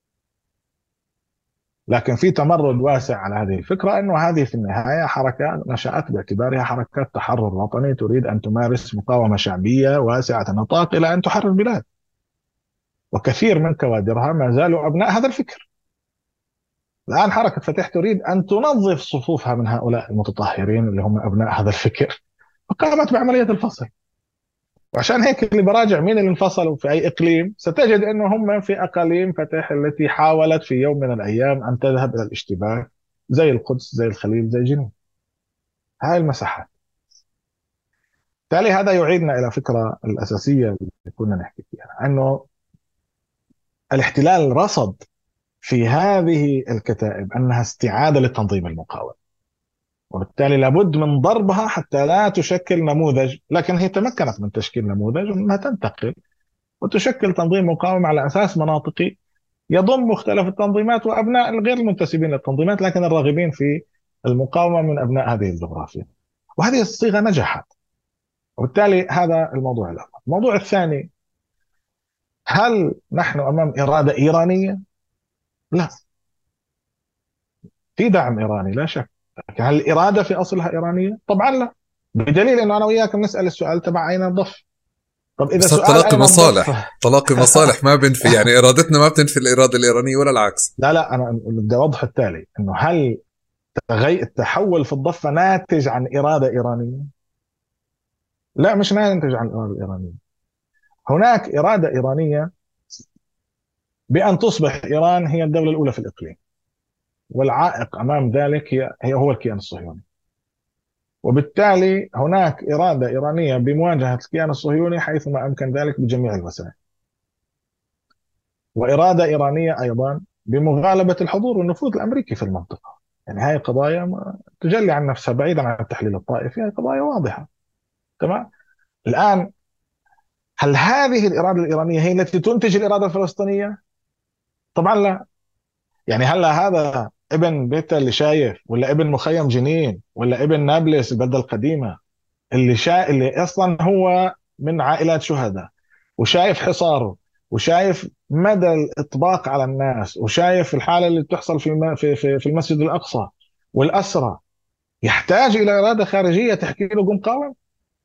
لكن في تمرد واسع على هذه الفكرة أنه هذه في النهاية حركة نشأت باعتبارها حركة تحرر وطني تريد أن تمارس مقاومة شعبية واسعة النطاق إلى أن تحرر البلاد، وكثير من كوادرها ما زالوا أبناء هذا الفكر. الآن حركة فتح تريد أن تنظف صفوفها من هؤلاء المتطهرين اللي هم أبناء هذا الفكر، فقامت بعملية الفصل. وعشان هيك اللي براجع مين اللي انفصلوا في أي إقليم ستجد أنه هم في أقاليم فتح التي حاولت في يوم من الأيام أن تذهب إلى الاشتباك، زي القدس زي الخليل زي جنين، هاي المساحات. بالتالي هذا يعيدنا إلى فكرة الأساسية اللي كنا نحكي فيها، أنه الاحتلال رصد في هذه الكتائب أنها استعادة للتنظيم المقاوم، وبالتالي لابد من ضربها حتى لا تشكل نموذج. لكن هي تمكنت من تشكيل نموذج وأنها تنتقل وتشكل تنظيم مقاوم على أساس مناطقي يضم مختلف التنظيمات وأبناء الغير المنتسبين للتنظيمات لكن الراغبين في المقاومة من أبناء هذه الجغرافيا. وهذه الصيغة نجحت، وبالتالي هذا الموضوع الأول. الموضوع الثاني، هل نحن أمام إرادة إيرانية؟ لا، في دعم إيراني لا شك، لكن هل الإرادة في أصلها إيرانية؟ طبعا لا، بدليل أنه أنا وياك نسأل السؤال تبع أين الضف. طب إذا بس سؤال التلاقي أين الضف مصالح، تلاقي مصالح ما بنفي، يعني إرادتنا ما بتنفي الإرادة الإيرانية ولا العكس. لا لا، أنا بدي أوضح التالي، أنه هل تغي... التحول في الضفة ناتج عن إرادة إيرانية؟ لا، مش ناتج عن الإرادة الإيرانية. هناك إرادة إيرانية بأن تصبح إيران هي الدولة الأولى في الإقليم، والعائق أمام ذلك هي, هي هو الكيان الصهيوني. وبالتالي هناك إرادة إيرانية بمواجهة الكيان الصهيوني حيثما أمكن ذلك بجميع الوسائل، وإرادة إيرانية أيضا بمغالبة الحضور والنفوذ الأمريكي في المنطقة. يعني هاي قضايا ما تجلي عن نفسها بعيدا عن التحليل الطائفي، هاي قضايا واضحة. تمام. الآن هل هذه الإرادة الإيرانية هي التي تنتج الإرادة الفلسطينية؟ طبعا لا. يعني هلا هذا ابن بيتا اللي شايف، ولا ابن مخيم جنين، ولا ابن نابلس البلدة القديمة اللي شا... اللي أصلا هو من عائلات شهداء وشايف حصاره وشايف مدى الإطباق على الناس وشايف الحالة اللي بتحصل في الم... في في في المسجد الأقصى والأسرى، يحتاج إلى إرادة خارجية تحكي له قم قاوم؟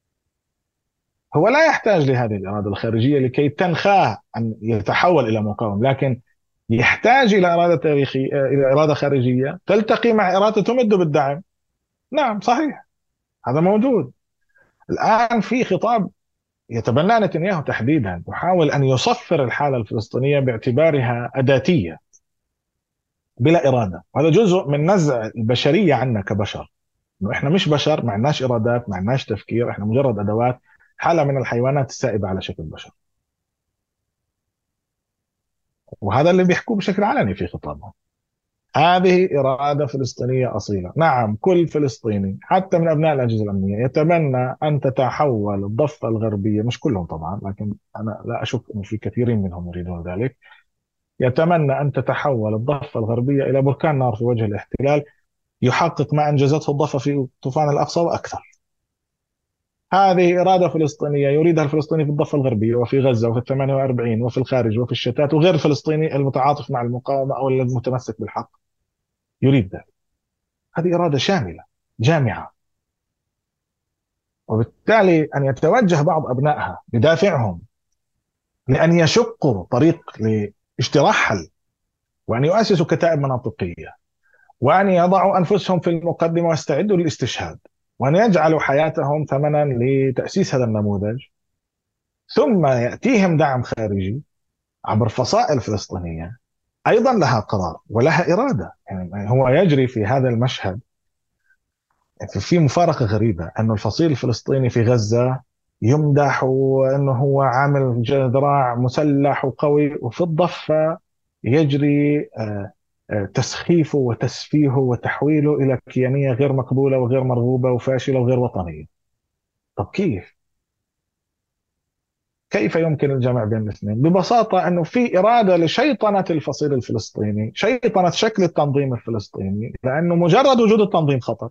هو لا يحتاج لهذه الإرادة الخارجية لكي تنخاه أن يتحول إلى مقاوم، لكن يحتاج إلى إرادة تاريخية، إلى إرادة خارجية تلتقي مع إرادة تمد بالدعم. نعم صحيح، هذا موجود. الآن في خطاب يتبناه نتنياهو تحديدا يحاول أن يصفر الحالة الفلسطينية باعتبارها أداتية بلا إرادة، وهذا جزء من نزع البشرية عنا كبشر، إنه إحنا مش بشر، ما عندناش إرادات، ما عندناش تفكير، إحنا مجرد أدوات، حالة من الحيوانات السائبة على شكل بشر. وهذا اللي بيحكوه بشكل علني في خطابهم. هذه إرادة فلسطينية أصيلة. نعم، كل فلسطيني حتى من أبناء الأجهزة الأمنية يتمنى أن تتحول الضفة الغربية، مش كلهم طبعا، لكن أنا لا أشك أن في كثيرين منهم يريدون ذلك، يتمنى أن تتحول الضفة الغربية إلى بركان نار في وجه الاحتلال، يحقق ما أنجزته الضفة في طوفان الأقصى وأكثر. هذه إرادة فلسطينية يريدها الفلسطيني في الضفة الغربية وفي غزة وفي الثمانية وأربعين وفي الخارج وفي الشتات، وغير الفلسطيني المتعاطف مع المقاومة أو المتمسك بالحق يريد ذلك. هذه إرادة شاملة جامعة. وبالتالي أن يتوجه بعض أبنائها بدافعهم لأن يشقوا طريق لاجتراح حل، وأن يؤسسوا كتائب مناطقية، وأن يضعوا أنفسهم في المقدمة ويستعدوا للاستشهاد، وأن يجعلوا حياتهم ثمنا لتأسيس هذا النموذج، ثم يأتيهم دعم خارجي عبر فصائل فلسطينية أيضا لها قرار ولها إرادة. يعني هو يجري في هذا المشهد في مفارقة غريبة، أنه الفصيل الفلسطيني في غزة يمدح وأنه هو عامل ذراع مسلح وقوي، وفي الضفة يجري آه، آه، تسخيفه وتسفيهه وتحويله إلى كيانية غير مقبولة وغير مرغوبة وفاشلة وغير وطنية. طب كيف؟ كيف يمكن الجمع بين الاثنين؟ ببساطة أنه في إرادة لشيطنة الفصيل الفلسطيني، شيطنة شكل التنظيم الفلسطيني، لأنه مجرد وجود التنظيم خطر.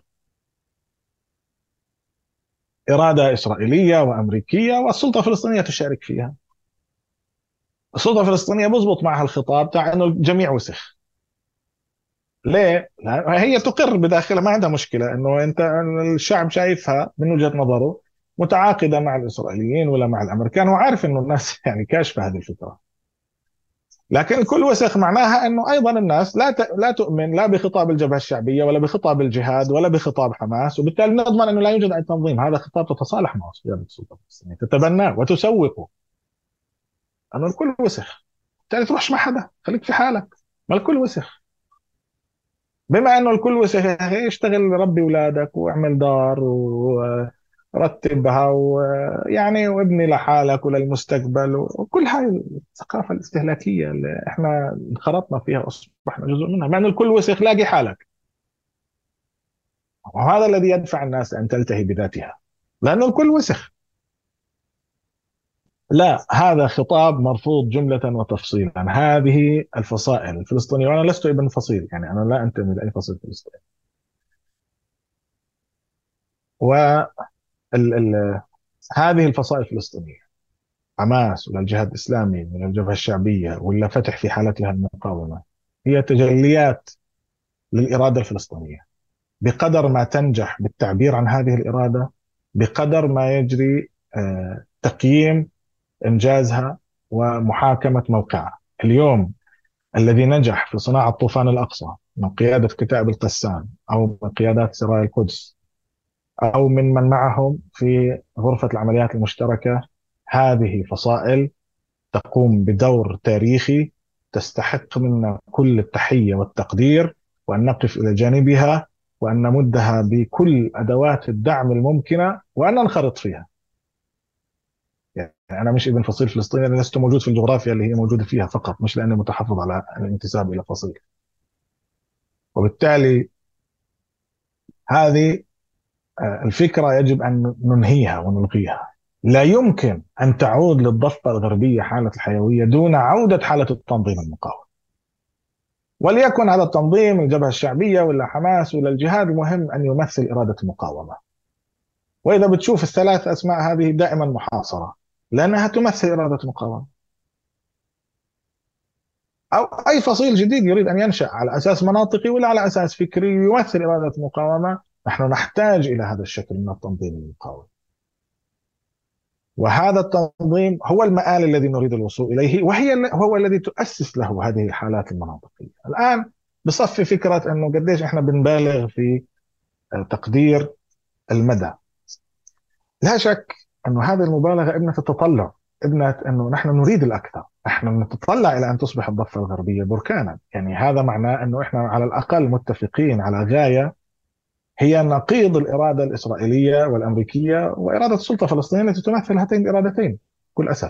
إرادة إسرائيلية وأمريكية والسلطة الفلسطينية تشارك فيها. السلطة الفلسطينية بزبط معها الخطاب تاع أنه الجميع وسخ. ليه؟ لأن هي تقر بداخلها، ما عندها مشكلة أنه أنت الشعب شايفها من وجهة نظره متعاقدة مع الإسرائيليين ولا مع الأمريكان، وعارف أنه الناس يعني كاشفة هذه الفكرة. لكن الكل وسخ معناها أنه أيضا الناس لا لا تؤمن لا بخطاب الجبهة الشعبية ولا بخطاب الجهاد ولا بخطاب حماس، وبالتالي نضمن أنه لا يوجد أي تنظيم. هذا خطاب تتصالح معه قيادة السلطة الفلسطينية، تتبناه وتسوقه، أنه الكل وسخ. بالتالي تروحش مع حدا، خليك في حالك، ما الكل وسخ. بما أنه الكل وسخ، يا أخي اشتغل ربي أولادك واعمل دار ورتبها ويعني وابني لحالك وللمستقبل، وكل هاي الثقافة الاستهلاكية اللي احنا انخرطنا فيها واصبحنا جزء منها. مع انه الكل وسخ، لاقي حالك. وهذا الذي يدفع الناس ان تلتهي بذاتها، لانه الكل وسخ. لا، هذا خطاب مرفوض جملة وتفصيلا. هذه الفصائل الفلسطينية، وانا لست ابن فصيل، يعني انا لا انتمي لاي فصيل فلسطيني، و ال ال هذه الفصائل الفلسطينية، حماس ولا الجهاد الإسلامي ولا الجبهة الشعبية ولا فتح في حالتها المقاومة، هي تجليات للإرادة الفلسطينية. بقدر ما تنجح بالتعبير عن هذه الإرادة، بقدر ما يجري آه، تقييم إنجازها ومحاكمة موقعها. اليوم الذي نجح في صناعة طوفان الأقصى من قيادة كتائب القسام أو من قيادات سرايا القدس أو من من معهم في غرفة العمليات المشتركة، هذه فصائل تقوم بدور تاريخي تستحق منا كل التحية والتقدير، وأن نقف إلى جانبها وأن نمدها بكل أدوات الدعم الممكنة وأن ننخرط فيها. يعني أنا مش ابن فصيل فلسطيني، أنا لست موجود في الجغرافيا اللي هي موجودة فيها فقط، مش لأني متحفظ على الانتساب إلى فصيل. وبالتالي هذه آه، الفكرة يجب أن ننهيها ونلغيها. لا يمكن أن تعود للضفة الغربية حالة الحيوية دون عودة حالة التنظيم المقاوم. وليكن هذا التنظيم الجبهة الشعبية ولا حماس ولا الجهاد، المهم أن يمثل إرادة المقاومة. وإذا بتشوف الثلاث أسماء هذه دائما محاصرة، لأنها تمثل إرادة المقاومة. أو أي فصيل جديد يريد أن ينشأ على أساس مناطقي ولا على أساس فكري يمثل إرادة المقاومة، نحن نحتاج إلى هذا الشكل من التنظيم المقاوم. وهذا التنظيم هو المآل الذي نريد الوصول إليه، وهي هو الذي تؤسس له هذه الحالات المناطقية. الآن بصفي فكرة أنه قديش إحنا بنبالغ في تقدير المدى. لا شك أنه هذه المبالغة ابنة التطلع، ابنة أنه نحن نريد الأكثر. نحن نتطلع إلى أن تصبح الضفة الغربية بركانا. يعني هذا معناه أنه إحنا على الأقل متفقين على غاية هي نقيض الإرادة الإسرائيلية والأمريكية وإرادة السلطة الفلسطينية التي تمثل هاتين الإرادتين بكل أسف.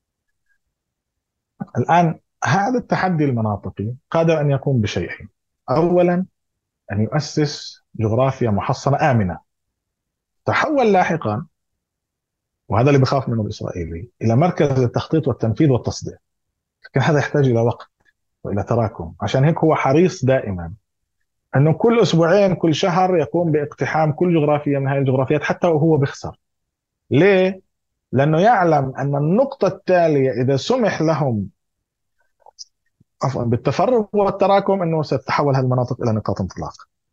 الآن هذا التحدي المناطقي قادر أن يقوم بشيئين. أولا، أن يؤسس جغرافيا محصنة آمنة تحول لاحقا، وهذا اللي بخاف منه الإسرائيلي، إلى مركز للتخطيط والتنفيذ والتصدير. لكن هذا يحتاج إلى وقت. وإلى تراكم. عشان هيك هو حريص دائما أنه كل أسبوعين كل شهر يقوم باقتحام كل جغرافية من هذه الجغرافيات حتى وهو بيخسر. ليه؟ لأنه يعلم أن النقطة التالية إذا سمح لهم عفوا بالتفرغ والتراكم أنه ستتحول هذه المناطق إلى نقاط انطلاق.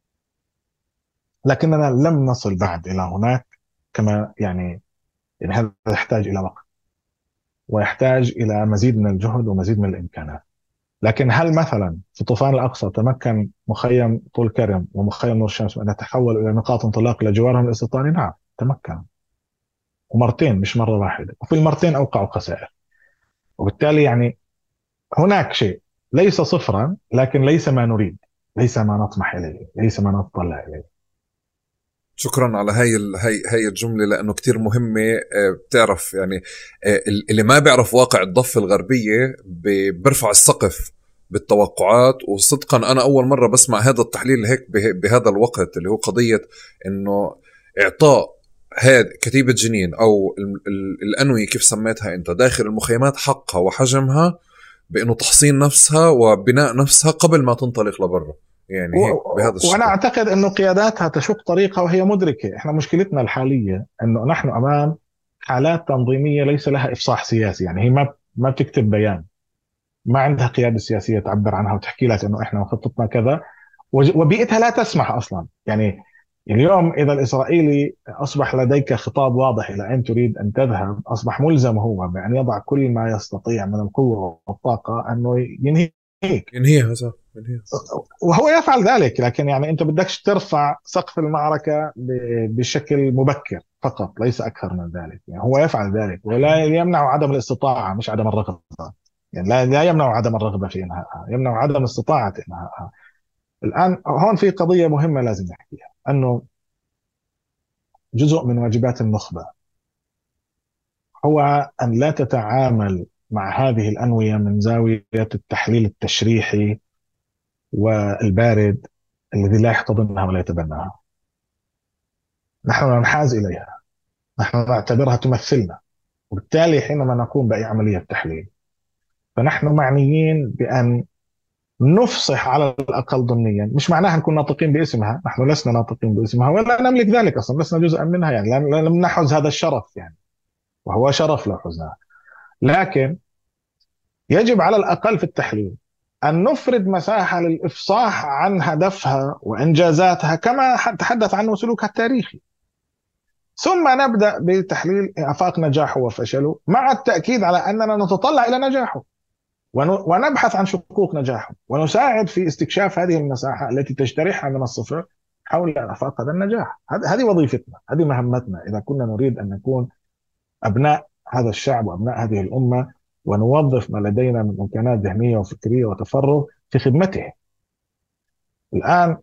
لكننا لم نصل بعد إلى هناك كما يعني يعني هذا يحتاج إلى وقت ويحتاج إلى مزيد من الجهد ومزيد من الإمكانات. لكن هل مثلا في طوفان الأقصى تمكن مخيم طول كرم ومخيم نور الشمس أن يتحول إلى نقاط انطلاق لجوارهم الاستيطاني؟ نعم تمكن، ومرتين مش مرة واحدة، وفي المرتين أوقعوا خسائر. وبالتالي يعني هناك شيء ليس صفرا، لكن ليس ما نريد، ليس ما نطمح إليه، ليس ما نتطلع إليه. شكرا على هاي ال... هاي هاي الجملة لأنه كتير مهمة. آه، بتعرف يعني آه، اللي ما بيعرف واقع الضفة الغربية ب- بيرفع السقف بالتوقعات. وصدقا أنا أول مرة بسمع هذا التحليل هيك به- بهذا الوقت، اللي هو قضية إنه إعطاء هذا كتيبة جنين أو ال- ال- الأنوية كيف سميتها أنت داخل المخيمات حقها وحجمها، بإنه تحصين نفسها وبناء نفسها قبل ما تنطلق لبرا. يعني هيك بهذا و- وأنا الشكل. أعتقد أنه قياداتها تشق طريقها وهي مدركة. إحنا مشكلتنا الحالية أنه نحن أمام حالات تنظيمية ليس لها إفصاح سياسي. يعني هي ما ما بتكتب بيان، ما عندها قيادة سياسية تعبر عنها وتحكي لك أنه إحنا خطتنا كذا، وج- وبيئتها لا تسمح أصلا. يعني اليوم إذا الإسرائيلي أصبح لديك خطاب واضح إلى أين تريد أن تذهب، أصبح ملزم هو بأن يضع كل ما يستطيع من القوة والطاقة أنه ينهيك، ينهيها صح ينهيها. وهو يفعل ذلك. لكن يعني أنت بدكش ترفع سقف المعركة ب- بشكل مبكر فقط، ليس أكثر من ذلك. يعني هو يفعل ذلك ولا يمنع عدم الاستطاعة مش عدم الرغبة. يعني لا لا يمنع عدم الرغبة في إنهائها، يمنع عدم استطاعة إنهائها. الآن هون في قضية مهمة لازم نحكيها، أنه جزء من واجبات النخبة هو أن لا تتعامل مع هذه الأنوية من زاوية التحليل التشريحي والبارد الذي لا يحتضنها ولا يتبناها. نحن ننحاز إليها، نحن نعتبرها تمثلنا، وبالتالي حينما نقوم بأي عملية تحليل فنحن معنيين بأن نفصح على الأقل ضمنيا. مش معناها نكون ناطقين باسمها، نحن لسنا ناطقين باسمها ولا نملك ذلك أصلا، لسنا جزءا منها. يعني لم نحوز هذا الشرف يعني، وهو شرف لو حزناه. لكن يجب على الأقل في التحليل أن نفرد مساحة للإفصاح عن هدفها وإنجازاتها كما تحدث عنه سلوكها التاريخي، ثم نبدأ بتحليل آفاق نجاحه وفشله، مع التأكيد على أننا نتطلع إلى نجاحه ونبحث عن شقوق نجاحه ونساعد في استكشاف هذه المساحة التي تجترحها من الصفر حول آفاق هذا النجاح. هذه وظيفتنا، هذه مهمتنا إذا كنا نريد أن نكون أبناء هذا الشعب وأبناء هذه الأمة، ونوظف ما لدينا من إمكانات ذهنية وفكرية وتفرغ في خدمته. الآن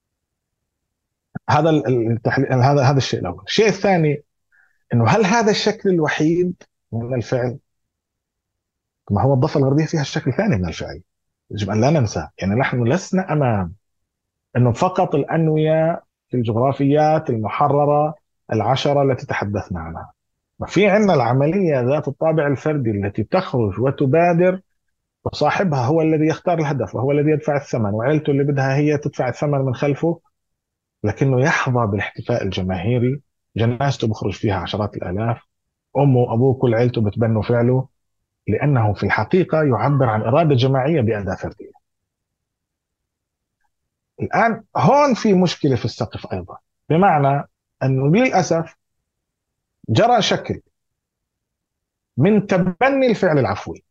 هذا التحليل، هذا هذا الشيء الأول. الشيء الثاني إنه هل هذا الشكل الوحيد من الفعل؟ ما هو الضفة الغربية فيها الشكل الثاني من الفعل، يجب أن لا ننسى. يعني نحن لسنا أمام أنه فقط الأنوية في الجغرافيات المحررة العشرة التي تحدثنا عنها. وفي عندنا العملية ذات الطابع الفردي التي تخرج وتبادر، وصاحبها هو الذي يختار الهدف وهو الذي يدفع الثمن، وعيلته اللي بدها هي تدفع الثمن من خلفه، لكنه يحظى بالاحتفاء الجماهيري. جنازته بخرج فيها عشرات الآلاف، أمه وأبوه كل عيلته بتبنوا فعله، لأنه في الحقيقة يعبر عن إرادة جماعية بأداة فردية. الآن هون في مشكلة في السقف أيضا، بمعنى أنه للأسف جرى شكل من تبني الفعل العفوي،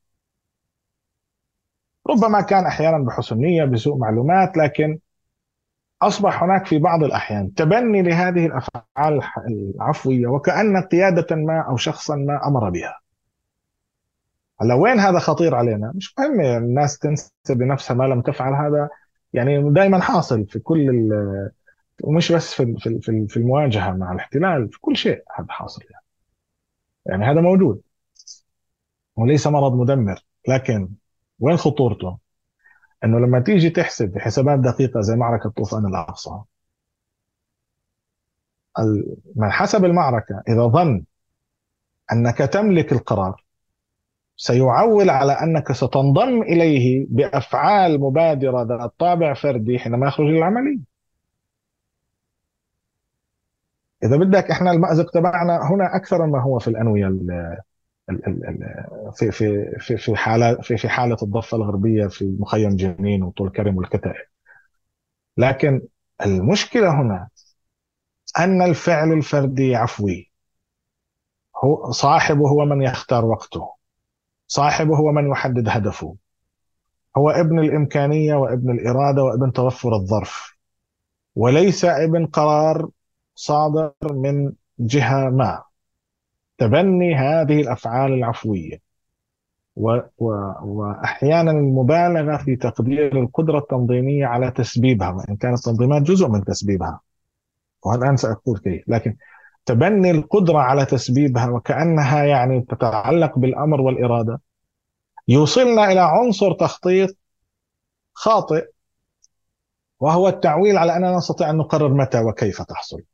ربما كان أحيانا بحسن نية بسوء معلومات، لكن أصبح هناك في بعض الأحيان تبني لهذه الأفعال العفوية وكأن قيادة ما أو شخصا ما أمر بها. هلا وين هذا خطير علينا؟ مش مهم الناس تنسى بنفسها ما لم تفعل، هذا يعني دائما حاصل في كل ال... ومش بس في في في في المواجهة مع الاحتلال، في كل شيء هذا حاصل يعني. يعني هذا موجود وليس مرض مدمر، لكن وين خطورته؟ انه لما تيجي تحسب بحسابات دقيقة زي معركة طوفان الأقصى، من حسب المعركة إذا ظن أنك تملك القرار سيعول على أنك ستنضم إليه بأفعال مبادرة ذات طابع فردي حينما يخرج للعملية. إذا بدك إحنا المأزق تبعنا هنا أكثر مما هو في الأنوية ال ال ال ال في في في في حالة في في حالة الضفة الغربية في مخيم جنين وطول كرم والكتائب. لكن المشكلة هنا أن الفعل الفردي عفوي، هو صاحبه هو من يختار وقته، صاحبه هو من يحدد هدفه، هو ابن الإمكانية وابن الإرادة وابن توفر الظرف، وليس ابن قرار صادر من جهة ما. تبني هذه الأفعال العفوية و و وأحيانا المبالغة في تقدير القدرة التنظيمية على تسبيبها، وإن كانت التنظيمات جزء من تسبيبها، والآن سأقول كيف. لكن تبني القدرة على تسبيبها وكأنها يعني تتعلق بالأمر والإرادة يوصلنا إلى عنصر تخطيط خاطئ، وهو التعويل على أننا نستطيع أن نقرر متى وكيف تحصل.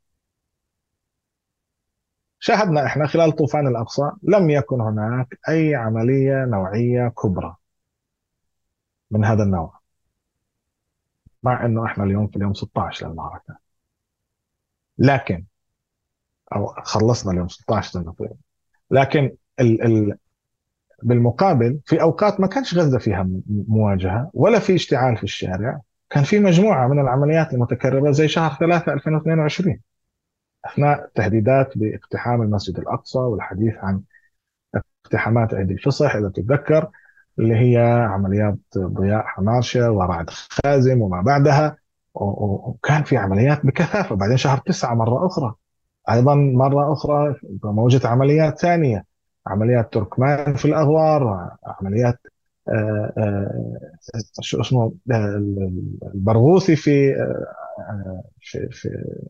شاهدنا إحنا خلال طوفان الأقصى لم يكن هناك أي عملية نوعية كبرى من هذا النوع، مع أنه إحنا اليوم في اليوم ستة عشر للمعركة، لكن أو خلصنا اليوم ستة عشر تقريبا. لكن ال ال بالمقابل في أوقات ما كانش غزة فيها مواجهة ولا في اشتعال في الشارع، كان في مجموعة من العمليات المتكررة زي شهر ثلاثة ألفين واثنين وعشرين أثناء تهديدات باقتحام المسجد الأقصى والحديث عن اقتحامات عيد الفصح إذا تتذكر، اللي هي عمليات ضياء حماشة ورعد خازم وما بعدها. وكان في عمليات بكثافة. بعدين شهر تسعة مرة أخرى، أيضا مرة أخرى موجة عمليات ثانية، عمليات تركمان في الأغوار، عمليات آه، آه، شو اسمه آه، البرغوثي في آه، في, في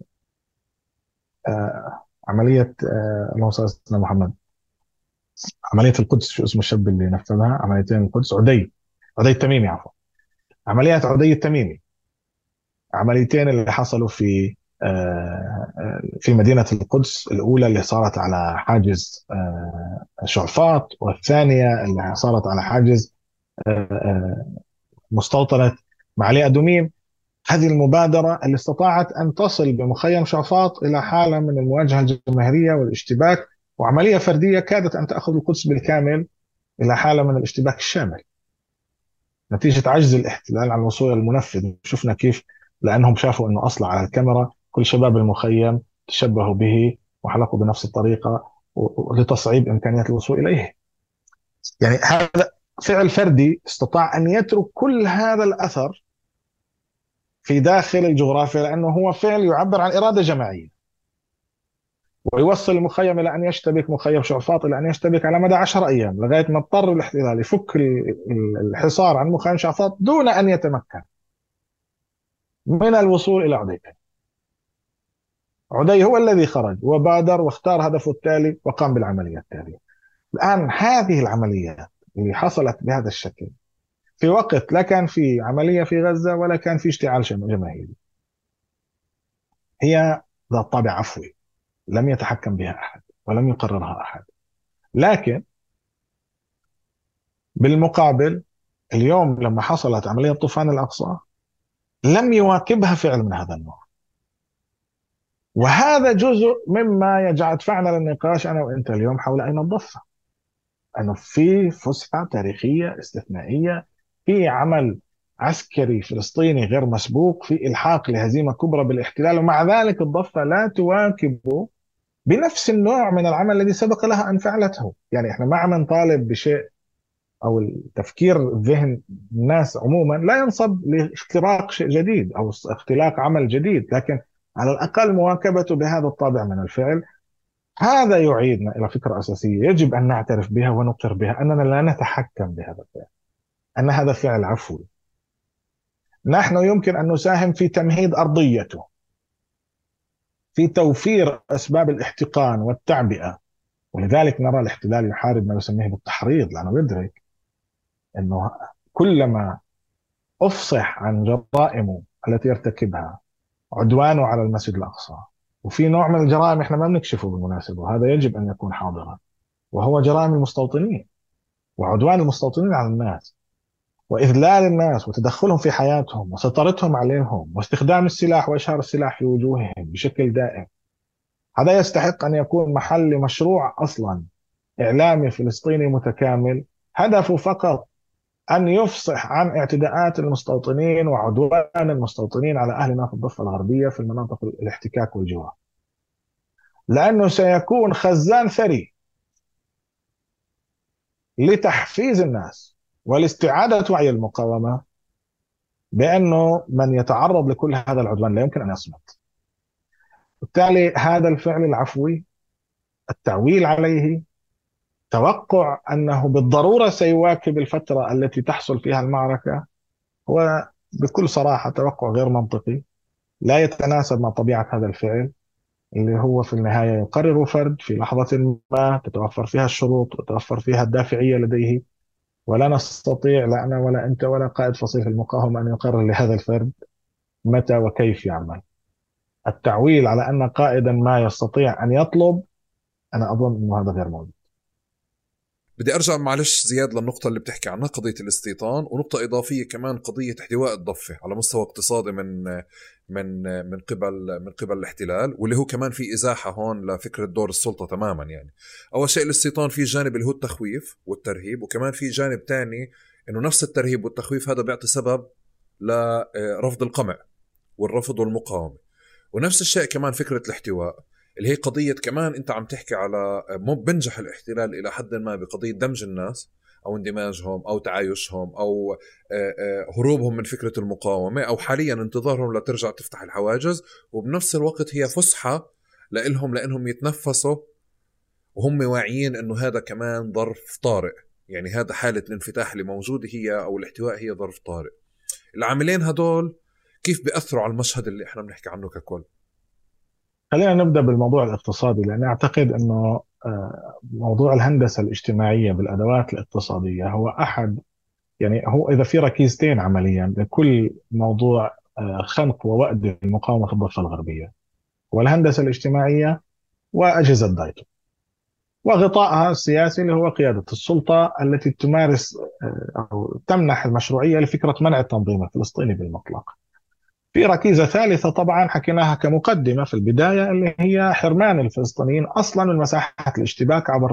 آه، عملية آه، اللهم صل على سيدنا محمد، عملية القدس شو اسمه الشاب اللي نفذها عمليتين القدس، عدي عدي التميمي عفوا، عمليات عدي التميمي، عمليتين اللي حصلوا في آه، آه، في مدينة القدس، الأولى اللي صارت على حاجز آه، شعفاط، والثانية اللي صارت على حاجز آه، آه، مستوطنة معالي أدوميم. هذه المبادرة اللي استطاعت أن تصل بمخيم شعفاط إلى حالة من المواجهة الجماهيرية والاشتباك، وعملية فردية كادت أن تأخذ القدس بالكامل إلى حالة من الاشتباك الشامل نتيجة عجز الاحتلال عن الوصول إلى المنفذ. شفنا كيف، لأنهم شافوا أنه أصلا على الكاميرا كل شباب المخيم تشبهوا به وحلقوا بنفس الطريقة لتصعيب إمكانيات الوصول إليه. يعني هذا فعل فردي استطاع أن يترك كل هذا الأثر في داخل الجغرافيا، لأنه هو فعل يعبر عن إرادة جماعية، ويوصل المخيم إلى أن يشتبك، مخيم شعفاط إلى أن يشتبك على مدى عشر أيام لغاية ما اضطر الاحتلال يفك الحصار عن مخيم شعفاط دون أن يتمكن من الوصول إلى عدي. عدي هو الذي خرج وبادر واختار هدفه التالي وقام بالعملية التالية. الآن هذه العمليات اللي حصلت بهذا الشكل في وقت لا كان في عملية في غزة ولا كان في اشتعال جماهيري، هي ذات طابع عفوي لم يتحكم بها أحد ولم يقررها أحد. لكن بالمقابل اليوم لما حصلت عملية طوفان الأقصى لم يواكبها فعل من هذا النوع، وهذا جزء مما يجعل دفعنا للنقاش أنا وإنت اليوم حول أين الضفة. أنه في فسحة تاريخية استثنائية، في عمل عسكري فلسطيني غير مسبوق، في إلحاق لهزيمة كبرى بالاحتلال، ومع ذلك الضفة لا تواكب بنفس النوع من العمل الذي سبق لها أن فعلته. يعني إحنا ما عم نطالب بشيء، أو التفكير ذهن الناس عموما لا ينصب لاختراق شيء جديد أو اختلاق عمل جديد، لكن على الأقل مواكبته بهذا الطابع من الفعل. هذا يعيدنا إلى فكرة أساسية يجب أن نعترف بها ونقر بها، أننا لا نتحكم بهذا الفعل، أن هذا فعل عفوي. نحن يمكن أن نساهم في تمهيد أرضيته، في توفير أسباب الاحتقان والتعبئة، ولذلك نرى الاحتلال يحارب ما يسميه بالتحريض، لأنه يدرك أنه كلما أفصح عن جرائمه التي يرتكبها، عدوانه على المسجد الأقصى، وفي نوع من الجرائم إحنا ما بنكشفه بالمناسبة وهذا يجب أن يكون حاضرا، وهو جرائم المستوطنين وعدوان المستوطنين على الناس وإذلال الناس وتدخلهم في حياتهم وسيطرتهم عليهم واستخدام السلاح وإشهار السلاح في وجوههم بشكل دائم، هذا يستحق أن يكون محل مشروع أصلا إعلامي فلسطيني متكامل، هدفه فقط أن يفصح عن اعتداءات المستوطنين وعدوان المستوطنين على أهلنا في الضفة الغربية في المناطق الاحتكاك والجوار، لأنه سيكون خزان ثري لتحفيز الناس ولاستعادة وعي المقاومة بأنه من يتعرض لكل هذا العدوان لا يمكن أن يصمت. بالتالي هذا الفعل العفوي، التعويل عليه، توقع أنه بالضرورة سيواكب الفترة التي تحصل فيها المعركة، هو بكل صراحة توقع غير منطقي، لا يتناسب مع طبيعة هذا الفعل اللي هو في النهاية يقرر فرد في لحظة ما تتوفر فيها الشروط وتتوفر فيها الدافعية لديه، ولا نستطيع لا أنا ولا أنت ولا قائد فصيل المقاومة أن يقرر لهذا الفرد متى وكيف يعمل. التعويل على أن قائدا ما يستطيع أن يطلب، أنا أظن أنه هذا غير موجود. بدي ارجع معلش زياد للنقطة اللي بتحكي عنها قضية الاستيطان، ونقطة إضافية كمان قضية احتواء الضفة على مستوى اقتصادي من من من قبل من قبل الاحتلال، واللي هو كمان في إزاحة هون لفكرة دور السلطة تماما. يعني أول شيء الاستيطان في جانب اللي هو التخويف والترهيب، وكمان في جانب تاني إنه نفس الترهيب والتخويف هذا بيعطي سبب لرفض القمع والرفض والمقاومة. ونفس الشيء كمان فكرة الاحتواء اللي هي قضية كمان انت عم تحكي على مو بنجح الاحتلال الى حد ما بقضية دمج الناس او اندماجهم او تعايشهم او هروبهم من فكرة المقاومة او حاليا انتظارهم لترجع تفتح الحواجز، وبنفس الوقت هي فسحة لإلهم لانهم يتنفسوا وهم واعيين انه هذا كمان ظرف طارئ. يعني هذا حالة الانفتاح اللي موجودة هي او الاحتواء هي ظرف طارئ. العاملين هدول كيف بيأثروا على المشهد اللي احنا بنحكي عنه ككل؟ خلينا نبدأ بالموضوع الاقتصادي، لأن أعتقد أنه موضوع الهندسة الاجتماعية بالأدوات الاقتصادية هو أحد، يعني هو إذا في ركيزتين عمليا لكل موضوع خنق ووأد المقاومة في الضفة الغربية، والهندسة الاجتماعية وأجهزة دايتو، وغطائها السياسي اللي هو قيادة السلطة التي تمارس أو تمنح المشروعية لفكرة منع التنظيم الفلسطيني بالمطلق. في ركيزة ثالثة طبعا حكيناها كمقدمة في البداية، اللي هي حرمان الفلسطينيين أصلا من مساحة الاشتباك عبر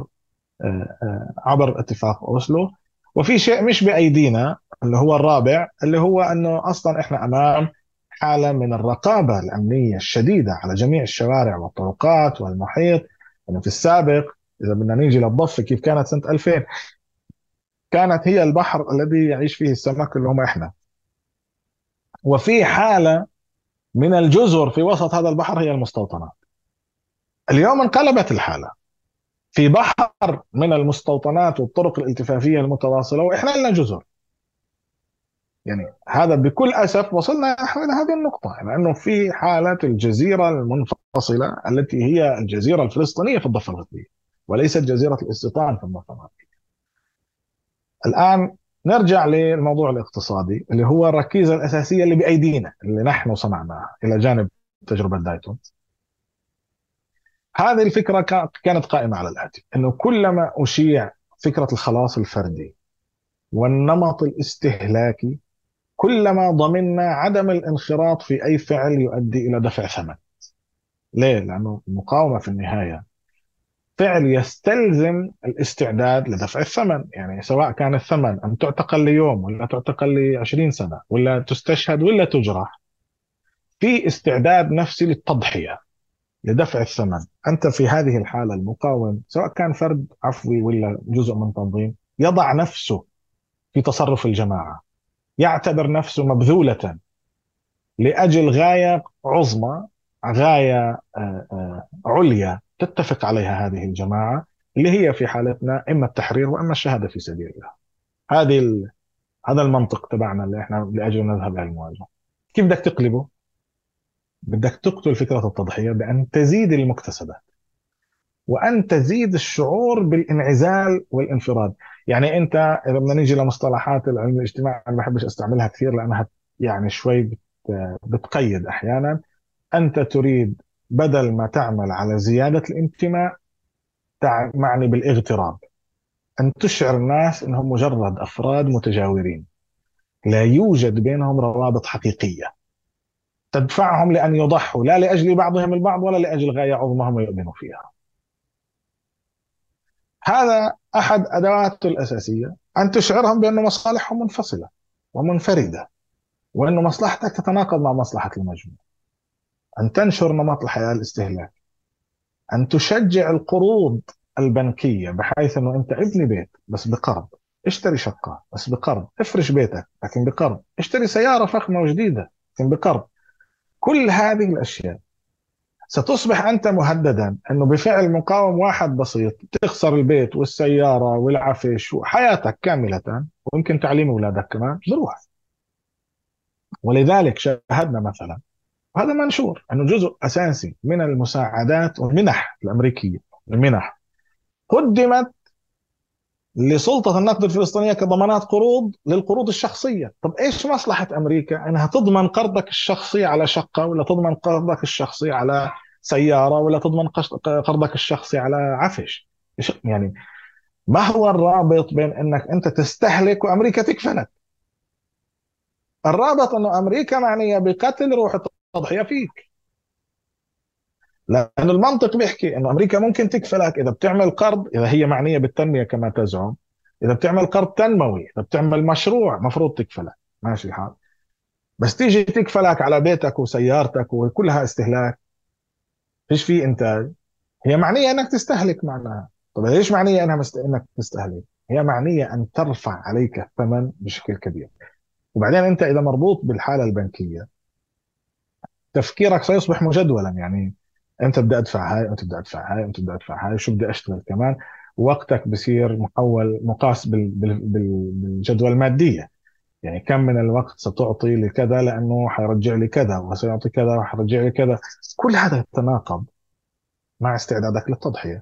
عبر اتفاق أوسلو. وفي شيء مش بأيدينا اللي هو الرابع، اللي هو أنه أصلا إحنا أمام حالة من الرقابة الأمنية الشديدة على جميع الشوارع والطرقات والمحيط. يعني في السابق إذا بدنا نيجي للضفة كيف كانت سنة ألفين، كانت هي البحر الذي يعيش فيه السمك اللي هم إحنا، وفي حالة من الجزر في وسط هذا البحر هي المستوطنات. اليوم انقلبت الحالة، في بحر من المستوطنات والطرق الالتفافية المتواصلة وإحنا لنا جزر. يعني هذا بكل أسف وصلنا إلى هذه النقطة، لأنه يعني في حالة الجزيرة المنفصلة التي هي الجزيرة الفلسطينية في الضفة الغربية وليست جزيرة الاستيطان في الضفة الغربية. الآن نرجع للموضوع الاقتصادي اللي هو الركيزة الأساسية اللي بأيدينا اللي نحن صنعناها إلى جانب تجربة دايتون. هذه الفكرة كانت قائمة على الآتي، أنه كلما أشيع فكرة الخلاص الفردي والنمط الاستهلاكي كلما ضمننا عدم الانخراط في أي فعل يؤدي إلى دفع ثمن. ليه؟ لأنه المقاومة في النهاية فعل يستلزم الاستعداد لدفع الثمن، يعني سواء كان الثمن أن تعتقل ليوم ولا تعتقل لعشرين سنة ولا تستشهد ولا تجرح، في استعداد نفسي للتضحية لدفع الثمن. أنت في هذه الحالة المقاوم سواء كان فرد عفوي ولا جزء من تنظيم يضع نفسه في تصرف الجماعة، يعتبر نفسه مبذولة لأجل غاية عظمى، غاية عليا تتفق عليها هذه الجماعة اللي هي في حالتنا إما التحرير وإما الشهادة في سبيل الله. هذه ال... هذا المنطق تبعنا اللي احنا لأجل نذهب إلى المواجهة. كيف بدك تقلبه؟ بدك تقتل فكرة التضحية بأن تزيد المكتسبات وأن تزيد الشعور بالانعزال والانفراد. يعني أنت إذا بدنا نيجي لمصطلحات العلم الاجتماعي أنا ما بحبش استعملها كثير لأنها يعني شوي بتقيد أحيانا. أنت تريد بدل ما تعمل على زيادة الانتماء، معني بالاغتراب. أن تشعر الناس أنهم مجرد أفراد متجاورين، لا يوجد بينهم روابط حقيقية تدفعهم لأن يضحوا لا لأجل بعضهم البعض ولا لأجل غاية عظمى هم يؤمنوا فيها. هذا أحد أدواته الأساسية، أن تشعرهم بأن مصالحهم منفصلة ومنفردة، وأن مصلحتك تتناقض مع مصلحة المجموع. أن تنشر نمط الحياة الاستهلاكي، أن تشجع القروض البنكية بحيث أنه أنت ابني بيت بس بقرض، اشتري شقة بس بقرض، افرش بيتك لكن بقرض، اشتري سيارة فخمة وجديدة لكن بقرض. كل هذه الأشياء ستصبح أنت مهددا أنه بفعل مقاوم واحد بسيط تخسر البيت والسيارة والعفش وحياتك كاملة، ويمكن تعليم أولادك كمان بروح. ولذلك شاهدنا مثلا، وهذا منشور، أنه جزء أساسي من المساعدات والمنح الأمريكية، المنح قدمت لسلطة النقد الفلسطينية كضمانات قروض للقروض الشخصية. طب إيش مصلحة أمريكا أنها تضمن قرضك الشخصي على شقة، ولا تضمن قرضك الشخصي على سيارة، ولا تضمن قرضك الشخصي على عفش؟ يعني ما هو الرابط بين أنك أنت تستهلك وأمريكا تكفلك؟ الرابط أنه أمريكا معنية بقتل روح التضحية فيك، لأن المنطق بيحكي أنه أمريكا ممكن تكفلك إذا بتعمل قرض، إذا هي معنية بالتنمية كما تزعم، إذا بتعمل قرض تنموي، إذا بتعمل مشروع مفروض تكفلك، ماشي الحال. بس تيجي تكفلك على بيتك وسيارتك وكلها استهلاك، فيش فيه إنتاج، هي معنية أنك تستهلك معناها. طب ليش معنية أنها مست... أنك تستهلك؟ هي معنية أن ترفع عليك الثمن بشكل كبير. وبعدين أنت إذا مربوط بالحالة البنكية تفكيرك سيصبح مجدولا، يعني انت بدي ادفع هاي، انت بدي ادفع هاي، انت بدي ادفع هاي، شو بدي اشتغل كمان. وقتك بصير محول مقاس بال- بال- بال- بالجدوى الماديه، يعني كم من الوقت ستعطي لكذا لانه حيرجع لي كذا، وسيعطي كذا وحيرجع لي كذا. كل هذا يتناقض مع استعدادك للتضحيه.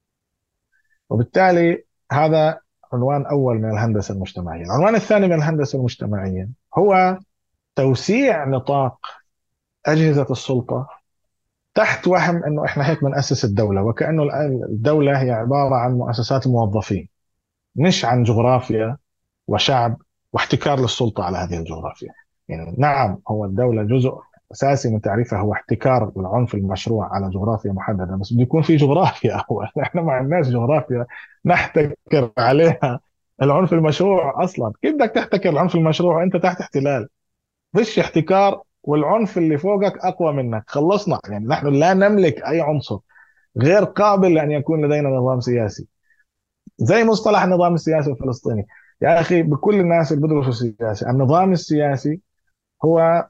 وبالتالي هذا عنوان اول من الهندسه المجتمعيه. العنوان الثاني من الهندسه المجتمعيه هو توسيع نطاق اجهزه السلطه تحت وهم انه احنا هيك بنأسس الدولة، وكأنه الآن الدولة هي عبارة عن مؤسسات الموظفين، مش عن جغرافيا وشعب واحتكار للسلطة على هذه الجغرافيا. يعني نعم، هو الدولة جزء أساسي من تعريفها هو احتكار العنف المشروع على جغرافيا محددة، بس بده يكون في جغرافيا أول. احنا ما عندناش جغرافيا نحتكر عليها العنف المشروع أصلا. كيف بدك تحتكر العنف المشروع وأنت تحت احتلال؟ فيش احتكار، والعنف اللي فوقك أقوى منك، خلصنا. يعني نحن لا نملك أي عنصر غير قابل لأن يكون لدينا نظام سياسي. زي مصطلح النظام السياسي الفلسطيني، يا أخي بكل الناس اللي بدرسوا السياسة، النظام السياسي هو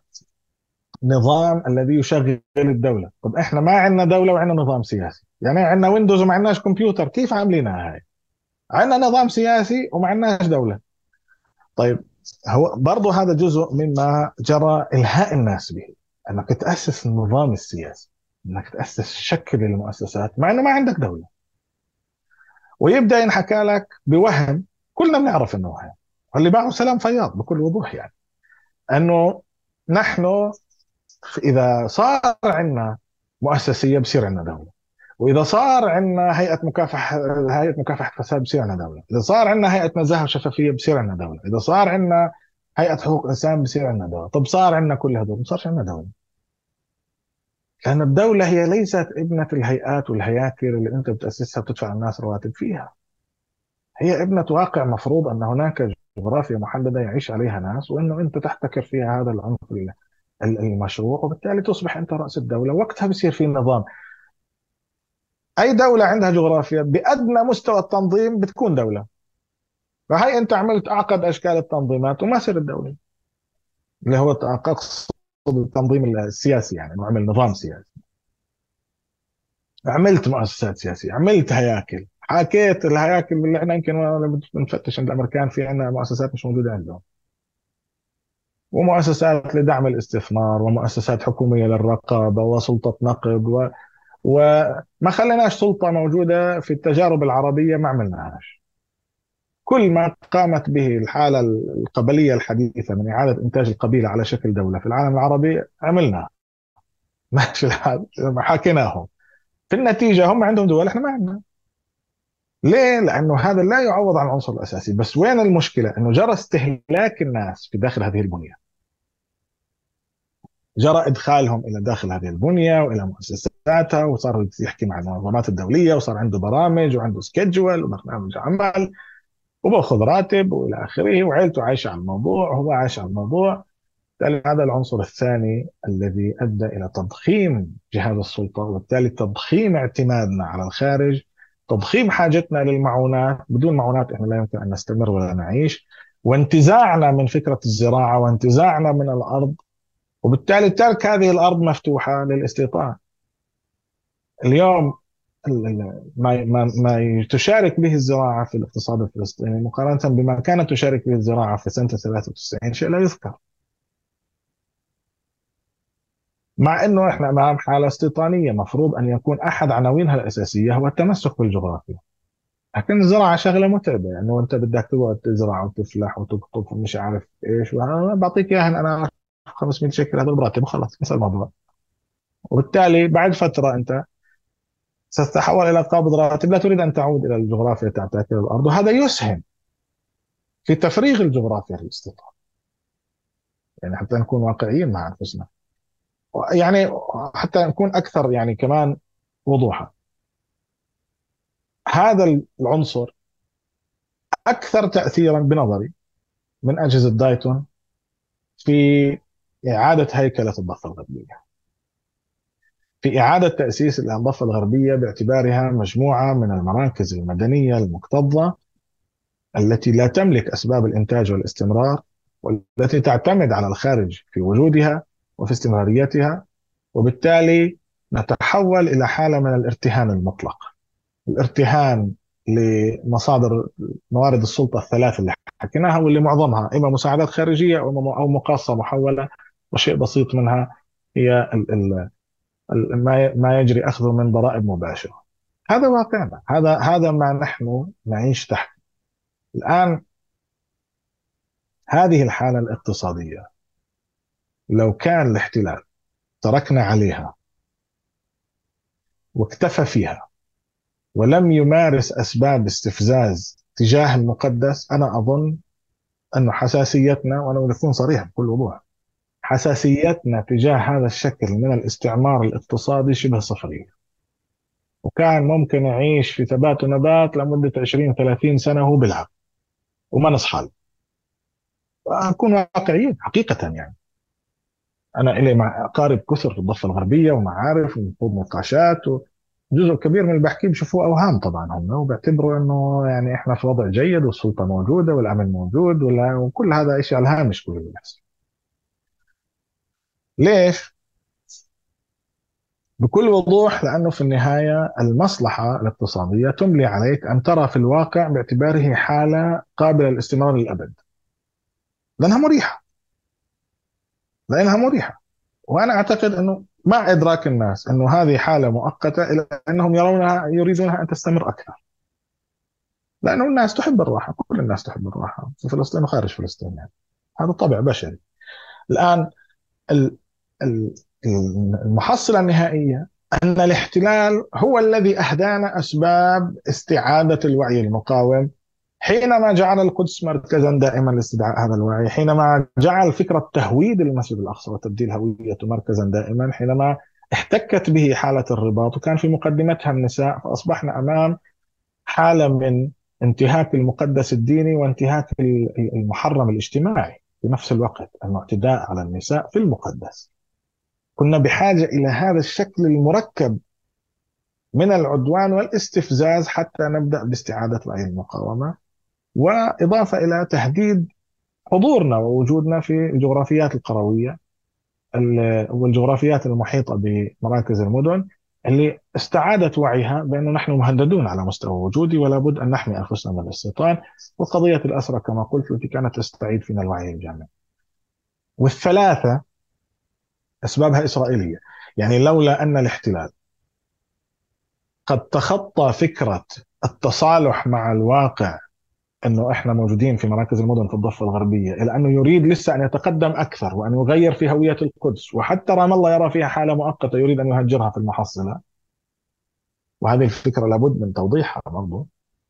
نظام الذي يشغل الدولة. طب إحنا ما عندنا دولة وعندنا نظام سياسي، يعني عندنا ويندوز وما عندناش كمبيوتر، كيف عاملينها هاي؟ عندنا نظام سياسي وما عندناش دولة. طيب، هو برضه هذا جزء مما جرى إلهاء الناس به، أنك تأسس النظام السياسي، أنك تأسس شكل المؤسسات مع أنه ما عندك دولة، ويبدأ ينحكى لك بوهم كلنا بنعرف أنه وهم، واللي معه سلام فياض بكل وضوح، يعني أنه نحن إذا صار عندنا مؤسسية بصير عندنا دولة، وإذا صار عندنا هيئة مكافحة هيئة مكافحة فساد بصير عندنا دولة، إذا صار عندنا هيئة نزاهة وشفافية بصير عندنا دولة، إذا صار عندنا هيئة حقوق إنسان بصير عندنا دولة. طب صار عندنا كل هذول ما صارش عندنا دولة، لأن الدولة هي ليست ابنة الهيئات والهياكل اللي أنت بتأسسها بتدفع الناس رواتب فيها. هي ابنة واقع مفروض أن هناك جغرافيا محددة يعيش عليها ناس، وأنه أنت تحتكر فيها هذا العنف المشروع، وبالتالي تصبح أنت رأس الدولة. وقتها بصير في نظام. أي دولة عندها جغرافيا بأدنى مستوى التنظيم بتكون دولة، فهي أنت عملت أعقد أشكال التنظيمات وما صير الدولة، اللي هو أقصد التنظيم السياسي، يعني إنه عمل نظام سياسي، عملت مؤسسات سياسية، عملت هياكل، حكيت الهياكل اللي احنا يمكن بنفتش عند الأمريكان في عندنا مؤسسات مش موجودة عندهم، ومؤسسات لدعم الاستثمار، ومؤسسات حكومية للرقابة، وسلطة نقد، و... وما خليناش سلطة موجودة في التجارب العربية، ما عملناهاش. كل ما قامت به الحالة القبلية الحديثة من إعادة إنتاج القبيلة على شكل دولة في العالم العربي عملناها. ماشي الحال، حكيناهم، في النتيجة هم عندهم دول احنا ما عندنا. ليه؟ لأنه هذا لا يعوض عن العنصر الأساسي. بس وين المشكلة؟ أنه جرى استهلاك الناس في داخل هذه البنية، جرى إدخالهم إلى داخل هذه البنية وإلى مؤسساتها، وصار يحكي مع المنظمات الدولية، وصار عنده برامج وعنده سكيدجول وبرنامج عمل، وبأخذ راتب وإلى آخره، وعيلته عايشة على الموضوع وهو عايش على الموضوع. هذا العنصر الثاني الذي أدى إلى تضخيم جهاز السلطة، وبالتالي تضخيم اعتمادنا على الخارج، تضخيم حاجتنا للمعونات. بدون معونات إحنا لا يمكن أن نستمر ولا نعيش، وانتزاعنا من فكرة الزراعة، وانتزاعنا من الأرض، وبالتالي ترك هذه الأرض مفتوحة للاستيطان. اليوم ال- ال- ما ما ما تشارك به الزراعة في الاقتصاد الفلسطيني مقارنة بما كانت تشارك به الزراعة في سنة ثلاثة وتسعين شيء لا يذكر، مع انه احنا امام حاله استيطانيه مفروض ان يكون احد عناوينها الاساسيه هو التمسك بالجغرافيا. لكن الزراعه شغله متعبه، يعني وانت بدك تقعد تزرع وتفلح وتقطف ومش عارف ايش، وانا بعطيك اياها انا خمسمية شيكل هذا براتب وخلص انسى الموضوع. وبالتالي بعد فتره انت ستتحول الى قابض راتب، لا تريد ان تعود الى الجغرافيا تاعتك الى الارض، وهذا يسهم في تفريغ الجغرافيا للاستيطان. يعني حتى نكون واقعيين مع انفسنا، يعني حتى نكون اكثر يعني كمان وضوحا. هذا العنصر أكثر تأثيرا بنظري من أجهزة دايتون في إعادة هيكلة الضفة الغربية، في إعادة تأسيس الضفة الغربية باعتبارها مجموعة من المراكز المدنية المكتظة التي لا تملك أسباب الإنتاج والاستمرار، والتي تعتمد على الخارج في وجودها وفي استمراريتها. وبالتالي نتحول إلى حالة من الارتهان المطلق، الارتهان لمصادر موارد السلطة الثلاث اللي حكيناها، واللي معظمها إما مساعدات خارجية أو أو مقاصة محولة، وشيء بسيط منها هي ال ال ال ما ما يجري أخذه من ضرائب مباشرة. هذا واقعنا، هذا هذا ما نحن نعيش تحت الآن. هذه الحالة الاقتصادية لو كان الاحتلال تركنا عليها واكتفى فيها ولم يمارس أسباب استفزاز تجاه المقدس، أنا أظن أنه حساسيتنا، وأنا بكون صريح بكل وضوح، حساسيتنا تجاه هذا الشكل من الاستعمار الاقتصادي شبه صفرية، وكان ممكن يعيش في ثبات ونبات لمدة عشرين ثلاثين سنة وهو بيلعب وما نصحى. أكون واقعيين حقيقة يعني. أنا إلي مع أقارب كثر في الضفة الغربية ومعارف ونخوض نقاشات، وجزء كبير من اللي بحكيه بشوفوه أوهام طبعا هم، وبيعتبروا إنه يعني إحنا في وضع جيد والسلطة موجودة والأمن موجود، ولا وكل هذا شيء على الهامش كله اللي بيحصل. ليش؟ بكل وضوح لأنه في النهاية المصلحة الاقتصادية تملي عليك أن ترى في الواقع باعتباره حالة قابلة للاستمرار للأبد، لأنها مريحة، لأنها مريحة. وأنا أعتقد أنه مع إدراك الناس أنه هذه حالة مؤقتة، إلى أنهم يرونها يريدونها أن تستمر أكثر، لأنه الناس تحب الراحة، كل الناس تحب الراحة في فلسطين وخارج فلسطين، يعني هذا طبع بشري. الآن ال- ال- المحصلة النهائية أن الاحتلال هو الذي أهدانا أسباب استعادة الوعي المقاوم، حينما جعل القدس مركزا دائما لاستدعاء هذا الوعي، حينما جعل فكرة تهويد المسجد الأقصى وتبديل هويته مركزا دائما، حينما احتكت به حالة الرباط وكان في مقدمتها النساء، فأصبحنا أمام حالة من انتهاك المقدس الديني وانتهاك المحرم الاجتماعي في نفس الوقت، الاعتداء على النساء في المقدس. كنا بحاجة إلى هذا الشكل المركب من العدوان والاستفزاز حتى نبدأ باستعادة وعي المقاومة، وإضافة إلى تهديد حضورنا ووجودنا في الجغرافيات القروية والجغرافيات المحيطة بمراكز المدن، اللي استعادت وعيها بأنه نحن مهددون على مستوى وجودي ولا بد أن نحمي أنفسنا من الاستيطان. وقضية الأسرى كما قلت التي كانت تستعيد فينا الوعي الجامعي. والثلاثة أسبابها إسرائيلية. يعني لولا أن الاحتلال قد تخطى فكرة التصالح مع الواقع، انه احنا موجودين في مراكز المدن في الضفه الغربيه، الى انه يريد لسه ان يتقدم اكثر وان يغير في هويه القدس، وحتى رام الله يرى فيها حاله مؤقته يريد ان يهجرها في المحصله. وهذه الفكره لابد من توضيحها برضه.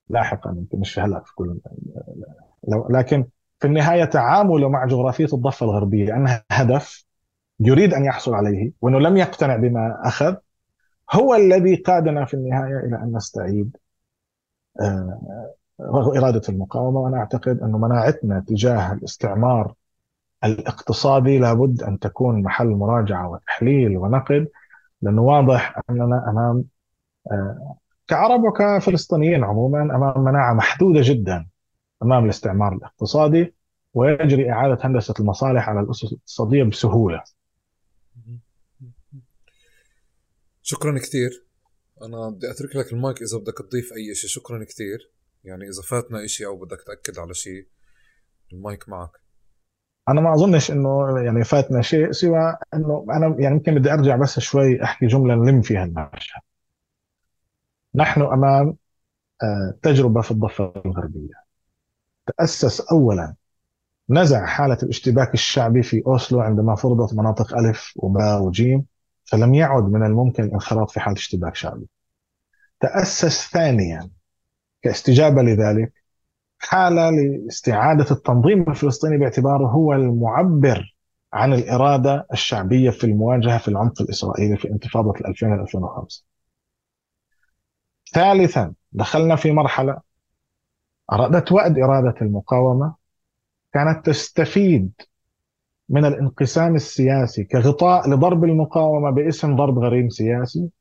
لاحقا، يمكن مش هلا في كل لو- لكن في النهاية تعامله مع جغرافية الضفة الغربية أنها هدف يريد أن يحصل عليه، وأنه لم يقتنع بما أخذ، هو الذي قادنا في النهاية إلى أن نستعيد آه، إرادة المقاومة. وأنا أعتقد أن مناعتنا تجاه الاستعمار الاقتصادي لابد أن تكون محل مراجعة وتحليل ونقد، لأنه واضح أننا أمام آه، كعرب وكفلسطينيين عموما أمام مناعة محدودة جدا أمام الاستعمار الاقتصادي، ويجري إعادة هندسة المصالح على الأسس الاقتصادية بسهولة. شكرا كثير. أنا بدي أترك لك المايك إذا بدك تضيف أي شيء. شكرا كثير. يعني إذا فاتنا إشي أو بدك تأكد على شيء، المايك معك. أنا ما أظنش إنه يعني فاتنا شيء، سوى إنه أنا يعني يمكن بدي أرجع بس شوي أحكي جملة نلم فيها المشهد. نحن أمام آه، تجربة في الضفة الغربية. تأسس أولا، نزع حالة الاشتباك الشعبي في أوسلو عندما فرضت مناطق ألف وباء وجيم، فلم يعد من الممكن الانخراط في حالة اشتباك شعبي. تأسس ثانيا كاستجابة لذلك حالة لاستعادة التنظيم الفلسطيني باعتباره هو المعبر عن الإرادة الشعبية في المواجهة في العمق الإسرائيلي في انتفاضة ألفين إلى ألفين وخمسة. ثالثا، دخلنا في مرحلة أرادت وأد إرادة المقاومة كانت تستفيد من الانقسام السياسي كغطاء لضرب المقاومة باسم ضرب غريم سياسي،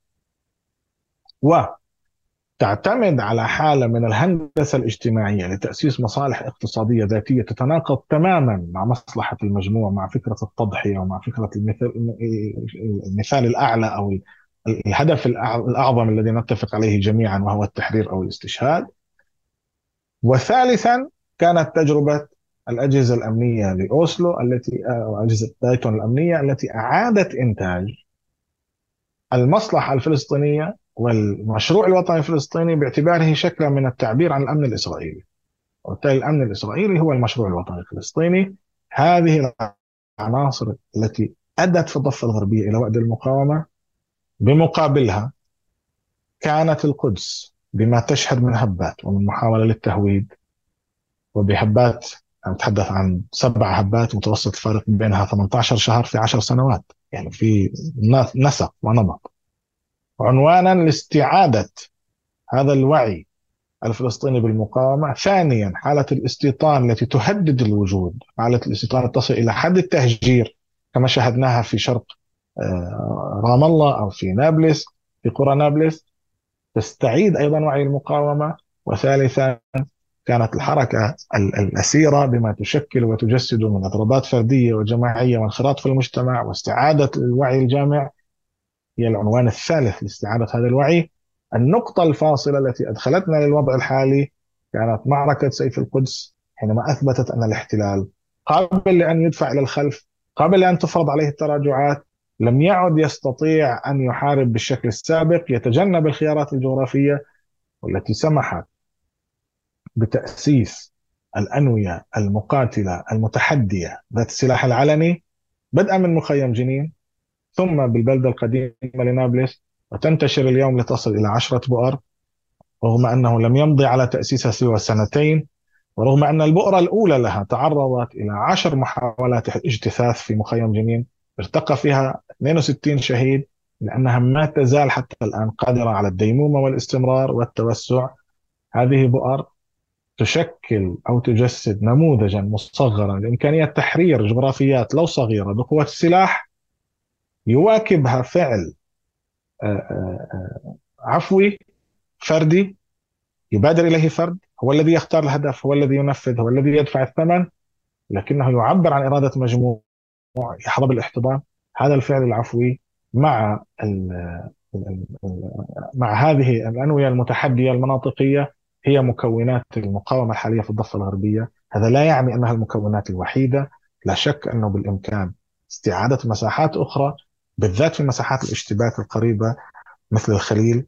وتعتمد على حالة من الهندسة الاجتماعية لتأسيس مصالح اقتصادية ذاتية تتناقض تماما مع مصلحة المجموع، مع فكرة التضحية ومع فكرة المثال, المثال الأعلى أو الهدف الأعظم الذي نتفق عليه جميعا، وهو التحرير أو الاستشهاد. وثالثا، كانت تجربة الأجهزة الأمنية لأوسلو التي أو أجهزة دايتون الأمنية التي أعادت إنتاج المصلحة الفلسطينية والمشروع الوطني الفلسطيني باعتباره شكلا من التعبير عن الأمن الإسرائيلي، وبالتالي الأمن الإسرائيلي هو المشروع الوطني الفلسطيني. هذه العناصر التي أدت في الضفة الغربية إلى وأد المقاومة. بمقابلها كانت القدس بما تشهد من هبات ومن محاولة للتهويد، وبهبات نتحدث عن سبع هبات متوسط الفارق بينها ثمانية عشر شهر في عشر سنوات، يعني في نسق ونمط، عنوانا لاستعادة هذا الوعي الفلسطيني بالمقاومة. ثانيا، حالة الاستيطان التي تهدد الوجود، حالة الاستيطان تصل إلى حد التهجير كما شاهدناها في شرق آه، رام الله أو في نابلس، في قرى نابلس، تستعيد أيضا وعي المقاومة. وثالثا، كانت الحركة الأسيرة بما تشكل وتجسد من إضرابات فردية وجماعية وانخراط في المجتمع واستعادة الوعي الجامع هي العنوان الثالث لاستعادة هذا الوعي. النقطة الفاصلة التي أدخلتنا للوضع الحالي كانت معركة سيف القدس، حينما أثبتت أن الاحتلال قابل لأن يدفع إلى الخلف، قابل لأن تفرض عليه التراجعات، لم يعد يستطيع أن يحارب بالشكل السابق، يتجنب الخيارات الجغرافية والتي سمحت بتأسيس الأنوية المقاتلة المتحدية ذات السلاح العلني، بدءا من مخيم جنين ثم بالبلدة القديمة لنابلس، وتنتشر اليوم لتصل إلى عشرة بؤر، رغم أنه لم يمضي على تأسيسها سوى سنتين، ورغم أن البؤرة الأولى لها تعرضت إلى عشر محاولات اجتثاث في مخيم جنين ارتقى فيها اثنين وستين شهيد، لأنها ما تزال حتى الآن قادرة على الديمومة والاستمرار والتوسع. هذه بؤر تشكل أو تجسد نموذجا مصغرا لإمكانية تحرير جغرافيات لو صغيرة بقوة السلاح، يواكبها فعل آه، آه، آه، عفوي فردي يبادر إليه فرد، هو الذي يختار الهدف، هو الذي ينفذ، هو الذي يدفع الثمن، لكنه يعبر عن إرادة مجموع يحظى بالاحتضان. هذا الفعل العفوي مع ال- ال- ال- مع هذه الأنوية المتحدية المناطقية هي مكونات المقاومة الحالية في الضفة الغربية. هذا لا يعني أنها المكونات الوحيدة، لا شك أنه بالإمكان استعادة مساحات أخرى بالذات في مساحات الاشتباك القريبة مثل الخليل،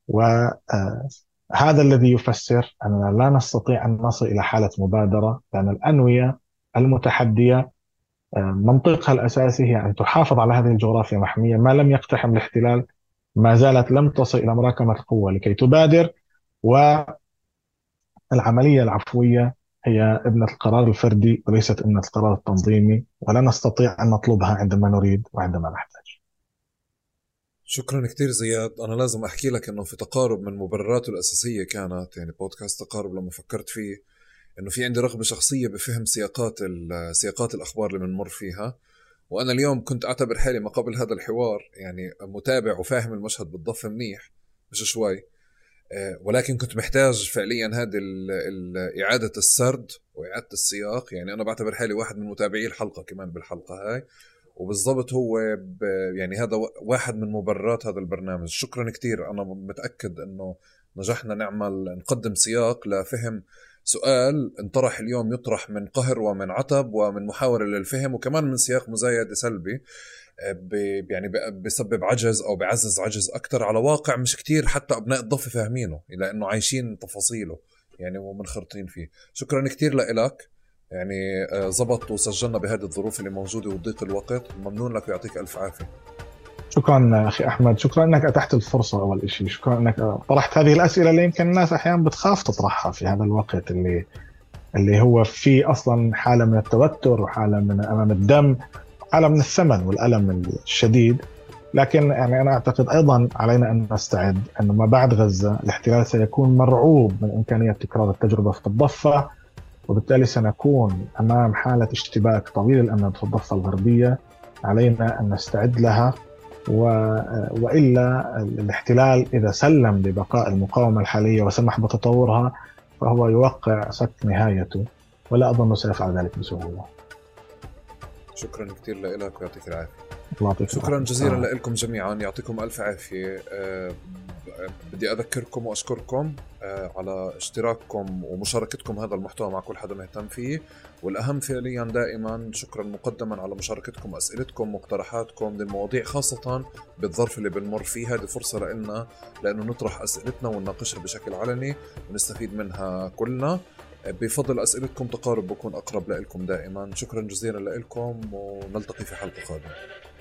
وهذا الذي يفسر أننا لا نستطيع أن نصل إلى حالة مبادرة، لأن الأنوية المتحدية منطقها الأساسي هي أن تحافظ على هذه الجغرافيا محمية ما لم يقتحم الاحتلال، ما زالت لم تصل إلى مراكمة القوة لكي تبادر العملية العفوية هي ابنة القرار الفردي وليست ابنة القرار التنظيمي، ولا نستطيع أن نطلبها عندما نريد وعندما نحتاج. شكرا كتير زياد. أنا لازم أحكي لك أنه في تقارب من مبرراته الأساسية كانت يعني بودكاست تقارب، لما فكرت فيه أنه في عندي رغبة شخصية بفهم سياقات سياقات الأخبار اللي بنمر فيها. وأنا اليوم كنت أعتبر حالي ما قبل هذا الحوار يعني متابع وفاهم المشهد بالضبط منيح، مش شوي، ولكن كنت محتاج فعليا هذه إعادة السرد وإعادة السياق. يعني أنا بعتبر حالي واحد من متابعي الحلقة كمان بالحلقة هاي، وبالضبط هو يعني هذا واحد من مبررات هذا البرنامج. شكرا كتير. أنا متأكد أنه نجحنا نعمل نقدم سياق لفهم سؤال انطرح اليوم، يطرح من قهر ومن عتب ومن محاولة للفهم، وكمان من سياق مزايد سلبي يعني بسبب عجز أو بعزز عجز أكتر على واقع مش كتير حتى أبناء الضفة فاهمينه، لأنه عايشين تفاصيله يعني ومنخرطين فيه. شكرا كتير لإلك، يعني زبط وسجلنا بهذه الظروف اللي موجودة وضيق الوقت. ممنون لك ويعطيك ألف عافية. شكرا أخي أحمد، شكرا أنك أتحت الفرصة. أول شيء شكرا أنك طرحت هذه الأسئلة اللي يمكن الناس أحيانا بتخاف تطرحها في هذا الوقت اللي اللي هو فيه أصلا حالة من التوتر وحالة من أمام الدم، حالة من الثمن والألم الشديد. لكن يعني أنا أعتقد أيضا علينا أن نستعد أن ما بعد غزة الاحتلال سيكون مرعوب من إمكانية تكرار التجربة في الضفة، وبالتالي سنكون أمام حالة اشتباك طويل الأمد في الضفة الغربية. علينا أن نستعد لها، و... وإلا الاحتلال إذا سلم لبقاء المقاومة الحالية وسمح بتطورها فهو يوقع سك نهايته، ولا أظن سيفعل ذلك بسهولة. شكرا كثير لك ويعطيك العافية. الله شكرا جزيلا لكم جميعا، يعطيكم ألف عافية. أه بدي أذكركم وأشكركم أه على اشتراككم ومشاركتكم هذا المحتوى مع كل حدا مهتم فيه، والأهم فعليا دائما شكرا مقدما على مشاركتكم، أسئلتكم، مقترحاتكم للمواضيع، خاصة بالظرف اللي بنمر فيه. هذه فرصة لنا لأنه نطرح أسئلتنا ونناقشها بشكل علني ونستفيد منها كلنا. بفضل أسئلتكم تقارب بكون أقرب لكم دائما. شكرا جزيلا لكم ونلتقي في حلقة قادمة.